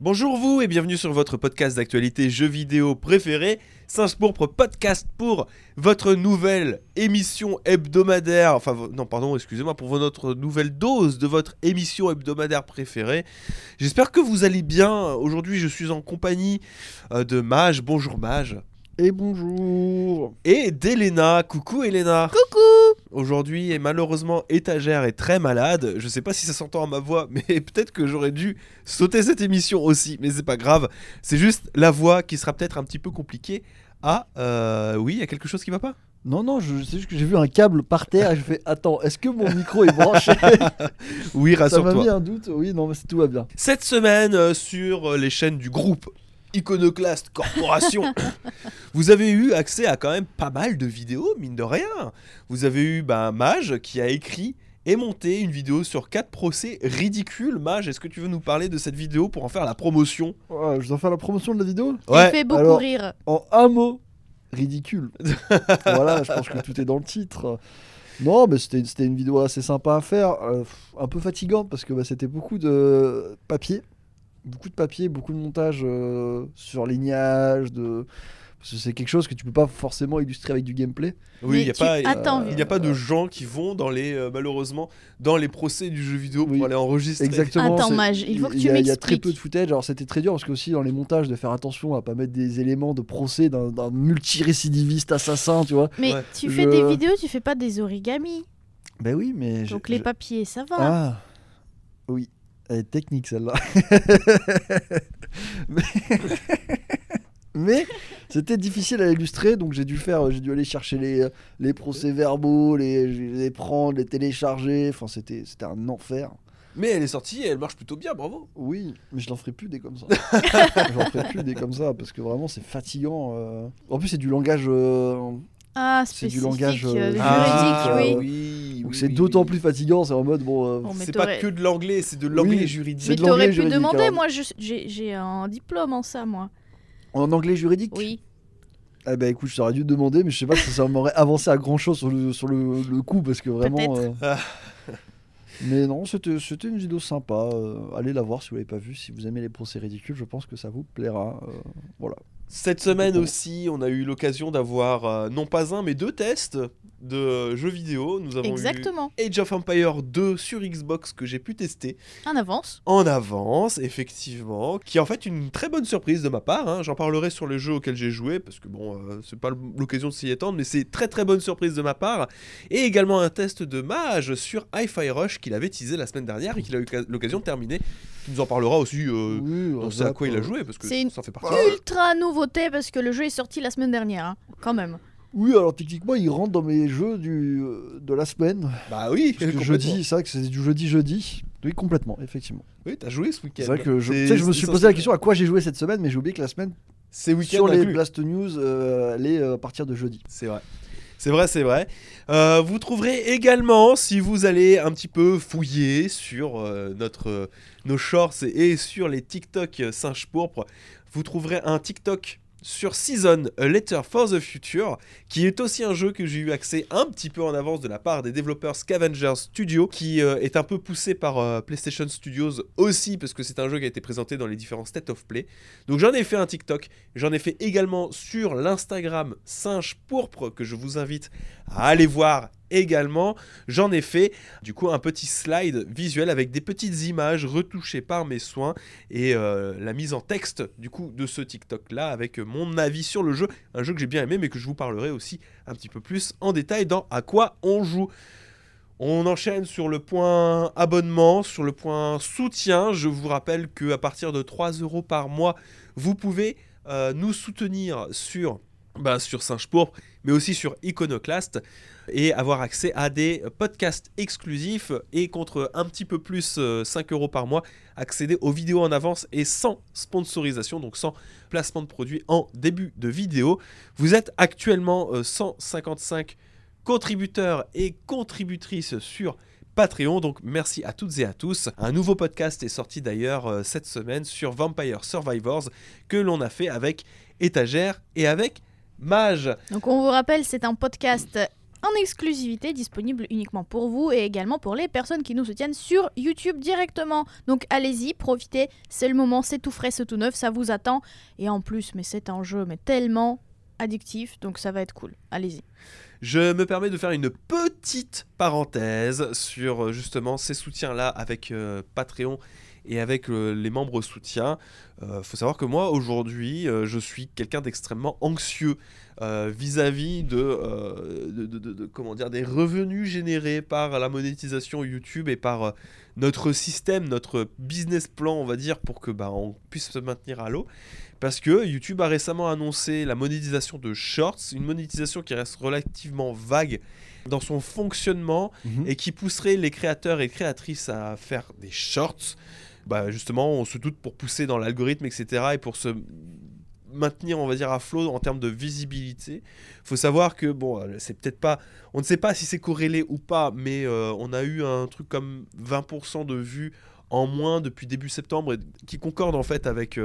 Bonjour vous et bienvenue sur votre podcast d'actualité jeux vidéo préféré, Singe Pourpre Podcast pour votre nouvelle émission hebdomadaire, pour votre nouvelle dose de votre émission hebdomadaire préférée. J'espère que vous allez bien. Aujourd'hui je suis en compagnie de Mage. Bonjour Mage. Et bonjour. Et d'Elena. Coucou Elena. Coucou. Aujourd'hui, et malheureusement, Étagère est très malade. Je sais pas si ça s'entend à ma voix, mais peut-être que j'aurais dû sauter cette émission aussi. Mais c'est pas grave. C'est juste la voix qui sera peut-être un petit peu compliquée. Oui, il y a quelque chose qui va pas ? Non, c'est juste que j'ai vu un câble par terre et je fais attends, est-ce que mon micro est branché ? Oui, Ça rassure-toi. m'a mis un doute. Oui, non, mais tout va bien. Cette semaine, sur les chaînes du groupe Iconoclast Corporation, vous avez eu accès à quand même pas mal de vidéos, mine de rien. Vous avez eu Mage qui a écrit et monté une vidéo sur 4 procès ridicules. Mage, est-ce que tu veux nous parler de cette vidéo pour en faire la promotion ? Ouais, je dois faire la promotion de la vidéo ? Il fait beaucoup alors- rire. En un mot, ridicule. Voilà, je pense que tout est dans le titre. Non, mais c'était une vidéo assez sympa à faire. Un peu fatigante parce que c'était beaucoup de papier. Beaucoup de montage surlignage, parce que c'est quelque chose que tu peux pas forcément illustrer avec du gameplay. Oui, il n'y a pas de euh, gens qui vont malheureusement dans les procès du jeu vidéo pour Oui, aller enregistrer. Exactement. Attends, c'est- Mage, il faut que tu Il y a très m'expliques. peu de footage. Alors c'était très dur parce que aussi dans les montages de faire attention à pas mettre des éléments de procès d'un multirécidiviste assassin, tu vois. Mais Ouais. tu fais des vidéos, tu fais pas des origamis. Ben oui, mais Donc les papiers, ça va. Ah oui, elle est technique celle-là. mais... mais c'était difficile à illustrer, donc j'ai dû aller chercher les procès-verbaux, les prendre, les télécharger. Enfin, c'était un enfer. Mais elle est sortie et elle marche plutôt bien, bravo. Oui, mais je n'en ferai plus des comme ça. J'en ferai plus des comme ça parce que vraiment c'est fatigant. En plus, c'est du langage. Ah, C'est du spécifique, langage, juridique, juridique, oui. Donc c'est d'autant plus fatigant. C'est en mode Bon, mais C'est pas t'aurais- que de l'anglais, c'est de l'anglais Oui. juridique. Mais de l'anglais t'aurais pu juridique, demander, hein. moi j'ai un diplôme en ça, moi. En anglais juridique. Oui. Eh ben écoute, je t'aurais dû demander, mais je sais pas si ça m'aurait avancé à grand chose sur le coup parce que vraiment. Peut-être. Mais non, c'était une vidéo sympa. Allez la voir si vous l'avez pas vue. Si vous aimez les procès ridicules, je pense que ça vous plaira. Voilà. Cette semaine aussi, on a eu l'occasion d'avoir non pas un mais 2 tests de jeux vidéo. Nous avons Exactement. eu Age of Empires 2 sur Xbox que j'ai pu tester En avance. en avance, effectivement, qui est en fait une très bonne surprise de ma part. J'en parlerai sur le jeu auquel j'ai joué parce que c'est pas l'occasion de s'y étendre, mais c'est très bonne surprise de ma part. Et également un test de Mage sur Hi-Fi Rush qu'il avait teasé la semaine dernière et qu'il a eu l'occasion de terminer. Il nous en parlera aussi. Oui, On sait à quoi il a joué parce que C'est une ça fait partie. Ultra nouveauté parce que le jeu est sorti la semaine dernière, hein, quand même. Oui, alors techniquement, il rentre dans mes jeux de la semaine. Bah oui, Parce que complètement. jeudi, c'est vrai que c'est du jeudi. Oui, complètement, effectivement. Oui, t'as joué ce week-end. C'est vrai que je me suis c'est posé la question à quoi j'ai joué cette semaine, mais j'ai oublié que la semaine C'est week-end sur les inclus. Blast News, elle est à partir de jeudi. C'est vrai. Vous trouverez également, si vous allez un petit peu fouiller sur nos shorts et sur les TikTok Singe Pourpre, vous trouverez un TikTok sur Season A Letter for the Future, qui est aussi un jeu que j'ai eu accès un petit peu en avance de la part des développeurs Scavengers Studio, qui est un peu poussé par PlayStation Studios aussi, parce que c'est un jeu qui a été présenté dans les différents State of Play. Donc j'en ai fait un TikTok, j'en ai fait également sur l'Instagram Singe Pourpre, que je vous invite à aller voir également. J'en ai fait du coup un petit slide visuel avec des petites images retouchées par mes soins et la mise en texte du coup de ce TikTok là avec mon avis sur le jeu, un jeu que j'ai bien aimé mais que je vous parlerai aussi un petit peu plus en détail dans À quoi on joue. On enchaîne sur le point abonnement, sur le point soutien. Je vous rappelle qu'à partir de 3 € par mois, vous pouvez nous soutenir sur Singe Pourpre, mais aussi sur Iconoclast, et avoir accès à des podcasts exclusifs, et contre un petit peu plus 5 € par mois, accéder aux vidéos en avance et sans sponsorisation, donc sans placement de produits en début de vidéo. Vous êtes actuellement 155 contributeurs et contributrices sur Patreon, donc merci à toutes et à tous. Un nouveau podcast est sorti d'ailleurs cette semaine sur Vampire Survivors, que l'on a fait avec Étagère et avec Mage. Donc on vous rappelle, c'est un podcast en exclusivité, disponible uniquement pour vous et également pour les personnes qui nous soutiennent sur YouTube directement. Donc allez-y, profitez, c'est le moment, c'est tout frais, c'est tout neuf, ça vous attend. Et en plus, mais c'est un jeu mais tellement addictif, donc ça va être cool. Allez-y. Je me permets de faire une petite parenthèse sur justement ces soutiens-là avec Patreon et avec les membres soutiens. Faut savoir que moi, aujourd'hui, je suis quelqu'un d'extrêmement anxieux vis-à-vis comment dire, des revenus générés par la monétisation YouTube et par notre système, notre business plan, on va dire, pour que on puisse se maintenir à l'eau. Parce que YouTube a récemment annoncé la monétisation de Shorts, une monétisation qui reste relativement vague dans son fonctionnement et qui pousserait les créateurs et créatrices à faire des Shorts. Justement, on se doute pour pousser dans l'algorithme, etc. et pour se maintenir, on va dire, à flot en termes de visibilité. Il faut savoir que, c'est peut-être pas... On ne sait pas si c'est corrélé ou pas, mais on a eu un truc comme 20% de vues en moins depuis début septembre, qui concorde en fait avec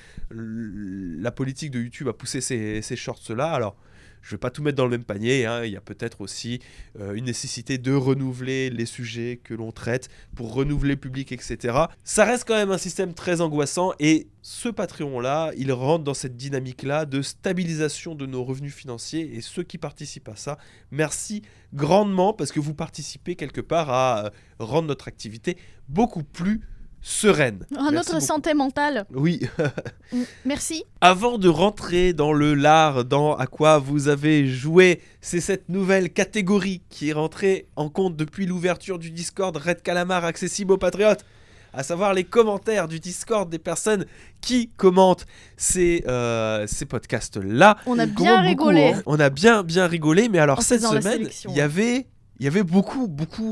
la politique de YouTube à pousser ces shorts-là. Alors, je ne vais pas tout mettre dans le même panier, hein. Il y a peut-être aussi une nécessité de renouveler les sujets que l'on traite pour renouveler le public, etc. Ça reste quand même un système très angoissant et ce Patreon-là, il rentre dans cette dynamique-là de stabilisation de nos revenus financiers et ceux qui participent à ça, merci grandement parce que vous participez quelque part à rendre notre activité beaucoup plus sereine. Notre santé mentale. Oui. Merci. Avant de rentrer dans le lard, dans à quoi vous avez joué, c'est cette nouvelle catégorie qui est rentrée en compte depuis l'ouverture du Discord Red Calamar accessible aux patriotes, à savoir les commentaires du Discord des personnes qui commentent ces podcasts-là. On a bien rigolé. On a bien rigolé, mais alors cette semaine, il y avait beaucoup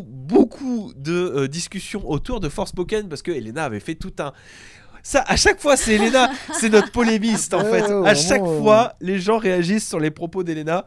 de discussions autour de Forspoken parce que Elena avait fait tout un... Ça, à chaque fois, c'est Elena, c'est notre polémiste en fait. À chaque fois, les gens réagissent sur les propos d'Elena.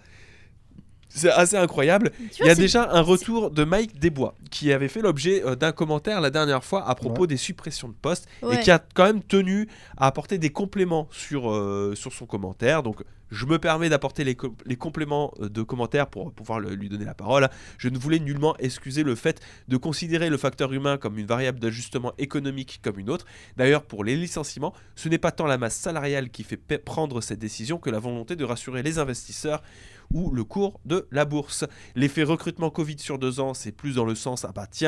C'est assez incroyable. Il y a déjà un retour de Mike Desbois qui avait fait l'objet d'un commentaire la dernière fois à propos des suppressions de postes et qui a quand même tenu à apporter des compléments sur son commentaire. Donc je me permets d'apporter les compléments de commentaires pour pouvoir lui donner la parole. Je ne voulais nullement excuser le fait de considérer le facteur humain comme une variable d'ajustement économique comme une autre. D'ailleurs, pour les licenciements, ce n'est pas tant la masse salariale qui fait prendre cette décision que la volonté de rassurer les investisseurs ou le cours de la bourse. L'effet recrutement Covid sur 2 ans, c'est plus dans le sens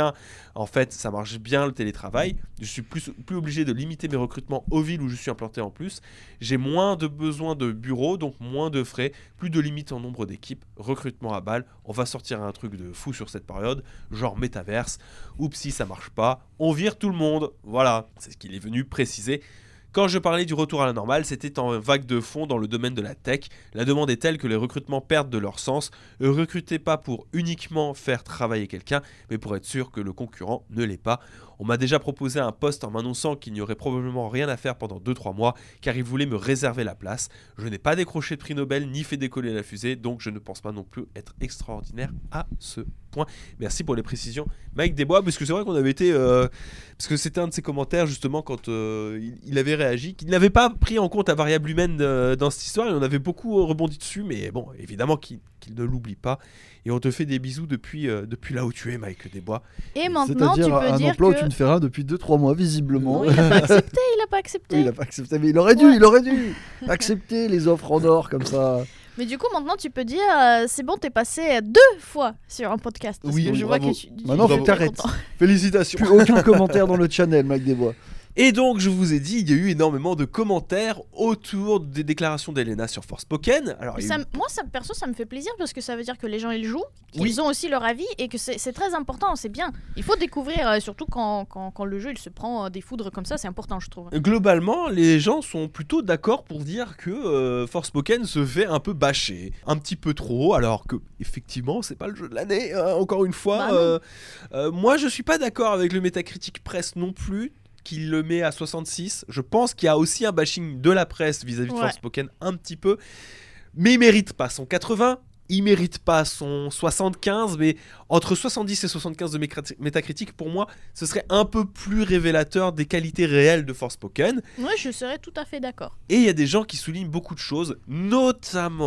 en fait ça marche bien le télétravail, je suis plus obligé de limiter mes recrutements aux villes où je suis implanté en plus, j'ai moins de besoin de bureaux, donc moins de frais, plus de limites en nombre d'équipes, recrutement à balle, on va sortir un truc de fou sur cette période, genre métaverse, si ça marche pas, on vire tout le monde, voilà, c'est ce qu'il est venu préciser. Quand je parlais du retour à la normale, c'était en vague de fond dans le domaine de la tech. La demande est telle que les recrutements perdent de leur sens. Ne recrutez pas pour uniquement faire travailler quelqu'un, mais pour être sûr que le concurrent ne l'est pas. On m'a déjà proposé un poste en m'annonçant qu'il n'y aurait probablement rien à faire pendant 2-3 mois, car ils voulaient me réserver la place. Je n'ai pas décroché de prix Nobel, ni fait décoller la fusée, donc je ne pense pas non plus être extraordinaire à ce point. Merci pour les précisions, Mike Desbois, parce que c'est vrai qu'on avait été... parce que c'était un de ses commentaires, justement, quand il avait réagi, qu'il n'avait pas pris en compte la variable humaine dans cette histoire, et on avait beaucoup rebondi dessus, mais bon, évidemment qu'il ne l'oublie pas. Et on te fait des bisous depuis là où tu es, Mike Desbois. Et maintenant, tu peux un dire emploi que... où tu ne fais rien depuis 2-3 mois, visiblement. Oui, il a pas accepté. Oui, il a pas accepté, mais il aurait dû accepter les offres en or comme ça. Mais du coup, maintenant, tu peux dire, c'est bon, t'es passé 2 fois sur un podcast. Parce Oui, que je bravo. vois que tu Maintenant, es t'arrêtes. content. Félicitations. Plus aucun commentaire dans le channel, Mike Desbois. Et donc, je vous ai dit, il y a eu énormément de commentaires autour des déclarations d'Elena sur Forspoken. Alors, Moi, perso, ça me fait plaisir parce que ça veut dire que les gens, ils jouent, qu'ils Oui. ont aussi leur avis et que c'est très important, c'est bien. Il faut découvrir, surtout quand le jeu, il se prend des foudres comme ça, c'est important, je trouve. Globalement, les gens sont plutôt d'accord pour dire que Forspoken se fait un peu bâcher, un petit peu trop, alors que effectivement, c'est pas le jeu de l'année, encore une fois. Moi, je suis pas d'accord avec le Metacritic Press non plus, qui le met à 66. Je pense qu'il y a aussi un bashing de la presse vis-à-vis de Forspoken un petit peu, mais il mérite pas son 80. Il mérite pas son 75, mais entre 70 et 75 de Metacritic, pour moi, ce serait un peu plus révélateur des qualités réelles de Forspoken. Ouais, je serais tout à fait d'accord. Et il y a des gens qui soulignent beaucoup de choses, notamment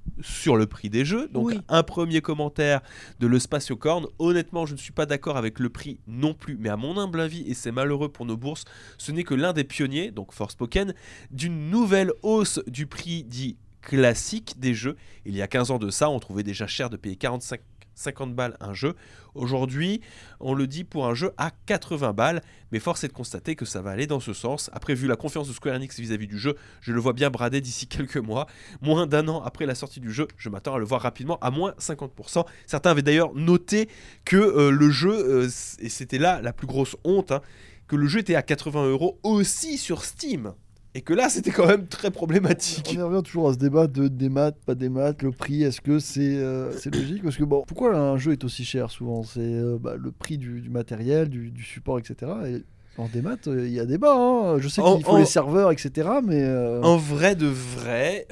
sur le prix des jeux. Donc Oui. un premier commentaire de le Spatiocorn. Honnêtement, je ne suis pas d'accord avec le prix non plus, mais à mon humble avis, et c'est malheureux pour nos bourses, ce n'est que l'un des pionniers, donc Forspoken, d'une nouvelle hausse du prix dit classique des jeux. Il y a 15 ans de ça, on trouvait déjà cher de payer 50 balles un jeu. Aujourd'hui, on le dit pour un jeu à 80 balles, mais force est de constater que ça va aller dans ce sens. Après, vu la confiance de Square Enix vis-à-vis du jeu, je le vois bien brader d'ici quelques mois. Moins d'un an après la sortie du jeu, je m'attends à le voir rapidement à moins 50%. Certains avaient d'ailleurs noté que le jeu, et c'était là la plus grosse honte, que le jeu était à 80 € aussi sur Steam. Et que là, c'était quand même très problématique. On y revient toujours à ce débat de des maths, pas des maths, le prix, est-ce que c'est logique? Parce que bon, pourquoi un jeu est aussi cher souvent? C'est le prix du matériel, du support, etc. Et en démat, il y a débat. Hein. Je sais qu'il faut les serveurs, etc. Mais en vrai de vrai,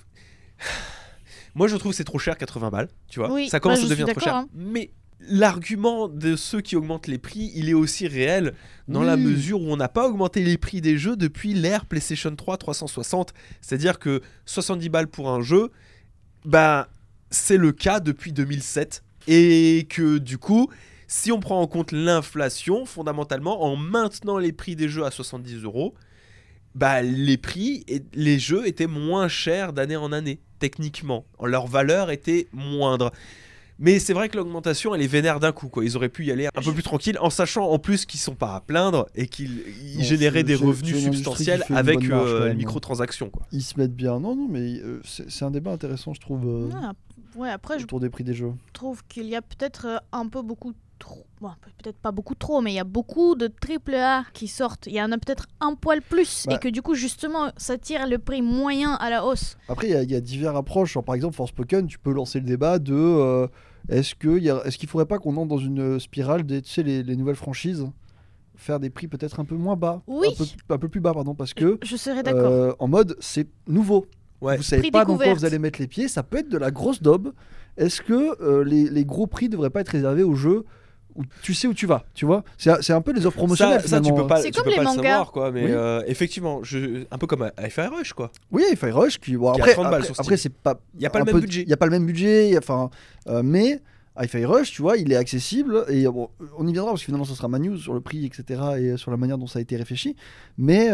moi je trouve que c'est trop cher, 80 balles. Tu vois, Oui, ça commence je à suis devenir trop cher. d'accord, hein. Mais l'argument de ceux qui augmentent les prix, il est aussi réel dans la mesure où on n'a pas augmenté les prix des jeux depuis l'ère PlayStation 3 360. C'est-à-dire que 70 balles pour un jeu, bah, c'est le cas depuis 2007. Et que du coup, si on prend en compte l'inflation, fondamentalement, en maintenant les prix des jeux à 70 €, bah, les prix et les jeux étaient moins chers d'année en année, techniquement. Leur valeur était moindre. Mais c'est vrai que l'augmentation, elle est vénère d'un coup, quoi. Ils auraient pu y aller un peu plus tranquille, en sachant en plus qu'ils sont pas à plaindre et qu'ils généraient des revenus substantiels avec les microtransactions, quoi. Ils se mettent bien. Non, mais c'est un débat intéressant, je trouve, Ouais, après, je autour des prix des jeux. trouve qu'il y a peut-être un peu beaucoup trop. Bon, peut-être pas beaucoup trop, mais il y a beaucoup de AAA qui sortent. Il y en a peut-être un poil plus. Et que du coup, justement, ça tire le prix moyen à la hausse. Après, il y a diverses approches. Genre, par exemple, Forspoken, tu peux lancer le débat de est-ce qu'il faudrait pas qu'on entre dans une spirale des, tu sais, les nouvelles franchises, faire des prix peut-être un peu moins bas, Oui. un peu plus bas, pardon, parce que Je serais d'accord. en mode c'est nouveau. Ouais. Vous savez Prix pas dans quoi découverte. vous allez mettre les pieds, ça peut être de la grosse daube. Est-ce que les gros prix devraient pas être réservés aux jeux où tu sais où tu vas, tu vois? C'est un peu les offres promotionnelles Ça tu finalement. peux pas, C'est tu comme peux les pas le mangas. savoir, quoi. Mais Oui. effectivement, un peu comme Hi-Fi Rush, quoi. Oui, Fire Rush bon, Qui a après, 30 balles sur Steam. après c'est pas Il y a pas le un même peu- budget. Il y a pas le même budget, mais Hi-Fi Rush, tu vois, il est accessible et bon, on y viendra parce que finalement ce sera ma news sur le prix, etc. et sur la manière dont ça a été réfléchi. Mais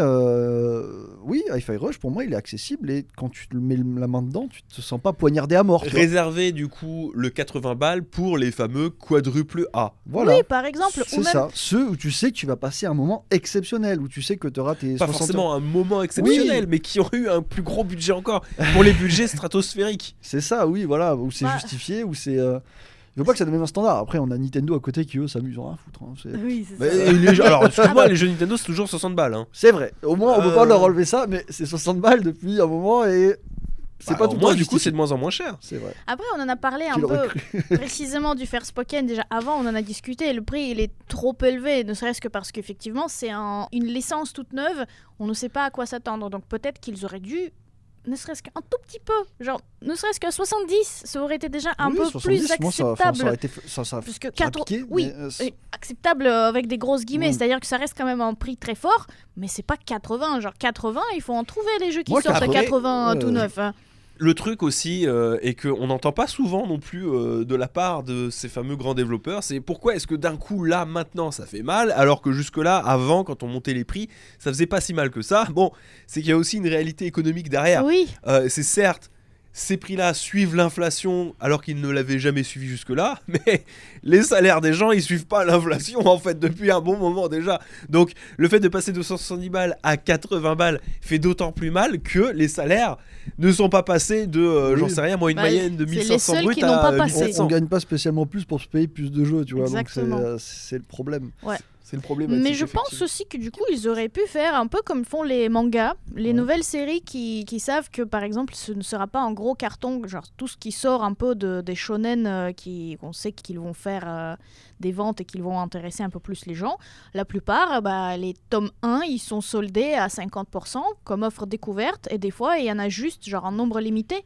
oui, Hi-Fi Rush pour moi il est accessible et quand tu te mets la main dedans, tu te sens pas poignardé à mort. Tu vois. Réservé du coup le 80 balles pour les fameux quadruple A. Voilà. Oui, par exemple. Ou C'est même... ça, ceux où tu sais que tu vas passer un moment exceptionnel, où tu sais que tu auras tes Pas 60 forcément un moment exceptionnel, mais qui ont eu un plus gros budget encore pour les budgets stratosphériques. C'est ça, oui, voilà, où c'est Bah. justifié, où c'est. Il faut pas que ça devienne un standard. Après, on a Nintendo à côté qui eux s'amusent rien à foutre. Hein. Oui, c'est Mais ça. alors, excuse-moi, les jeux Nintendo c'est toujours 60 balles. Hein. C'est vrai. Au moins, on peut pas leur relever ça, mais c'est 60 balles depuis un moment et c'est pas tout le moins, temps du coup, c'est justifié. de moins en moins cher. C'est vrai. Après, on en a parlé un Qui l'aurait peu précisément du Forspoken. Déjà, avant, on en a discuté. Le prix, il est trop élevé, ne serait-ce que parce qu'effectivement, c'est une licence toute neuve. On ne sait pas à quoi s'attendre. Donc, peut-être qu'ils auraient dû, ne serait-ce qu'un tout petit peu, genre, ne serait-ce qu'à 70, ça aurait été déjà un Oui, peu 70, plus moi, ça acceptable. aurait été, ça Parce que ça a 4... piqué, oui, mais, acceptable avec des grosses guillemets, Oui. c'est-à-dire que ça reste quand même un prix très fort, mais c'est pas 80. Genre 80, il faut en trouver les jeux qui Moi, sortent à après, 80 tout neuf. Hein. Le truc aussi, et qu'on n'entend pas souvent non plus de la part de ces fameux grands développeurs, c'est pourquoi est-ce que d'un coup là maintenant ça fait mal, alors que jusque-là, avant, quand on montait les prix, ça faisait pas si mal que ça. Bon, c'est qu'il y a aussi une réalité économique derrière. Oui, C'est certes, ces prix-là suivent l'inflation alors qu'ils ne l'avaient jamais suivi jusque-là, mais les salaires des gens, ils suivent pas l'inflation en fait depuis un bon moment déjà. Donc le fait de passer de 170 balles à 80 balles fait d'autant plus mal que les salaires ne sont pas passés de, Oui. j'en sais rien, moi une Bah, moyenne de c'est les 1500 seuls brut qui n'ont pas à passé. 1700. on gagne pas spécialement plus pour se payer plus de jeux, tu vois. Exactement. Donc c'est le problème. C'est le problème. mais je pense aussi que du coup, ils auraient pu faire un peu comme font les mangas, les Ouais. nouvelles séries qui savent que par exemple, ce ne sera pas un gros carton, genre tout ce qui sort un peu des shonen qu'on sait qu'ils vont faire des ventes et qu'ils vont intéresser un peu plus les gens. La plupart, les tomes 1, ils sont soldés à 50% comme offre découverte et des fois, il y en a juste genre un nombre limité.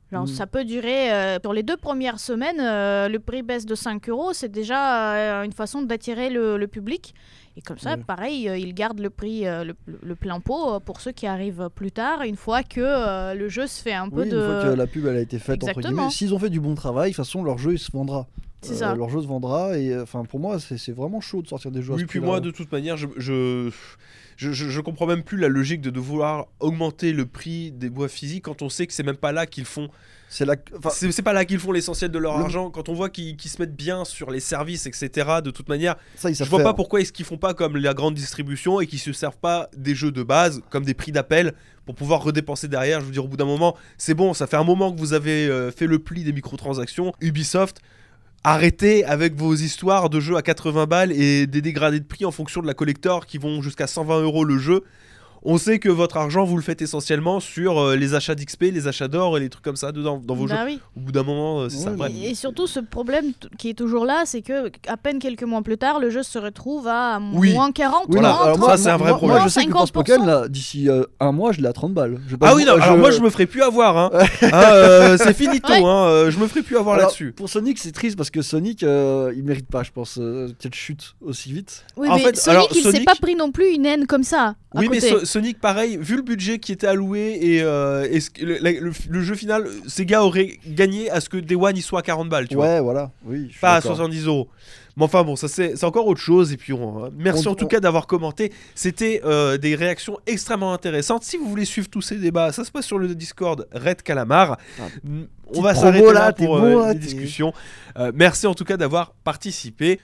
Genre, ça peut durer... sur les 2 premières semaines, le prix baisse de 5 €. C'est déjà une façon d'attirer le public. Et comme ça, pareil, ils gardent le prix, le plein pot pour ceux qui arrivent plus tard, une fois que le jeu se fait un peu Une fois que la pub elle a été faite, entre Exactement. guillemets. S'ils ont fait du bon travail, de toute façon, leur jeu il se vendra. C'est ça. Leur jeu se vendra. Et pour moi, c'est vraiment chaud de sortir des jeux à Oui, ce puis prix-là. moi, de toute manière, je comprends même plus la logique de vouloir augmenter le prix des boîtes physiques quand on sait que c'est même pas là qu'ils font. C'est là, C'est pas là qu'ils font l'essentiel de leur Le- argent. Quand on voit qu'ils se mettent bien sur les services, etc. De toute manière, ça, ils je savent vois faire. pas pourquoi est-ce qu'ils font pas comme la grande distribution et qu'ils se servent pas des jeux de base comme des prix d'appel pour pouvoir redépenser derrière. Je veux dire, au bout d'un moment, c'est bon, ça fait un moment que vous avez fait le pli des microtransactions. Ubisoft, arrêtez avec vos histoires de jeux à 80 balles et des dégradés de prix en fonction de la collector qui vont jusqu'à 120 € le jeu. On sait que votre argent, vous le faites essentiellement sur les achats d'XP, les achats d'or et les trucs comme ça dedans, dans vos jeux. Bah oui. Au bout d'un moment, c'est ça. Ouais, Bref. Et surtout, ce problème qui est toujours là, c'est que à peine quelques mois plus tard, le jeu se retrouve à Oui. moins 40, Oui, Voilà. moins Alors 30, ça, c'est un vrai moi, problème. Moi, je sais que 50%. Forspoken, là, d'ici un mois, je l'ai à 30 balles. Je vais pas Ah oui, non, alors moi je me ferai plus avoir. Hein. C'est finito, Ouais. hein. Je me ferai plus avoir Alors, là-dessus. Pour Sonic, c'est triste parce que Sonic, il mérite pas, je pense, qu'elle chute aussi vite. Oui, En mais fait, Sonic, alors, il s'est Sonic- pas pris non plus une haine comme ça. À Oui, mais côté. Sonic, pareil, vu le budget qui était alloué et le jeu final, Sega aurait gagné à ce que Day One il soit à 40 balles, tu vois. Ouais, voilà. Oui, je suis Pas à d'accord. 70 €. Mais enfin bon, ça c'est encore autre chose. Et puis merci en tout cas d'avoir commenté. C'était des réactions extrêmement intéressantes. Si vous voulez suivre tous ces débats, ça se passe sur le Discord Red Calamar. Ah, On va promo s'arrêter là, là t'es pour bon, là, les t'es- discussions. Merci en tout cas d'avoir participé.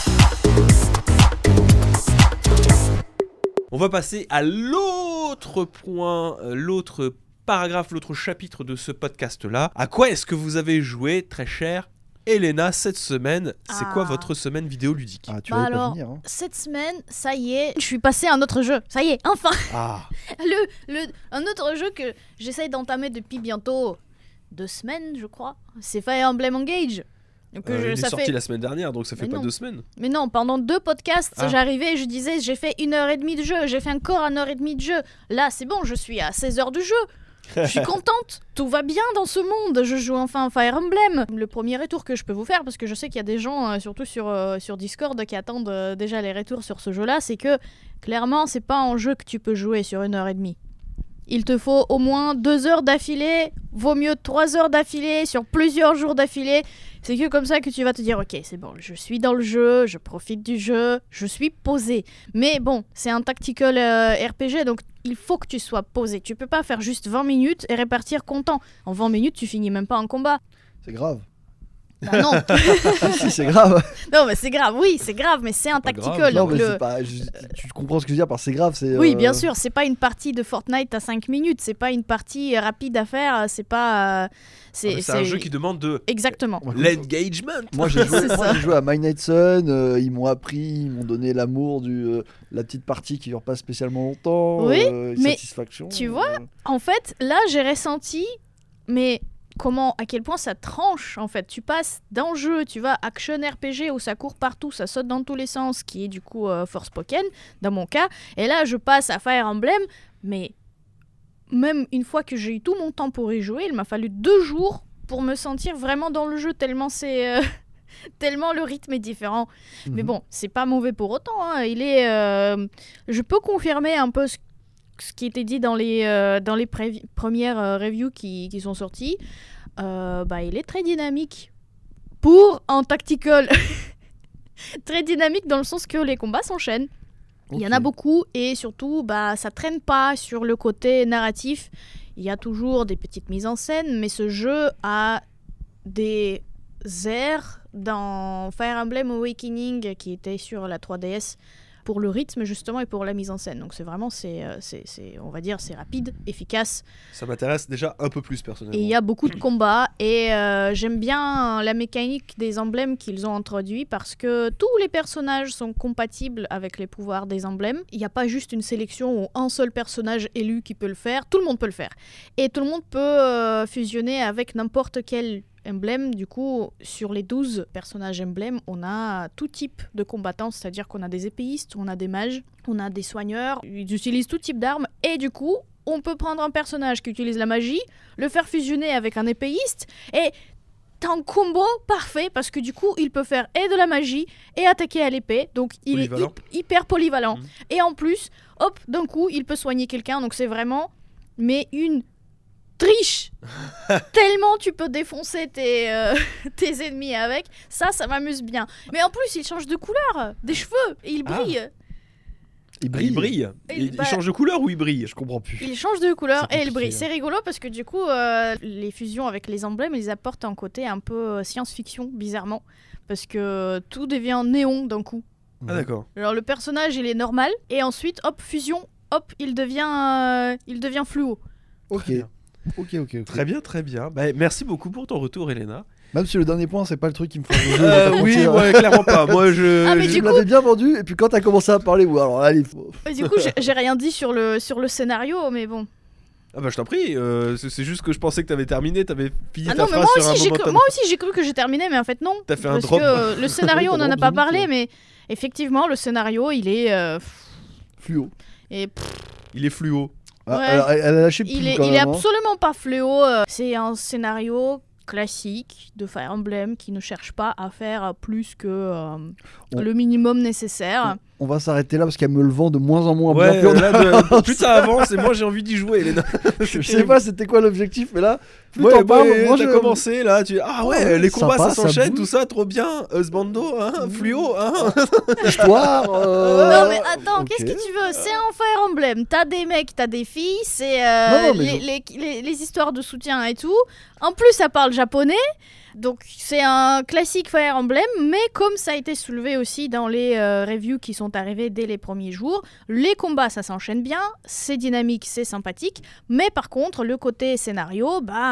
On va passer à l'autre point, l'autre paragraphe, l'autre chapitre de ce podcast-là. À quoi est-ce que vous avez joué, très cher Elena, cette semaine? C'est quoi Ah. votre semaine vidéoludique? Ah, tu Bah vas pas alors, venir. Hein. cette semaine, ça y est, je suis passé à un autre jeu. Ça y est, enfin Ah, un autre jeu que j'essaye d'entamer depuis bientôt 2 semaines, je crois. C'est Fire Emblem Engage. Donc, il est ça sorti fait... la semaine dernière, donc ça fait Mais pas non. 2 semaines. Mais non, pendant 2 podcasts, Ah. j'arrivais et je disais j'ai fait 1h30 de jeu, j'ai fait encore 1h30 de jeu. Là, c'est bon, je suis à 16 heures du jeu. Je suis contente, tout va bien dans ce monde, je joue enfin à Fire Emblem. Le premier retour que je peux vous faire, parce que je sais qu'il y a des gens, surtout sur Discord, qui attendent déjà les retours sur ce jeu-là, c'est que clairement, c'est pas un jeu que tu peux jouer sur 1h30. Il te faut au moins 2 heures d'affilée, vaut mieux 3 heures d'affilée, sur plusieurs jours d'affilée. C'est que comme ça que tu vas te dire, ok, c'est bon, je suis dans le jeu, je profite du jeu, je suis posé. Mais bon, c'est un tactical RPG, donc il faut que tu sois posé. Tu peux pas faire juste 20 minutes et repartir content. En 20 minutes, tu finis même pas un combat. C'est grave. Bah non, Si, c'est grave. non, mais c'est grave, oui, c'est grave, mais c'est un pas grave. tactical. Non, donc mais le- c'est pas. Tu comprends ce que je veux dire par c'est grave. C'est. Oui, bien sûr, c'est pas une partie de Fortnite à 5 minutes, c'est pas une partie rapide à faire, c'est pas... C'est un jeu qui demande de Exactement. l'engagement. Moi j'ai joué, C'est ça. j'ai joué à My Night Sun, ils m'ont appris, ils m'ont donné l'amour du la petite partie qui dure pas spécialement longtemps, Oui, mais satisfaction. tu vois, En fait, là, j'ai ressenti, mais à quel point ça tranche, en fait. Tu passes d'un jeu, tu vas action RPG où ça court partout, ça saute dans tous les sens, qui est du coup Forspoken, dans mon cas. Et là, je passe à Fire Emblem, mais même une fois que j'ai eu tout mon temps pour y jouer, il m'a fallu 2 jours pour me sentir vraiment dans le jeu, tellement c'est... tellement le rythme est différent. Mais bon, c'est pas mauvais pour autant. Hein. Je peux confirmer un peu ce qui était dit dans les premières reviews qui sont sorties. Il est très dynamique pour un tactical. Très dynamique dans le sens que les combats s'enchaînent. Il y en a beaucoup et surtout, ça traîne pas sur le côté narratif. Il y a toujours des petites mises en scène, mais ce jeu a des airs dans Fire Emblem Awakening qui était sur la 3DS pour le rythme justement et pour la mise en scène. Donc c'est vraiment, on va dire, c'est rapide, efficace. Ça m'intéresse déjà un peu plus personnellement. Et il y a beaucoup de combats et j'aime bien la mécanique des emblèmes qu'ils ont introduit parce que tous les personnages sont compatibles avec les pouvoirs des emblèmes. Il n'y a pas juste une sélection ou un seul personnage élu qui peut le faire, tout le monde peut le faire. Et tout le monde peut fusionner avec n'importe quel emblème. Du coup, sur les 12 personnages emblèmes, on a tout type de combattants, c'est-à-dire qu'on a des épéistes, on a des mages, on a des soigneurs, ils utilisent tout type d'armes et du coup, on peut prendre un personnage qui utilise la magie, le faire fusionner avec un épéiste, et t'as un combo parfait, parce que du coup, il peut faire et de la magie, et attaquer à l'épée, donc il Polyvalent. est hyper polyvalent. Mhm. Et en plus, hop, d'un coup, il peut soigner quelqu'un, donc c'est vraiment, mais une triche. Tellement tu peux défoncer tes ennemis avec, ça m'amuse bien. Mais en plus, il change de couleur, des cheveux, et il brille. Il Il brille. Et Il bah- change de couleur ou il brille? Je comprends plus. Il change de couleur C'est et il compliqué, brille. hein. C'est rigolo parce que du coup, les fusions avec les emblèmes, ils apportent un côté un peu science-fiction, bizarrement. Parce que tout devient néon d'un coup. Ah d'accord. Alors le personnage, il est normal. Et ensuite, hop, fusion, hop, il devient fluo. Ok. Très bien. Ok. Très bien, très bien. Bah, merci beaucoup pour ton retour, Elena. Même si le dernier point, c'est pas le truc qui me fera jouer. je vais pas Oui, mentir. ouais, clairement pas. Moi, je. Ah, mais Je du me coup- l'avais bien vendu, et puis quand t'as commencé à parler, ouais, alors allez. Et du coup, j'ai rien dit sur le scénario, mais bon. Ah bah je t'en prie. C'est juste que je pensais que t'avais terminé, t'avais fini Ah ta non, mais phrase sur un moment. moi aussi j'ai cru que j'ai terminé, mais en fait non. T'as fait un Parce drop. que le scénario, Oui, on en t'as a drop pas de parlé, minutes, mais effectivement, le scénario, il est. Fluo. Et Il est fluo. Ah, Ouais. alors, elle a lâché il plus est, quand il est même, hein. absolument pas fléau. C'est un scénario classique de Fire Emblem qui ne cherche pas à faire plus que le minimum nécessaire. On va s'arrêter là parce qu'elle me le vend de moins en moins Ouais, bien. Puis on- plus ça avance et moi j'ai envie d'y jouer, Elena. je sais pas c'était quoi l'objectif, mais là, plus Ouais, t'en parles, ouais, moi t'as je... commencé là, tu ah ouais, Ouais, les combats sympa, ça ça s'enchaîne, bouge. tout ça, trop bien. Husbando, hein, fluo, hein. Histoire. Non mais attends, ok. qu'est-ce que tu veux? C'est un Fire Emblem. T'as des mecs, t'as des filles, c'est Non, mais les histoires de soutien et tout. En plus, ça parle japonais. Donc c'est un classique Fire Emblem, mais comme ça a été soulevé aussi dans les reviews qui sont arrivées dès les premiers jours, les combats ça s'enchaîne bien, c'est dynamique, c'est sympathique, mais par contre le côté scénario,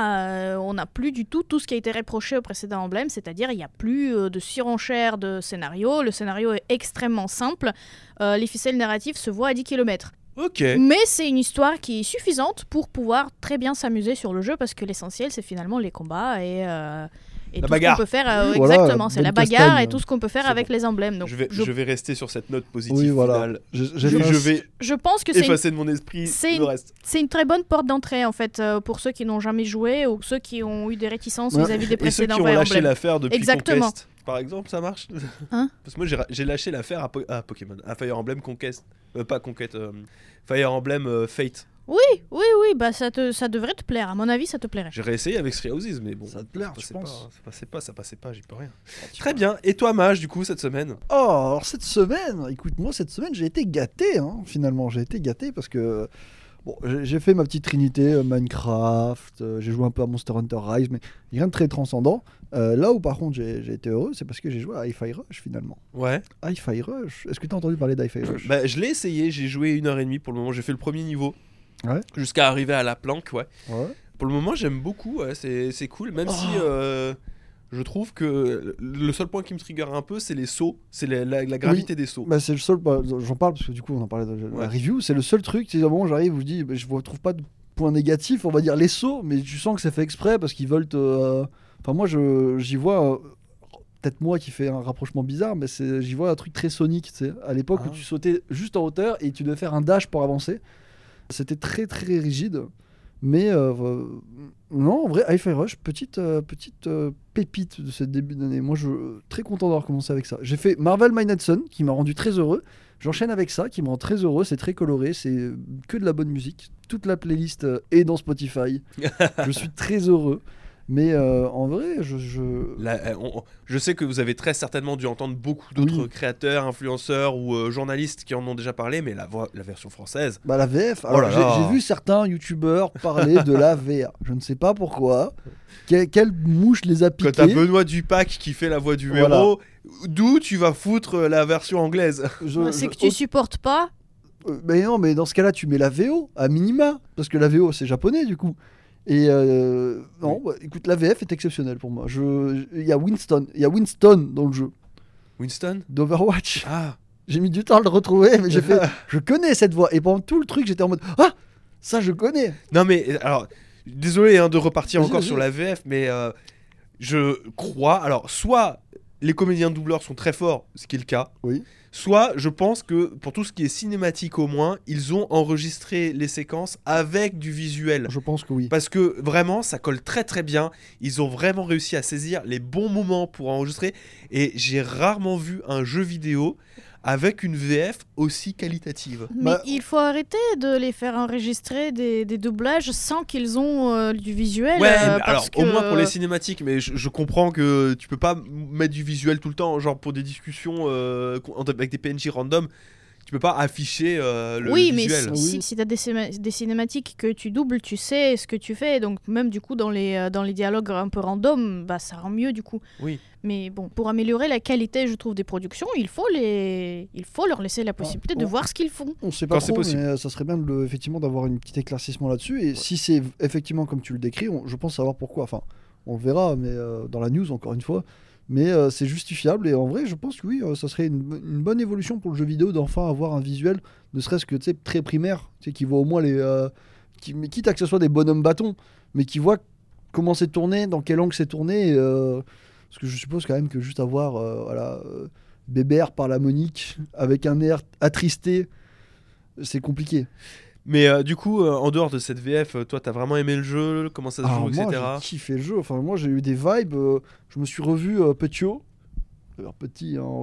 on n'a plus du tout ce qui a été reproché au précédent Emblem, c'est-à-dire il n'y a plus de surenchère de scénario, le scénario est extrêmement simple, les ficelles narratives se voient à 10 km. Ok. Mais c'est une histoire qui est suffisante pour pouvoir très bien s'amuser sur le jeu parce que l'essentiel c'est finalement les combats et tout bagarre. ce qu'on peut faire. Oui, voilà, exactement, c'est bonne la bagarre castagne. et tout ce qu'on peut faire C'est avec bon. les emblèmes. Donc, Je vais rester sur cette note positive Oui, voilà. finale. J'ai Je fait un- vais je pense que c'est effacer de mon esprit c'est le reste. une très bonne porte d'entrée en fait pour ceux qui n'ont jamais joué ou ceux qui ont eu des réticences Ouais. vis-à-vis des Et ceux précédents qui ont Fire lâché Emblem. l'affaire depuis Exactement. Conquest, par exemple, ça marche. Hein Parce que moi j'ai lâché l'affaire à Pokémon, à Fire Emblem Conquest, pas Conquest, Fire Emblem Fate. Oui, bah ça devrait te plaire. À mon avis, ça te plairait. J'ai réessayé avec Three Houses, mais bon. Ça te plaire, ça je passait pense. ça passait pas, j'y peux rien. Très bien. Et toi, Mage, du coup, cette semaine? Oh, alors cette semaine, écoute-moi, cette semaine, j'ai été gâté, hein, finalement. J'ai été gâté parce que bon, j'ai fait ma petite trinité Minecraft, j'ai joué un peu à Monster Hunter Rise, mais rien de très transcendant. Là où par contre j'ai été heureux, c'est parce que j'ai joué à Hi-Fi Rush finalement. Ouais. Hi-Fi Rush, est-ce que tu as entendu parler d'Hi-Fi Rush? Bah, je l'ai essayé, j'ai joué 1h30 pour le moment, j'ai fait le premier niveau. Ouais. Jusqu'à arriver à la planque, ouais. Ouais. Pour le moment, j'aime beaucoup, ouais, c'est cool, même si je trouve que le seul point qui me trigger un peu, c'est les sauts, c'est la gravité des sauts. Bah, c'est le seul, j'en parle parce que du coup on en parlait dans la Ouais. review, c'est le seul truc, c'est à un moment où j'arrive où je dis, bah, je ne trouve pas de point négatif, on va dire les sauts, mais tu sens que c'est fait exprès parce qu'ils veulent te... Enfin moi j'y vois... Peut-être moi qui fais un rapprochement bizarre, mais j'y vois un truc très Sonic, tu sais, à l'époque Ah. où tu sautais juste en hauteur et tu devais faire un dash pour avancer. C'était très très rigide, mais non, en vrai, Hi-Fi Rush, petite pépite de ce début d'année. Moi, je très content d'avoir commencé avec ça. J'ai fait Marvel Midnight Sun, qui m'a rendu très heureux. J'enchaîne avec ça, qui me rend très heureux. C'est très coloré, c'est que de la bonne musique. Toute la playlist est dans Spotify. Je suis très heureux. Mais en vrai, Je sais que vous avez très certainement dû entendre beaucoup d'autres Oui. créateurs, influenceurs ou journalistes qui en ont déjà parlé, mais la version française. Bah, la VF, Oh alors, là là. j'ai vu certains youtubeurs parler de la VR. Je ne sais pas pourquoi. Quelle mouche les a Quand t'as piqués. Benoît Dupac qui fait la voix du Voilà. héros, d'où tu vas foutre la version anglaise? C'est que tu supportes pas. Mais non, mais dans ce cas-là, tu mets la VO à minima, parce que la VO c'est japonais du coup. Et non, bah, écoute, la VF est exceptionnelle pour moi. Il y a Winston dans le jeu Winston? d'Overwatch. Ah, J'ai mis du temps à le retrouver, mais j'ai fait, je connais cette voix. Et pendant tout le truc, j'étais en mode, ah, ça je connais. non mais alors, désolé hein, de repartir Vas-y, encore vas-y. sur la VF, mais je crois, alors soit les comédiens doubleurs sont très forts, ce qui est le cas, Oui. soit je pense que pour tout ce qui est cinématique au moins, ils ont enregistré les séquences avec du visuel. Je pense que oui. Parce que vraiment, ça colle très très bien. Ils ont vraiment réussi à saisir les bons moments pour enregistrer. Et j'ai rarement vu un jeu vidéo avec une VF aussi qualitative. Mais Bah, il faut arrêter de les faire enregistrer des doublages sans qu'ils ont du visuel. Ouais, parce alors que... au moins pour les cinématiques, mais je comprends que tu peux pas mettre du visuel tout le temps, genre pour des discussions avec des PNJ random, tu peux pas afficher le Oui, mais visuel. si t'as des cinématiques que tu doubles, tu sais ce que tu fais. Donc même du coup dans les dialogues un peu random, bah ça rend mieux du coup. Oui. Mais bon, pour améliorer la qualité, je trouve, des productions, il faut leur laisser la possibilité de on- voir ce qu'ils font. On sait pas Quand c'est trop, possible. mais ça serait bien effectivement d'avoir une petite éclaircissement là-dessus. Et si c'est effectivement comme tu le décris, je pense savoir pourquoi. Enfin, on le verra, mais dans la news encore une fois. Mais c'est justifiable et en vrai, je pense que oui, ça serait une bonne évolution pour le jeu vidéo d'enfin avoir un visuel, ne serait-ce que tu sais, très primaire, tu sais, qui voit au moins mais quitte à que ce soit des bonhommes bâtons, mais qui voit comment c'est tourné, dans quel angle c'est tourné. Parce que je suppose quand même que juste avoir Bébert par la Monique avec un air attristé, c'est compliqué. Mais du coup, en dehors de cette VF, toi t'as vraiment aimé le jeu, comment ça se Alors joue, moi, etc. j'ai kiffé le jeu. Enfin, moi, j'ai eu des vibes. Je me suis revu Petio. Alors, petit hein, en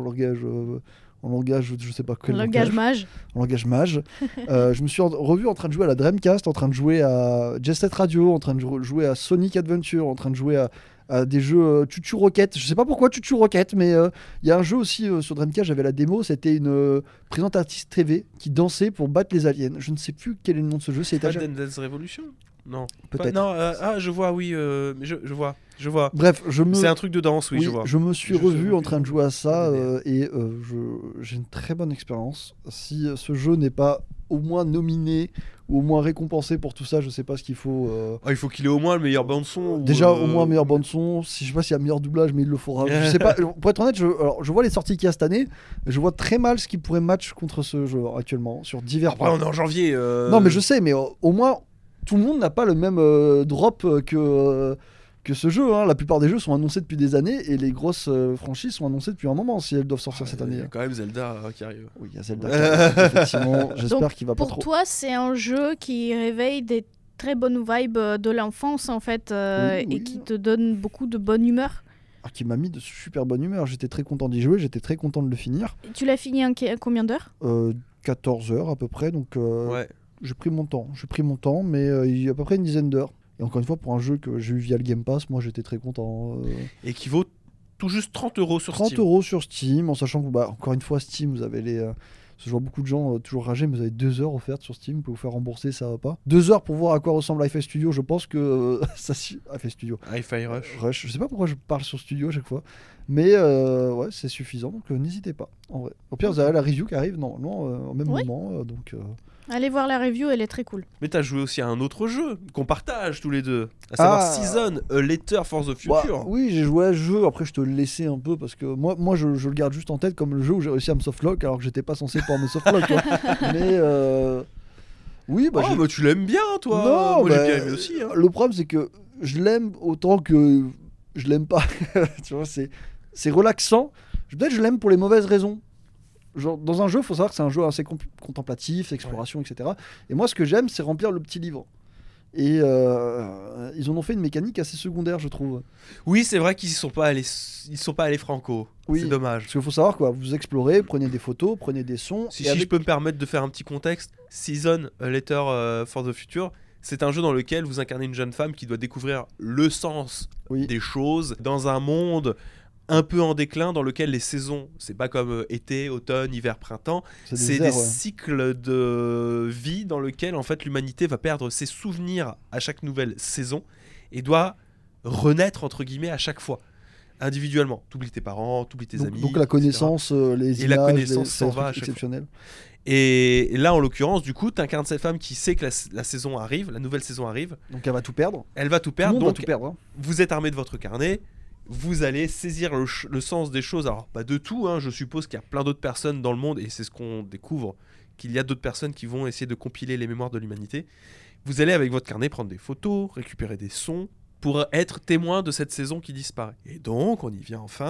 langage, je sais pas quel Langage mage. en langage mage. Je me suis revu en train de jouer à la Dreamcast, en train de jouer à Jet Set Radio, en train de jouer à Sonic Adventure, en train de jouer à des jeux Chuchu Rocket. Je sais pas pourquoi Chuchu Rocket, mais il y a un jeu aussi sur Dreamcast, j'avais la démo, c'était une présentatrice TV qui dansait pour battre les aliens. Je ne sais plus quel est le nom de ce jeu, c'est Pas étagère. Dance Revolution. Non. Peut-être. Non, je vois, oui, mais je vois. Bref, C'est un truc de danse, oui, je vois. je me suis Je sais revu pas en train de jouer à ça Ah, merde. et j'ai une très bonne expérience. Si ce jeu n'est pas au moins nominé ou au moins récompensé pour tout ça, je sais pas ce qu'il faut. Ah, il faut qu'il ait au moins le meilleur bande son. Déjà au moins meilleure bande son. Si je sais pas s'il y a meilleur doublage, mais il le faudra. Je sais pas. Pour être honnête, je vois les sorties qu'il y a cette année. Je vois très mal ce qui pourrait match contre ce jeu actuellement sur divers Après, on est en janvier. Non, mais je sais, mais au moins, tout le monde n'a pas le même drop que ce jeu. Hein. La plupart des jeux sont annoncés depuis des années et les grosses franchises sont annoncées depuis un moment si elles doivent sortir cette Il y année. a quand même Zelda qui arrive. Oui, il y a Zelda. qui arrive, effectivement, j'espère Donc, qu'il va pas Pour trop. toi, c'est un jeu qui réveille des très bonnes vibes de l'enfance en fait Oui, et oui. qui te donne beaucoup de bonne humeur. Ah, qui m'a mis de super bonne humeur. J'étais très content d'y jouer, j'étais très content de le finir. Tu l'as fini en combien d'heures? 14 heures à peu près, donc Ouais. j'ai pris mon temps, mais il y a à peu près une dizaine d'heures. Et encore une fois, pour un jeu que j'ai eu via le Game Pass, moi j'étais très content. Et qui vaut tout juste 30 € sur 30 Steam. € sur Steam, en sachant que, bah, encore une fois, Steam, vous avez je vois beaucoup de gens toujours rager, mais vous avez 2 heures offertes sur Steam, vous pouvez vous faire rembourser, ça va pas. 2 heures pour voir à quoi ressemble Hi-Fi Studio, je pense que ça Hi-Fi Studio. Hi-Fi Rush. Rush, je sais pas pourquoi je parle sur Studio à chaque fois, mais ouais, c'est suffisant, donc n'hésitez pas, en vrai. Au pire, vous avez la review qui arrive normalement au même Oui. moment, donc Allez voir la review, elle est très cool. Mais t'as joué aussi à un autre jeu qu'on partage tous les deux, à savoir Ah. Season, A Letter for the bah, Future. oui, j'ai joué à ce jeu, après je te le laissais un peu, parce que moi je le garde juste en tête comme le jeu où j'ai réussi à me softlock, alors que j'étais pas censé pouvoir me softlock, quoi. Mais oui, bah, Oh, bah tu l'aimes bien, toi. Non, Moi bah, j'ai bien aimé aussi. Hein. Le problème, c'est que je l'aime autant que je l'aime pas. Tu vois, c'est relaxant. Peut-être je l'aime pour les mauvaises raisons. Genre, dans un jeu, il faut savoir que c'est un jeu assez contemplatif, exploration, etc. Et moi, ce que j'aime, c'est remplir le petit livre. Et ils en ont fait une mécanique assez secondaire, je trouve. Oui, c'est vrai qu'ils sont pas allés franco. Oui. C'est dommage. Parce qu'il faut savoir quoi, vous explorez, prenez des photos, prenez des sons. Si et je peux me permettre de faire un petit contexte, Season, A Letter for the Future, c'est un jeu dans lequel vous incarnez une jeune femme qui doit découvrir le sens Oui. des choses dans un monde un peu en déclin dans lequel les saisons, c'est pas comme été, automne, hiver, printemps, c'est des airs, ouais. cycles de vie dans lesquels en fait l'humanité va perdre ses souvenirs à chaque nouvelle saison et doit renaître entre guillemets à chaque fois individuellement. T'oublies tes parents, t'oublies tes amis. Donc la etc. connaissance, les Et la images, connaissance c'est s'en un va à truc chaque exceptionnel. Et là en l'occurrence du coup t'incarnes cette femme qui sait que la saison arrive, la nouvelle saison arrive, Donc elle va tout perdre. elle va tout Tout le perdre monde va donc tout perdre. Hein. vous êtes armé de votre carnet, vous allez saisir le sens des choses. Alors, pas de tout, hein, je suppose qu'il y a plein d'autres personnes dans le monde, et c'est ce qu'on découvre, qu'il y a d'autres personnes qui vont essayer de compiler les mémoires de l'humanité. Vous allez avec votre carnet prendre des photos, récupérer des sons, pour être témoin de cette saison qui disparaît. Et donc, on y vient enfin,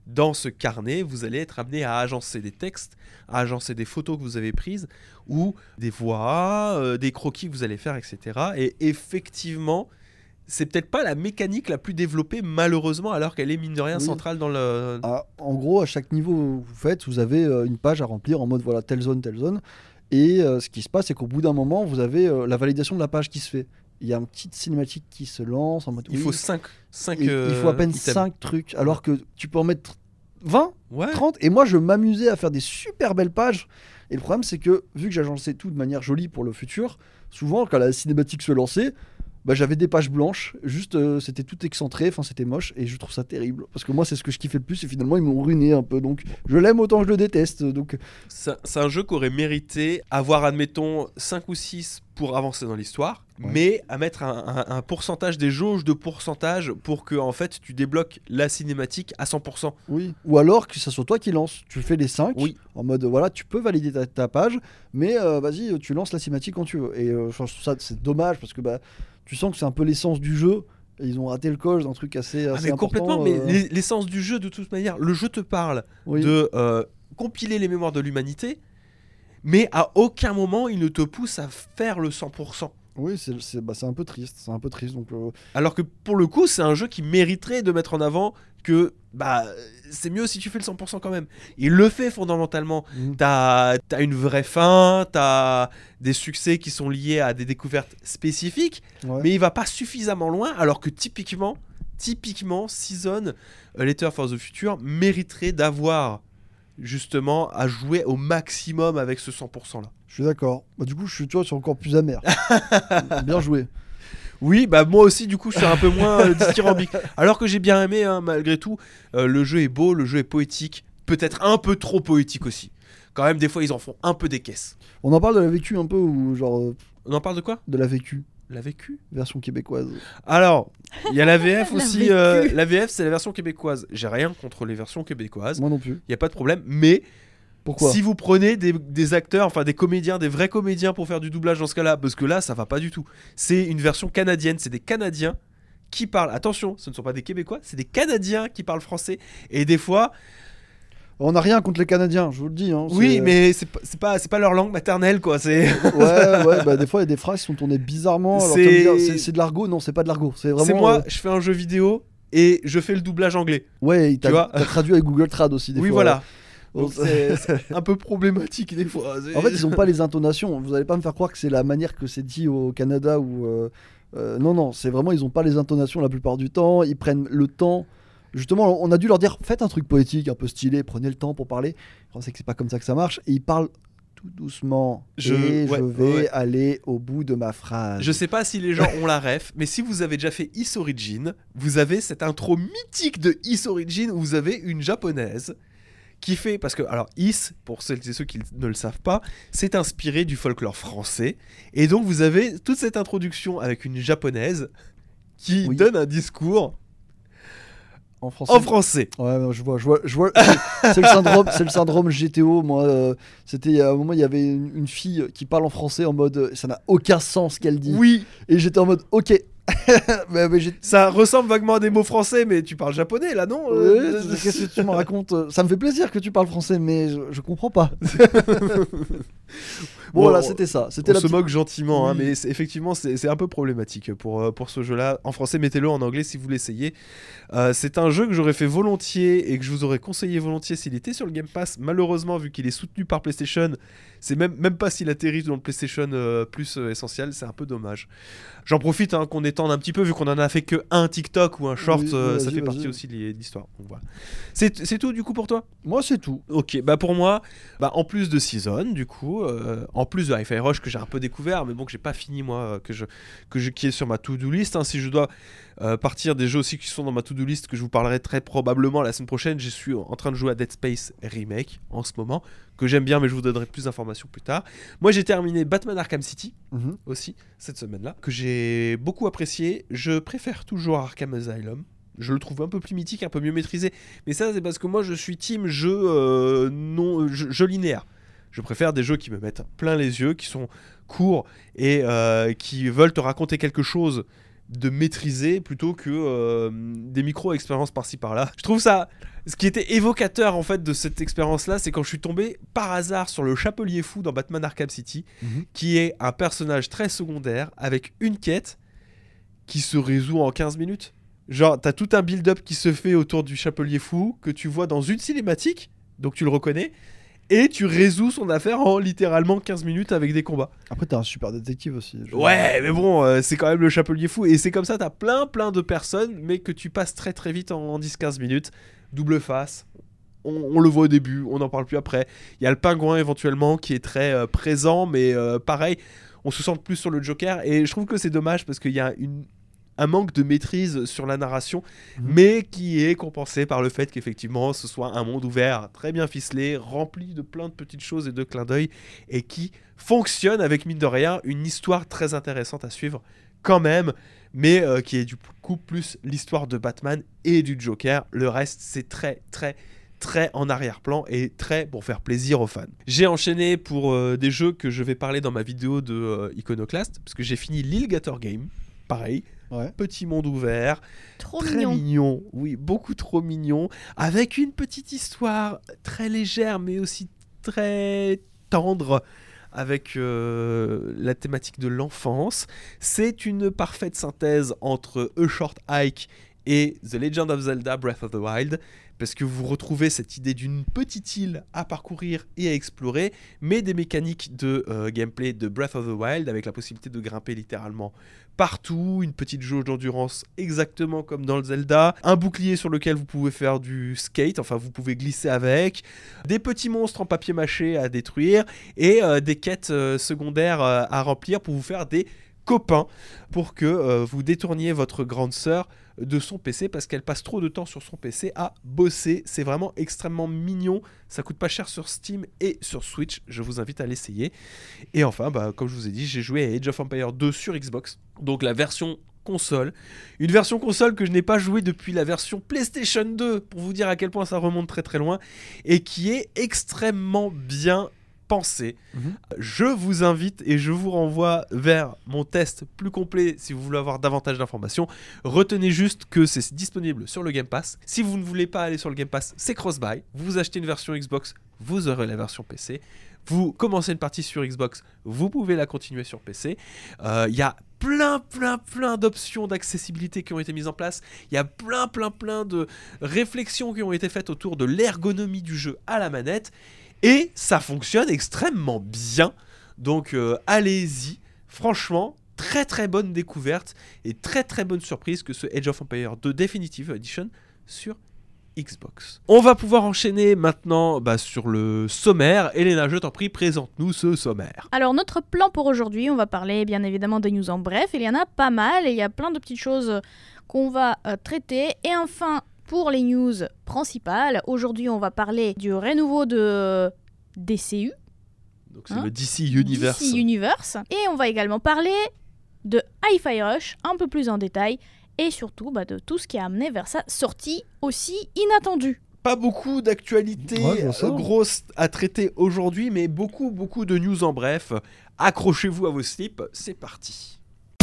dans ce carnet, vous allez être amené à agencer des textes, à agencer des photos que vous avez prises, ou des voix, des croquis que vous allez faire, etc. Et effectivement, c'est peut-être pas la mécanique la plus développée, malheureusement, alors qu'elle est mine de rien Oui. centrale dans le... Ah, en gros, à chaque niveau que vous faites, vous avez une page à remplir en mode voilà, telle zone, telle zone. Et ce qui se passe, c'est qu'au bout d'un moment, vous avez la validation de la page qui se fait. Il y a une petite cinématique qui se lance en mode. Il oui, faut 5 il faut à peine items. 5 trucs, alors que tu peux en mettre 20, Ouais. 30. Et moi, je m'amusais à faire des super belles pages. Et le problème, c'est que vu que j'agençais tout de manière jolie pour le futur, souvent, quand la cinématique se lançait, bah, j'avais des pages blanches, juste c'était tout excentré, enfin c'était moche, et je trouve ça terrible. Parce que moi, c'est ce que je kiffais le plus, et finalement, ils m'ont ruiné un peu. Donc, je l'aime autant que je le déteste. Donc, C'est un jeu qui aurait mérité avoir, admettons, 5 ou 6 pour avancer dans l'histoire, Ouais. mais à mettre un pourcentage, des jauges de pourcentage pour que en fait tu débloques la cinématique à 100%. oui. Ou alors que ça soit toi qui lance. Tu fais les 5, Oui. en mode voilà, tu peux valider ta page, mais vas-y, tu lances la cinématique quand tu veux. Et enfin, je trouve ça, c'est dommage parce que bah, tu sens que c'est un peu l'essence du jeu. Et ils ont raté le coche d'un truc assez Ah, mais important. complètement, mais l'essence du jeu de toute manière, le jeu te parle Oui. de compiler les mémoires de l'humanité, mais à aucun moment il ne te pousse à faire le 100%. Oui, c'est un peu triste. C'est un peu triste. Donc, Alors que pour le coup, c'est un jeu qui mériterait de mettre en avant que bah, c'est mieux si tu fais le 100% quand même. Il le fait fondamentalement. T'as une vraie fin, t'as des succès qui sont liés à des découvertes spécifiques, ouais. mais il va pas suffisamment loin, alors que typiquement Season, A Letter for the Future mériterait d'avoir justement à jouer au maximum avec ce 100% là. Je suis d'accord. Bah, du coup, tu vois, je suis encore plus amer. Bien joué. Oui, bah moi aussi du coup je suis un peu moins dithyrambique. Alors que j'ai bien aimé hein, malgré tout, le jeu est beau, le jeu est poétique, peut-être un peu trop poétique aussi. Quand même des fois ils en font un peu des caisses. On en parle de la vécu un peu ou genre On en parle de quoi ? de la vécu, La vécu ? version québécoise. Alors, il y a la VF La aussi, vécu. la VF c'est la version québécoise. J'ai rien contre les versions québécoises, Moi non plus. il y a pas de problème, mais Pourquoi si vous prenez des acteurs, enfin des comédiens, des vrais comédiens pour faire du doublage dans ce cas-là, parce que là ça va pas du tout. C'est une version canadienne, c'est des Canadiens qui parlent, attention, ce ne sont pas des Québécois, c'est des Canadiens qui parlent français, et des fois, On n'a rien contre les Canadiens, je vous le dis. Hein, oui, c'est- mais c'est pas leur langue maternelle quoi, c'est... Ouais, bah des fois il y a des phrases qui sont tournées bizarrement. Alors, C'est- tu vas me dire, c'est de l'argot, non, c'est pas de l'argot. C'est vraiment. C'est moi, je fais un jeu vidéo et je fais le doublage anglais. Ouais, tu vois. t'as traduit avec Google Trad aussi des Oui fois. voilà. Bon, Donc, c'est un peu problématique des fois. En fait, ils ont pas les intonations. Vous allez pas me faire croire que c'est la manière que c'est dit au Canada ou. Non, c'est vraiment, ils ont pas les intonations la plupart du temps. Ils prennent le temps. Justement, on a dû leur dire faites un truc poétique, un peu stylé, prenez le temps pour parler. On sait que c'est pas comme ça que ça marche. Et ils parlent tout doucement. Je Et je vais ouais. aller au bout de ma phrase. Je sais pas si les gens ont la ref, mais si vous avez déjà fait Is Origin, vous avez cette intro mythique de Is Origin où vous avez une japonaise qui fait, parce que alors Is, pour celles et ceux qui ne le savent pas, c'est inspiré du folklore français, et donc vous avez toute cette introduction avec une japonaise qui Oui. donne un discours En français. en français. Ouais, non, je vois. C'est le syndrome GTO. Moi, c'était à un moment, il y avait une fille qui parle en français en mode, ça n'a aucun sens ce qu'elle dit. Oui, Et j'étais en mode, ok. mais ça ressemble vaguement à des mots français, mais tu parles japonais là, non qu'est-ce que tu me racontes? Ça me fait plaisir que tu parles français, mais je comprends pas. Bon, Bon, voilà, c'était ça. C'était On la se petite- moque gentiment, hein, Oui. mais effectivement, c'est un peu problématique pour ce jeu-là. En français, mettez-le en anglais si vous l'essayez. C'est un jeu que j'aurais fait volontiers et que je vous aurais conseillé volontiers s'il était sur le Game Pass. Malheureusement, vu qu'il est soutenu par PlayStation, c'est même pas s'il atterrit dans le PlayStation Plus essentiel, c'est un peu dommage. J'en profite hein, qu'on étende un petit peu, vu qu'on en a fait que un TikTok ou un short, Oui, ça vas-y, fait partie vas-y. aussi de l'histoire. Donc voilà. C'est tout du coup pour toi ? Moi, c'est tout. Ok, bah pour moi, bah en plus de Season, du coup, en plus de Hi-Fi Rush que j'ai un peu découvert, mais bon que j'ai pas fini moi, qui est sur ma to-do list. Hein, si je dois partir des jeux aussi qui sont dans ma to-do list, que je vous parlerai très probablement la semaine prochaine, je suis en train de jouer à Dead Space Remake en ce moment, que j'aime bien, mais je vous donnerai plus d'informations plus tard. Moi, j'ai terminé Batman Arkham City Mhm. aussi cette semaine-là, que j'ai beaucoup apprécié. Je préfère toujours Arkham Asylum. Je le trouve un peu plus mythique, un peu mieux maîtrisé. Mais ça, c'est parce que moi, je suis team jeu linéaire. Je préfère des jeux qui me mettent plein les yeux, qui sont courts et qui veulent te raconter quelque chose, de maîtriser plutôt que des micro-expériences par-ci par-là. Je trouve ça... Ce qui était évocateur en fait de cette expérience-là, c'est quand je suis tombé par hasard sur le Chapelier Fou dans Batman Arkham City, qui est un personnage très secondaire avec une quête qui se résout en 15 minutes. Genre, t'as tout un build-up qui se fait autour du Chapelier Fou que tu vois dans une cinématique, donc tu le reconnais, et tu résous son affaire en littéralement 15 minutes avec des combats. Après, t'es un super détective aussi. Ouais, mais bon, c'est quand même le Chapelier Fou, et c'est comme ça, t'as plein de personnes, mais que tu passes très vite en 10-15 minutes. Double face, on le voit au début, on n'en parle plus après. Il y a le Pingouin éventuellement qui est très présent, mais pareil, on se sent plus sur le Joker, et je trouve que c'est dommage parce qu'il y a un manque de maîtrise sur la narration, mais qui est compensé par le fait qu'effectivement ce soit un monde ouvert, très bien ficelé, rempli de plein de petites choses et de clins d'œil, et qui fonctionne avec, mine de rien, une histoire très intéressante à suivre quand même, mais qui est du coup plus l'histoire de Batman et du Joker. Le reste, c'est très en arrière-plan et très pour faire plaisir aux fans. J'ai enchaîné pour des jeux que je vais parler dans ma vidéo de Iconoclast, parce que j'ai fini l'Illigator Game, pareil. Ouais. Petit monde ouvert, Trop très mignon, oui, beaucoup trop mignon, avec une petite histoire très légère mais aussi très tendre, avec la thématique de l'enfance. C'est une parfaite synthèse entre A Short Hike et The Legend of Zelda Breath of the Wild, parce que vous retrouvez cette idée d'une petite île à parcourir et à explorer, mais des mécaniques de gameplay de Breath of the Wild, avec la possibilité de grimper littéralement partout, une petite jauge d'endurance exactement comme dans le Zelda, un bouclier sur lequel vous pouvez faire du skate, enfin vous pouvez glisser avec, des petits monstres en papier mâché à détruire, et des quêtes secondaires à remplir pour vous faire des copains, pour que vous détourniez votre grande sœur de son PC, parce qu'elle passe trop de temps sur son PC à bosser. C'est vraiment extrêmement mignon, ça coûte pas cher sur Steam et sur Switch, je vous invite à l'essayer. Et enfin, comme je vous ai dit, j'ai joué à Age of Empires 2 sur Xbox, donc la version console, une version console que je n'ai pas jouée depuis la version PlayStation 2, pour vous dire à quel point ça remonte très loin, et qui est extrêmement bien pensé. Je vous invite et je vous renvoie vers mon test plus complet si vous voulez avoir davantage d'informations. Retenez juste que c'est disponible sur le Game Pass. Si vous ne voulez pas aller sur le Game Pass, c'est cross-buy. Vous achetez une version Xbox, vous aurez la version PC. Vous commencez une partie sur Xbox, vous pouvez la continuer sur PC. Il y a plein d'options d'accessibilité qui ont été mises en place. Il y a plein de réflexions qui ont été faites autour de l'ergonomie du jeu à la manette. Et ça fonctionne extrêmement bien. Donc allez-y. Franchement, très bonne découverte et très bonne surprise que ce Age of Empires 2 Definitive Edition sur Xbox. On va pouvoir enchaîner maintenant sur le sommaire. Elena, je t'en prie, présente-nous ce sommaire. Alors notre plan pour aujourd'hui, on va parler bien évidemment des news en bref. Il y en a pas mal et il y a plein de petites choses qu'on va traiter. Et enfin, pour les news principales, aujourd'hui on va parler du renouveau de DCU. Donc c'est le DC Universe. DC Universe. Et on va également parler de Hi-Fi Rush un peu plus en détail. Et surtout de tout ce qui a amené vers sa sortie aussi inattendue. Pas beaucoup d'actualités grosses à traiter aujourd'hui, mais beaucoup de news en bref. Accrochez-vous à vos slips, c'est parti.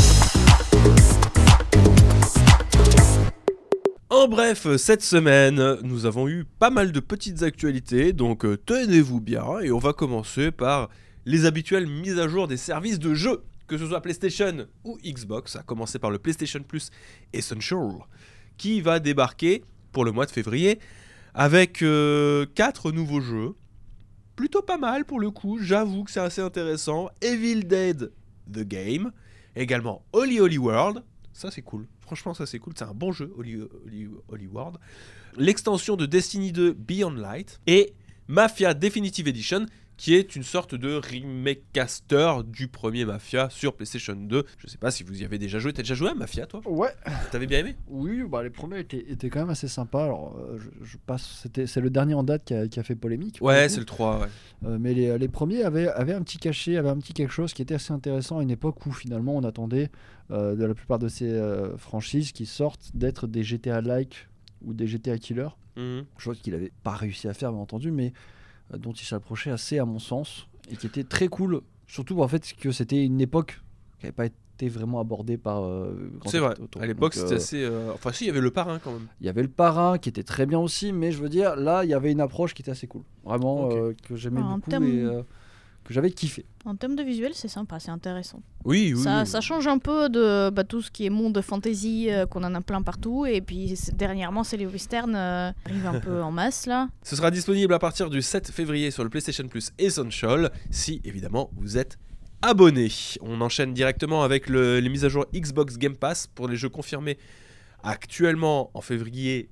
En bref, cette semaine, nous avons eu pas mal de petites actualités, donc tenez-vous bien, et on va commencer par les habituelles mises à jour des services de jeu, que ce soit PlayStation ou Xbox, à commencer par le PlayStation Plus Essential, qui va débarquer pour le mois de février, avec 4 nouveaux jeux, plutôt pas mal pour le coup, j'avoue que c'est assez intéressant, Evil Dead The Game, également Holy World, ça c'est cool. Franchement, ça c'est cool, c'est un bon jeu, Holy World. L'extension de Destiny 2 Beyond Light et Mafia Definitive Edition, qui est une sorte de remakecaster du premier Mafia sur PlayStation 2. Je sais pas si vous y avez déjà joué. T'as déjà joué à Mafia, toi ? Ouais. T'avais bien aimé ? Oui, les premiers étaient quand même assez sympas. Alors, c'est le dernier en date qui a fait polémique. Ouais, c'est le 3, ouais. Mais les premiers avaient un petit cachet, avaient un petit quelque chose qui était assez intéressant à une époque où finalement on attendait de la plupart de ces franchises qui sortent d'être des GTA-like ou des GTA killer. Chose qu'il n'avait pas réussi à faire, bien entendu, mais dont il s'approchait assez à mon sens et qui était très cool, surtout en fait que c'était une époque qui n'avait pas été vraiment abordé par Grand C'est vrai. Theft Auto. À l'époque, Donc, c'était assez. Enfin, si, il y avait le parrain quand même. il y avait le parrain qui était très bien aussi, mais je veux dire, là, il y avait une approche qui était assez cool. Vraiment, Ok. que j'aimais En beaucoup termes- et que j'avais kiffé. En termes de visuel, c'est sympa, c'est intéressant. Oui, oui. Ça, oui. ça change un peu de tout ce qui est monde fantasy, qu'on en a plein partout. Et puis dernièrement, c'est les westerns arrivent un peu en masse là. Ce sera disponible à partir du 7 février sur le PlayStation Plus Essential, si évidemment vous êtes abonné. On enchaîne directement avec les mises à jour Xbox Game Pass pour les jeux confirmés actuellement en février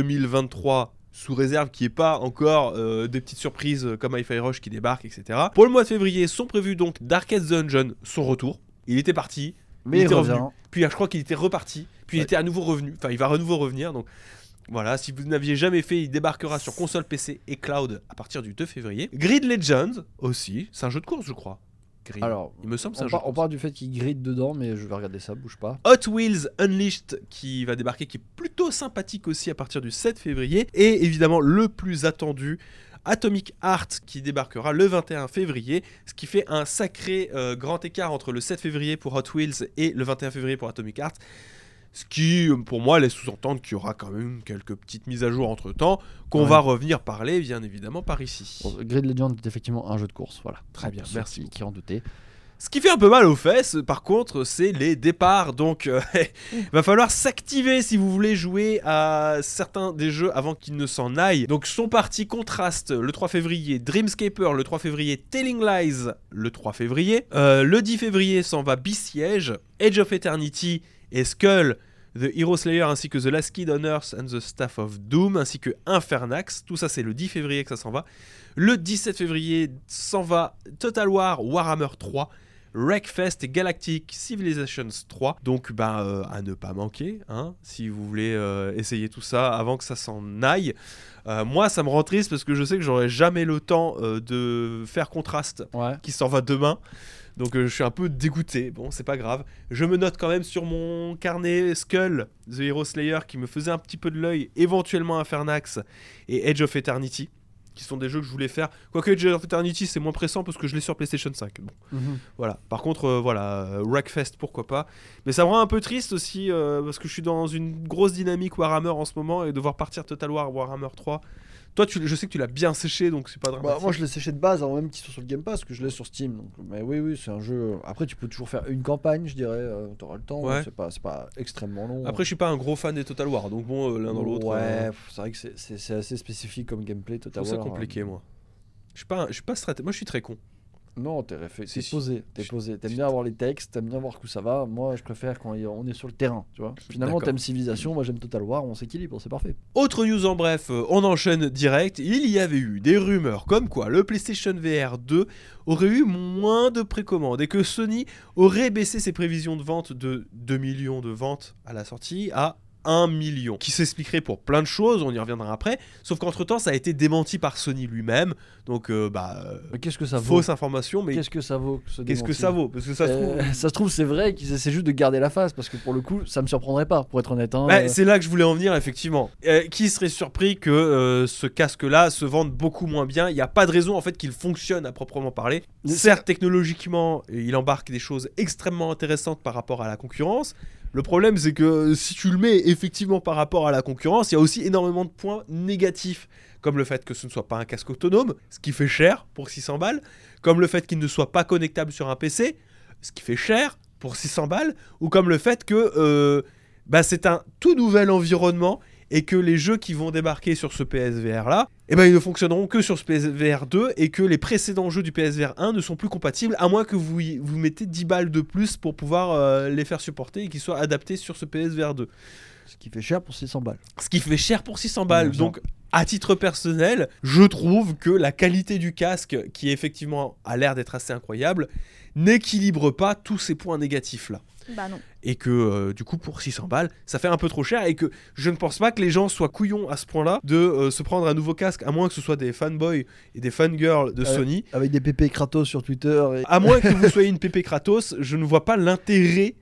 2023. Sous réserve qu'il n'y ait pas encore des petites surprises comme Hi-Fi Rush qui débarquent, etc. Pour le mois de février sont prévus donc Darkest Dungeon, son retour. Il était parti, Mais il il était revient. revenu. Puis je crois qu'il était reparti, puis il Ouais. était à nouveau revenu. Enfin, il va à nouveau revenir. Donc voilà, si vous n'aviez jamais fait, il débarquera sur console PC et cloud à partir du 2 février. Grid Legends aussi, c'est un jeu de course, je crois. Grid. Alors, Il me semble que c'est un on, jeu de on course. parle du fait qu'il grille dedans, mais je vais regarder ça, bouge pas. Hot Wheels Unleashed qui va débarquer, qui est plutôt sympathique aussi à partir du 7 février. Et évidemment le plus attendu, Atomic Heart qui débarquera le 21 février. Ce qui fait un sacré grand écart entre le 7 février pour Hot Wheels et le 21 février pour Atomic Heart. Ce qui, pour moi, laisse sous-entendre qu'il y aura quand même quelques petites mises à jour entre-temps, qu'on Ouais. va revenir parler, bien évidemment, par ici. Bon, Grid Legend est effectivement un jeu de course, voilà. Très bien, Pour ceux merci qui en doutaient. Ce qui fait un peu mal aux fesses, par contre, c'est les départs. Donc, va falloir s'activer si vous voulez jouer à certains des jeux avant qu'ils ne s'en aillent. Donc, sont partis Contrast le 3 février, Dreamscaper le 3 février, Telling Lies le 3 février. Le 10 février s'en va Besiege, Age of Eternity et Skull, The Hero Slayer ainsi que The Last Kid on Earth and the Staff of Doom ainsi que Infernax. Tout ça, c'est le 10 février que ça s'en va. Le 17 février s'en va Total War, Warhammer 3, Wreckfest et Galactic Civilizations 3. Donc à ne pas manquer, hein, si vous voulez essayer tout ça avant que ça s'en aille. Moi, ça me rend triste parce que je sais que j'aurai jamais le temps de faire Contrast Ouais. qui s'en va demain. Donc je suis un peu dégoûté. Bon, c'est pas grave. Je me note quand même sur mon carnet Skull, The Hero Slayer, qui me faisait un petit peu de l'œil, éventuellement Infernax et Age of Eternity, qui sont des jeux que je voulais faire. Quoique Age of Eternity, c'est moins pressant parce que je l'ai sur PlayStation 5. Bon, voilà. Par contre, Wreckfest, pourquoi pas. Mais ça me rend un peu triste aussi parce que je suis dans une grosse dynamique Warhammer en ce moment et devoir partir Total War, Warhammer 3. Toi, je sais que tu l'as bien séché, donc c'est pas dramatique. Bah, moi je l'ai séché de base avant même qu'il soit sur le Game Pass, parce que je l'ai sur Steam. Donc... Mais oui, c'est un jeu. Après, tu peux toujours faire une campagne, je dirais. T'auras le temps. Ouais. C'est pas extrêmement long. Après, je suis pas un gros fan des Total War, donc bon, l'un dans l'autre. Ouais, c'est vrai que c'est assez spécifique comme gameplay. Je Total trouve ça War, compliqué, moi. Je suis pas stratège. Moi, je suis très con. Non, t'es Si, si. posé. T'aimes bien avoir les textes, t'aimes bien voir où ça va. Moi, je préfère quand on est sur le terrain, tu vois. Finalement, D'accord. t'aimes Civilization, moi j'aime Total War, on s'équilibre, c'est parfait. Autre news en bref, on enchaîne direct. Il y avait eu des rumeurs comme quoi le PlayStation VR 2 aurait eu moins de précommandes et que Sony aurait baissé ses prévisions de vente de 2 millions de ventes à la sortie à 1 million. Qui s'expliquerait pour plein de choses, on y reviendra après. Sauf qu'entre temps, ça a été démenti par Sony lui-même. Donc, Mais qu'est-ce que ça vaut fausse information, mais Qu'est-ce que ça vaut qu'est-ce que ça vaut? Parce que ça se trouve. Ça se trouve, c'est vrai qu'ils essaient juste de garder la face, parce que pour le coup, ça me surprendrait pas, pour être honnête. Hein. C'est là que je voulais en venir, effectivement. Qui serait surpris que ce casque-là se vende beaucoup moins bien? Il n'y a pas de raison en fait qu'il fonctionne à proprement parler. Mais Certes, technologiquement, il embarque des choses extrêmement intéressantes par rapport à la concurrence. Le problème, c'est que si tu le mets effectivement par rapport à la concurrence, il y a aussi énormément de points négatifs, comme le fait que ce ne soit pas un casque autonome, ce qui fait cher pour 600 balles, comme le fait qu'il ne soit pas connectable sur un PC, ce qui fait cher pour 600 balles, ou comme le fait que c'est un tout nouvel environnement et que les jeux qui vont débarquer sur ce PSVR là, ils ne fonctionneront que sur ce PSVR 2 et que les précédents jeux du PSVR 1 ne sont plus compatibles à moins que vous mettez 10 balles de plus pour pouvoir les faire supporter et qu'ils soient adaptés sur ce PSVR 2. Ce qui fait cher pour 600 balles. Ce qui fait cher pour 600 balles. Bon, Donc, à titre personnel, je trouve que la qualité du casque, qui effectivement a l'air d'être assez incroyable, n'équilibre pas tous ces points négatifs là. Bah non. Et que du coup pour 600 balles ça fait un peu trop cher et que je ne pense pas que les gens soient couillons à ce point là de se prendre un nouveau casque, à moins que ce soit des fanboys et des fangirls de Sony, Avec des pépés Kratos sur Twitter. à moins que vous soyez une pépé Kratos. Je ne vois pas l'intérêt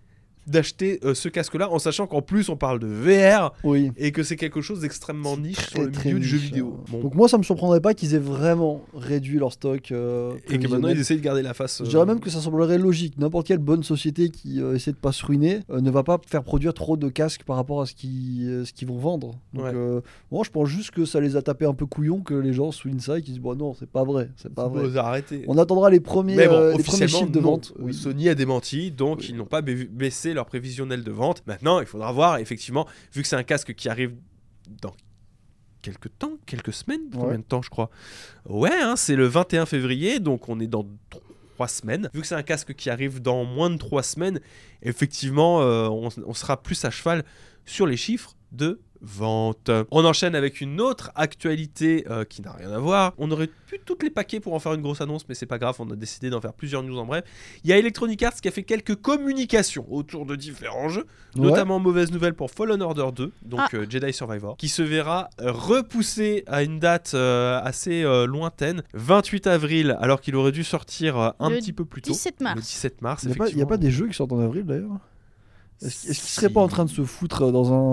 d'acheter ce casque-là, en sachant qu'en plus on parle de VR Oui. et que c'est quelque chose d'extrêmement niche sur le Très milieu du jeu niche, vidéo. Bon. Donc moi, ça me surprendrait pas qu'ils aient vraiment réduit leur stock. Et que maintenant prévisionnel. ils essayent de garder la face. Je dirais même que ça semblerait logique. N'importe quelle bonne société qui essaie de pas se ruiner ne va pas faire produire trop de casques par rapport à ce qu'ils vont vendre. Donc Ouais. moi, je pense juste que ça les a tapés un peu couillons que les gens soulignent ça et qu'ils disent bon non, c'est pas vrai, c'est pas vrai. Faut arrêter. On attendra les premiers, Mais bon, les premiers officiellement, chiffres de non. vente. Oui. Sony a démenti, donc Oui. ils n'ont pas baissé leur prévisionnel de vente. Maintenant, il faudra voir, effectivement, vu que c'est un casque qui arrive dans quelques temps, quelques semaines, Ouais. combien de temps je crois. Ouais, hein, c'est le 21 février, donc on est dans 3 semaines. Vu que c'est un casque qui arrive dans moins de 3 semaines, effectivement, on sera plus à cheval sur les chiffres de vente. On enchaîne avec une autre actualité qui n'a rien à voir. On aurait pu toutes les paquets pour en faire une grosse annonce, mais c'est pas grave, on a décidé d'en faire plusieurs news en bref. Il y a Electronic Arts qui a fait quelques communications autour de différents jeux, Ouais. notamment mauvaise nouvelle pour Fallen Order 2, donc Ah. Jedi Survivor, qui se verra repoussé à une date assez lointaine, 28 avril, alors qu'il aurait dû sortir un Le petit peu plus tôt. 17 mars. Le 17 mars, Il n'y a effectivement. pas des jeux qui sortent en avril d'ailleurs. Est-ce qu'ils Si. seraient pas en train de se foutre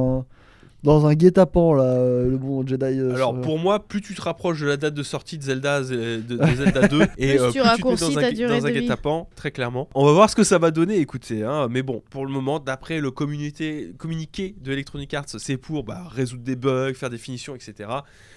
dans un guet-apens là, le bon Jedi Alors sur- pour moi, plus tu te rapproches de la date de sortie de Zelda, de Zelda 2, et Plus tu plus tu te mets raccourcis ta durée dans un de vie. guet-apens, très clairement. On va voir ce que ça va donner, écoutez. Hein. Mais bon, pour le moment, d'après le communiqué de Electronic Arts, c'est pour résoudre des bugs, faire des finitions, etc.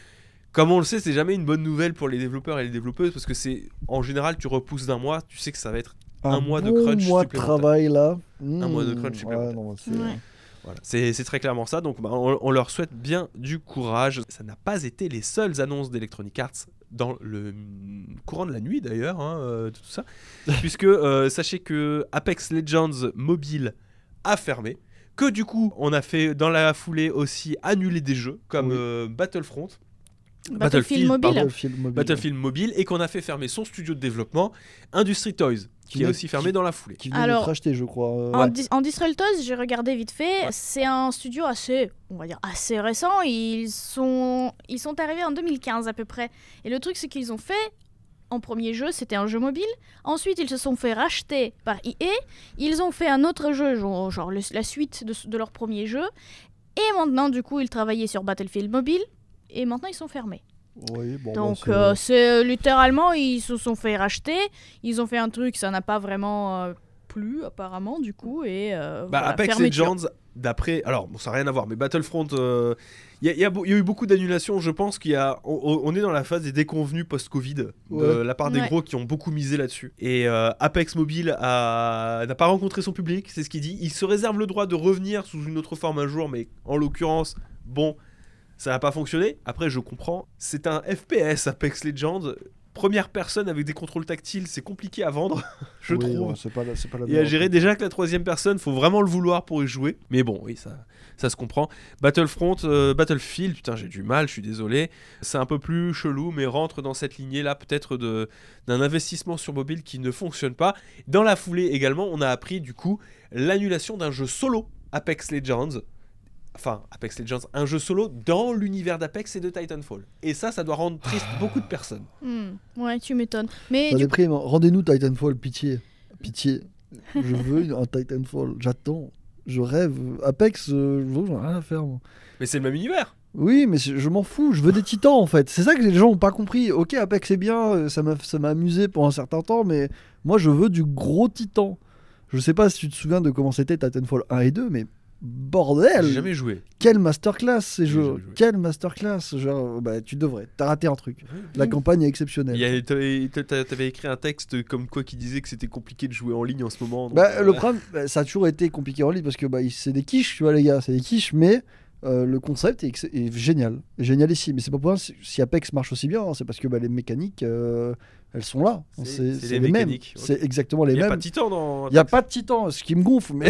Comme on le sait, c'est jamais une bonne nouvelle pour les développeurs et les développeuses, parce que c'est en général, tu repousses d'un mois, tu sais que ça va être un mois de bon crunch mois de supplémentaire. travail là. Un mois de crunch Ouais, supplémentaire. non, c'est- Ouais. Voilà, c'est très clairement ça, donc on leur souhaite bien du courage. Ça n'a pas été les seules annonces d'Electronic Arts dans le courant de la nuit d'ailleurs, hein, de tout ça, puisque sachez que Apex Legends Mobile a fermé, que du coup on a fait dans la foulée aussi annuler des jeux comme Oui. Battlefront, Battlefield Mobile. pardon. Mobile. Battlefield Mobile, et qu'on a fait fermer son studio de développement, Industry Toys, qui est venait- aussi fermé dans la foulée. Qui venait Alors, d'être acheté, je crois. En Disrael Toys, j'ai regardé vite fait. C'est un studio assez, on va dire, assez récent. Ils sont arrivés en 2015 à peu près. Et le truc, c'est qu'ils ont fait. En premier jeu, c'était un jeu mobile. Ensuite, ils se sont fait racheter par EA. Ils ont fait un autre jeu, genre la suite de leur premier jeu. Et maintenant, du coup, ils travaillaient sur Battlefield Mobile. Et maintenant, ils sont fermés. Oui, bon, Donc, bah, c'est littéralement, ils se sont fait racheter. Ils ont fait un truc, ça n'a pas vraiment plu, apparemment, du coup. Et voilà, Apex fermeture. Legends, d'après. Alors, bon, ça n'a rien à voir, mais Battlefront. Il y a eu beaucoup d'annulations. Je pense on est dans la phase des déconvenus post-Covid de Ouais. la part des Ouais. gros qui ont beaucoup misé là-dessus. Et Apex Mobile n'a pas rencontré son public, c'est ce qu'il dit. Il se réserve le droit de revenir sous une autre forme un jour, mais en l'occurrence, bon, ça n'a pas fonctionné. Après, je comprends. C'est un FPS, Apex Legends. Première personne avec des contrôles tactiles, c'est compliqué à vendre, je oui, trouve. ouais, c'est pas la Et à meilleure. gérer, déjà que la troisième personne, faut vraiment le vouloir pour y jouer. Mais bon, oui, ça se comprend. Battlefield, putain, j'ai du mal, je suis désolé. C'est un peu plus chelou, mais rentre dans cette lignée-là, peut-être d'un investissement sur mobile qui ne fonctionne pas. Dans la foulée également, on a appris du coup l'annulation d'un jeu solo, Apex Legends. Enfin, Apex Legends, un jeu solo dans l'univers d'Apex et de Titanfall. Et ça doit rendre triste beaucoup de personnes. Ouais, tu m'étonnes. Mais Ça du déprime. Rendez-nous Titanfall, pitié. Pitié. Je veux un Titanfall. J'attends. Je rêve. Apex, j'en ai rien à faire. Moi. Mais c'est le même univers. Oui, mais je m'en fous. Je veux des titans en fait. C'est ça que les gens n'ont pas compris. Ok, Apex c'est bien. Ça m'a amusé pour un certain temps, mais moi je veux du gros titan. Je sais pas si tu te souviens de comment c'était Titanfall 1 et 2, mais bordel! J'ai jamais joué. Quelle masterclass ces J'ai jeux! jamais joué. Quelle masterclass! Genre, bah, tu devrais. T'as raté un truc. La campagne est exceptionnelle. T'avais écrit un texte comme quoi qui disait que c'était compliqué de jouer en ligne en ce moment. donc, Bah, le problème, ça a toujours été compliqué en ligne parce que c'est des quiches, tu vois, les gars, c'est des quiches, mais le concept est génial, génialissime. Mais c'est pas pour rien si Apex marche aussi bien, hein, c'est parce que les mécaniques, elles sont là. C'est les les mêmes. mécaniques, ok. C'est exactement les Il n'y a mêmes. pas de titan dans. Il n'y a pas de titan, ce qui me gonfle, mais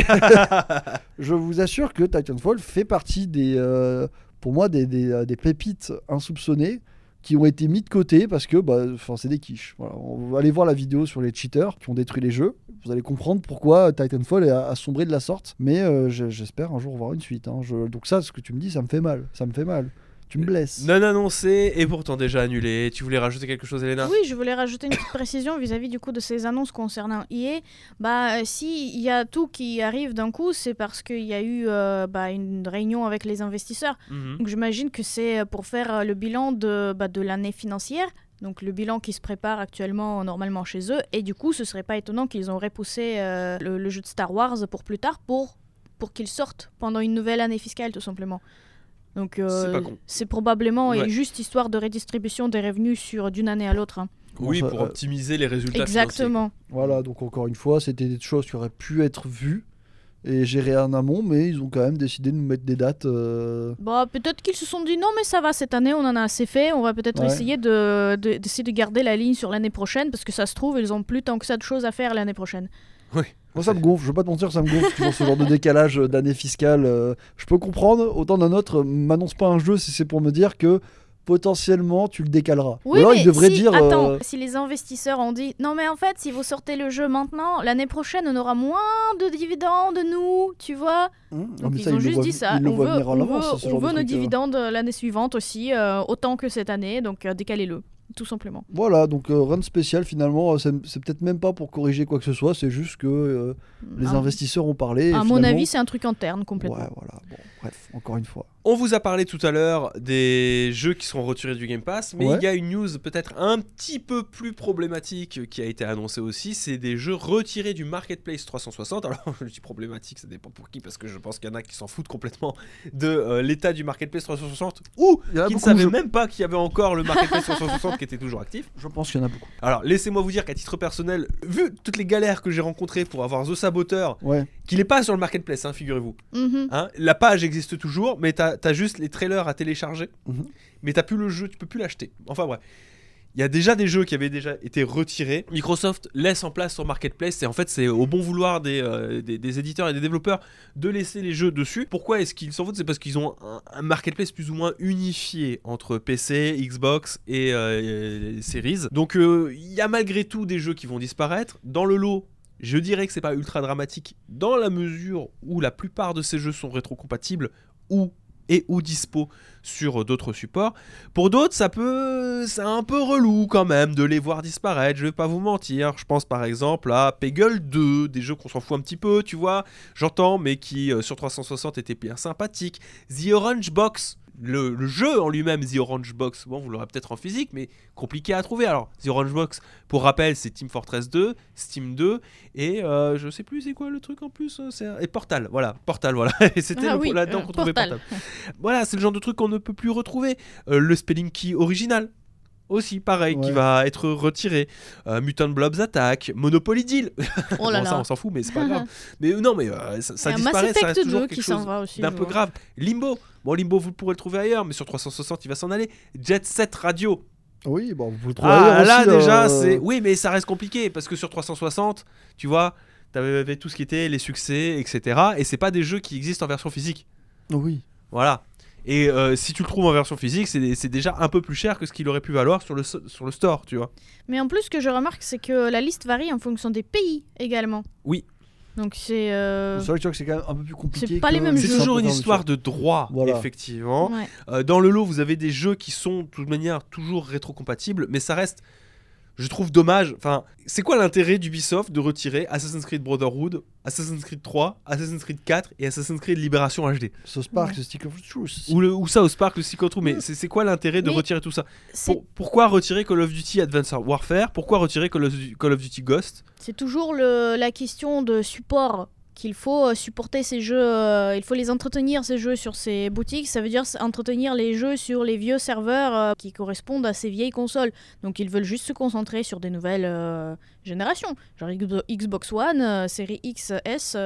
je vous assure que Titanfall fait partie pour moi, des pépites insoupçonnées qui ont été mis de côté parce que c'est des quiches. Voilà. On va aller voir la vidéo sur les cheaters qui ont détruit les jeux. Vous allez comprendre pourquoi Titanfall a sombré de la sorte. Mais j'espère un jour voir une suite. Hein. Donc ça, ce que tu me dis, ça me fait mal. Ça me fait mal. Tu me blesses. Non annoncé et pourtant déjà annulé. Tu voulais rajouter quelque chose, Elena ? Oui, je voulais rajouter une petite précision vis-à-vis du coup de ces annonces concernant EA. Si il y a tout qui arrive d'un coup, c'est parce qu'il y a eu une réunion avec les investisseurs. Donc j'imagine que c'est pour faire le bilan de l'année financière. Donc le bilan qui se prépare actuellement normalement chez eux. Et du coup, ce serait pas étonnant qu'ils ont repoussé le jeu de Star Wars pour plus tard pour qu'il sorte pendant une nouvelle année fiscale tout simplement. Donc C'est pas con. c'est probablement Ouais. juste histoire de redistribution des revenus d'une année à l'autre. Hein. Oui, Bon, ça, pour optimiser les résultats Exactement. Voilà, donc encore une fois, c'était des choses qui auraient pu être vues et gérées en amont, mais ils ont quand même décidé de nous mettre des dates. Peut-être qu'ils se sont dit non mais ça va cette année on en a assez fait, on va peut-être Ouais. essayer d'essayer de garder la ligne sur l'année prochaine parce que ça se trouve ils ont plus tant que ça de choses à faire l'année prochaine. Moi, ça me gonfle, je veux pas te mentir, ça me gonfle toujours ce genre de décalage d'année fiscale. Je peux comprendre, autant d'un autre, m'annonce pas un jeu si c'est pour me dire que potentiellement tu le décaleras. Oui, Ou alors mais il devrait si, dire. attends, si les investisseurs ont dit non mais en fait si vous sortez le jeu maintenant, l'année prochaine on aura moins de dividendes nous, tu vois. Non, Donc mais ils ça, ont le juste voient- dit ça, ils le on voient veut, venir en on avance, veut, ce on genre de veut nos truc, dividendes l'année suivante aussi, autant que cette année, donc décalez-le, tout simplement. Voilà, donc rien de spécial finalement, c'est peut-être même pas pour corriger quoi que ce soit, c'est juste que les À- investisseurs ont parlé. et À mon finalement- avis c'est un truc interne complètement. Ouais, voilà, bon, bref, encore une fois. On vous a parlé tout à l'heure des jeux qui seront retirés du Game Pass, mais Ouais. il y a une news peut-être un petit peu plus problématique qui a été annoncée aussi, c'est des jeux retirés du Marketplace 360. Alors je dis problématique, ça dépend pour qui, parce que je pense qu'il y en a qui s'en foutent complètement de l'état du Marketplace 360, ou Il y en a qui ne beaucoup, savaient je- même pas qu'il y avait encore le Marketplace 360 qui était toujours actif. Je pense qu'il y en a beaucoup. Alors laissez-moi vous dire qu'à titre personnel, vu toutes les galères que j'ai rencontrées pour avoir The Saboteur, Ouais, qu'il n'est pas sur le Marketplace, hein, figurez-vous. Mhm. Hein, la page existe toujours, mais t'as juste les trailers à télécharger, Mhm. mais t'as plus le jeu, tu peux plus l'acheter. Enfin bref. Il y a déjà des jeux qui avaient déjà été retirés. Microsoft laisse en place son marketplace et en fait c'est au bon vouloir des éditeurs et des développeurs de laisser les jeux dessus. Pourquoi est-ce qu'ils s'en foutent ? C'est parce qu'ils ont un marketplace plus ou moins unifié entre PC, Xbox et Series. Donc il y a malgré tout des jeux qui vont disparaître. Dans le lot, je dirais que c'est pas ultra dramatique dans la mesure où la plupart de ces jeux sont rétrocompatibles ou dispo sur d'autres supports. Pour d'autres, c'est un peu relou quand même de les voir disparaître, je vais pas vous mentir. Je pense par exemple à Peggle 2, des jeux qu'on s'en fout un petit peu, tu vois, j'entends, mais qui sur 360 étaient bien sympathiques. The Orange Box, le jeu en lui-même, The Orange Box, bon, vous l'aurez peut-être en physique, mais compliqué à trouver. Alors, The Orange Box, pour rappel, c'est Team Fortress 2, Steam 2, et je sais plus c'est quoi le truc en plus, et Portal, voilà. Et c'était là-dedans qu'on trouvait Portal. Voilà, c'est le genre de truc qu'on ne peut plus retrouver. Le Spelling Key original, aussi pareil, qui Ouais. va être retiré. Mutant Blobs Attack, Monopoly Deal. Oh là Bon, ça là. on s'en fout, mais c'est pas grave. Mais non, mais ça Il y a Mass disparaît, ça Effect reste toujours 2 quelque qui s'en chose va aussi. d'un je peu vois. grave. Limbo. Bon, Limbo, vous pourrez le trouver ailleurs, mais sur 360, il va s'en aller. Jet Set Radio. oui, bon, vous le trouvez Ah, ailleurs là, aussi, déjà, c'est. Oui, mais ça reste compliqué, parce que sur 360, tu vois, t'avais tout ce qui était les succès, etc. Et c'est pas des jeux qui existent en version physique. Oui. Voilà. Et si tu le trouves en version physique, c'est déjà un peu plus cher que ce qu'il aurait pu valoir sur le store, tu vois. Mais en plus, ce que je remarque, c'est que la liste varie en fonction des pays également. Oui. Donc c'est. C'est vrai que tu vois que c'est quand même un peu plus compliqué. C'est pas les mêmes que- jeux. C'est toujours un une peu histoire de droit, Voilà. effectivement. Ouais. Dans le lot, vous avez des jeux qui sont, de toute manière, toujours rétrocompatibles, mais ça reste, je trouve, dommage. Enfin, c'est quoi l'intérêt d'Ubisoft de retirer Assassin's Creed Brotherhood, Assassin's Creed 3, Assassin's Creed 4 et Assassin's Creed Libération HD Ce Spark, Ouais. ce Stick of Truth. ou ça au Spark, le Secret True, mais c'est quoi l'intérêt de Mais retirer tout ça C'est Pourquoi retirer Call of Duty Advanced Warfare? Pourquoi retirer Call of Duty Ghost? c'est toujours la question de support qu'il faut supporter ces jeux, il faut les entretenir ces jeux sur ces boutiques, ça veut dire entretenir les jeux sur les vieux serveurs qui correspondent à ces vieilles consoles. Donc ils veulent juste se concentrer sur des nouvelles générations, genre Xbox One, série X, S,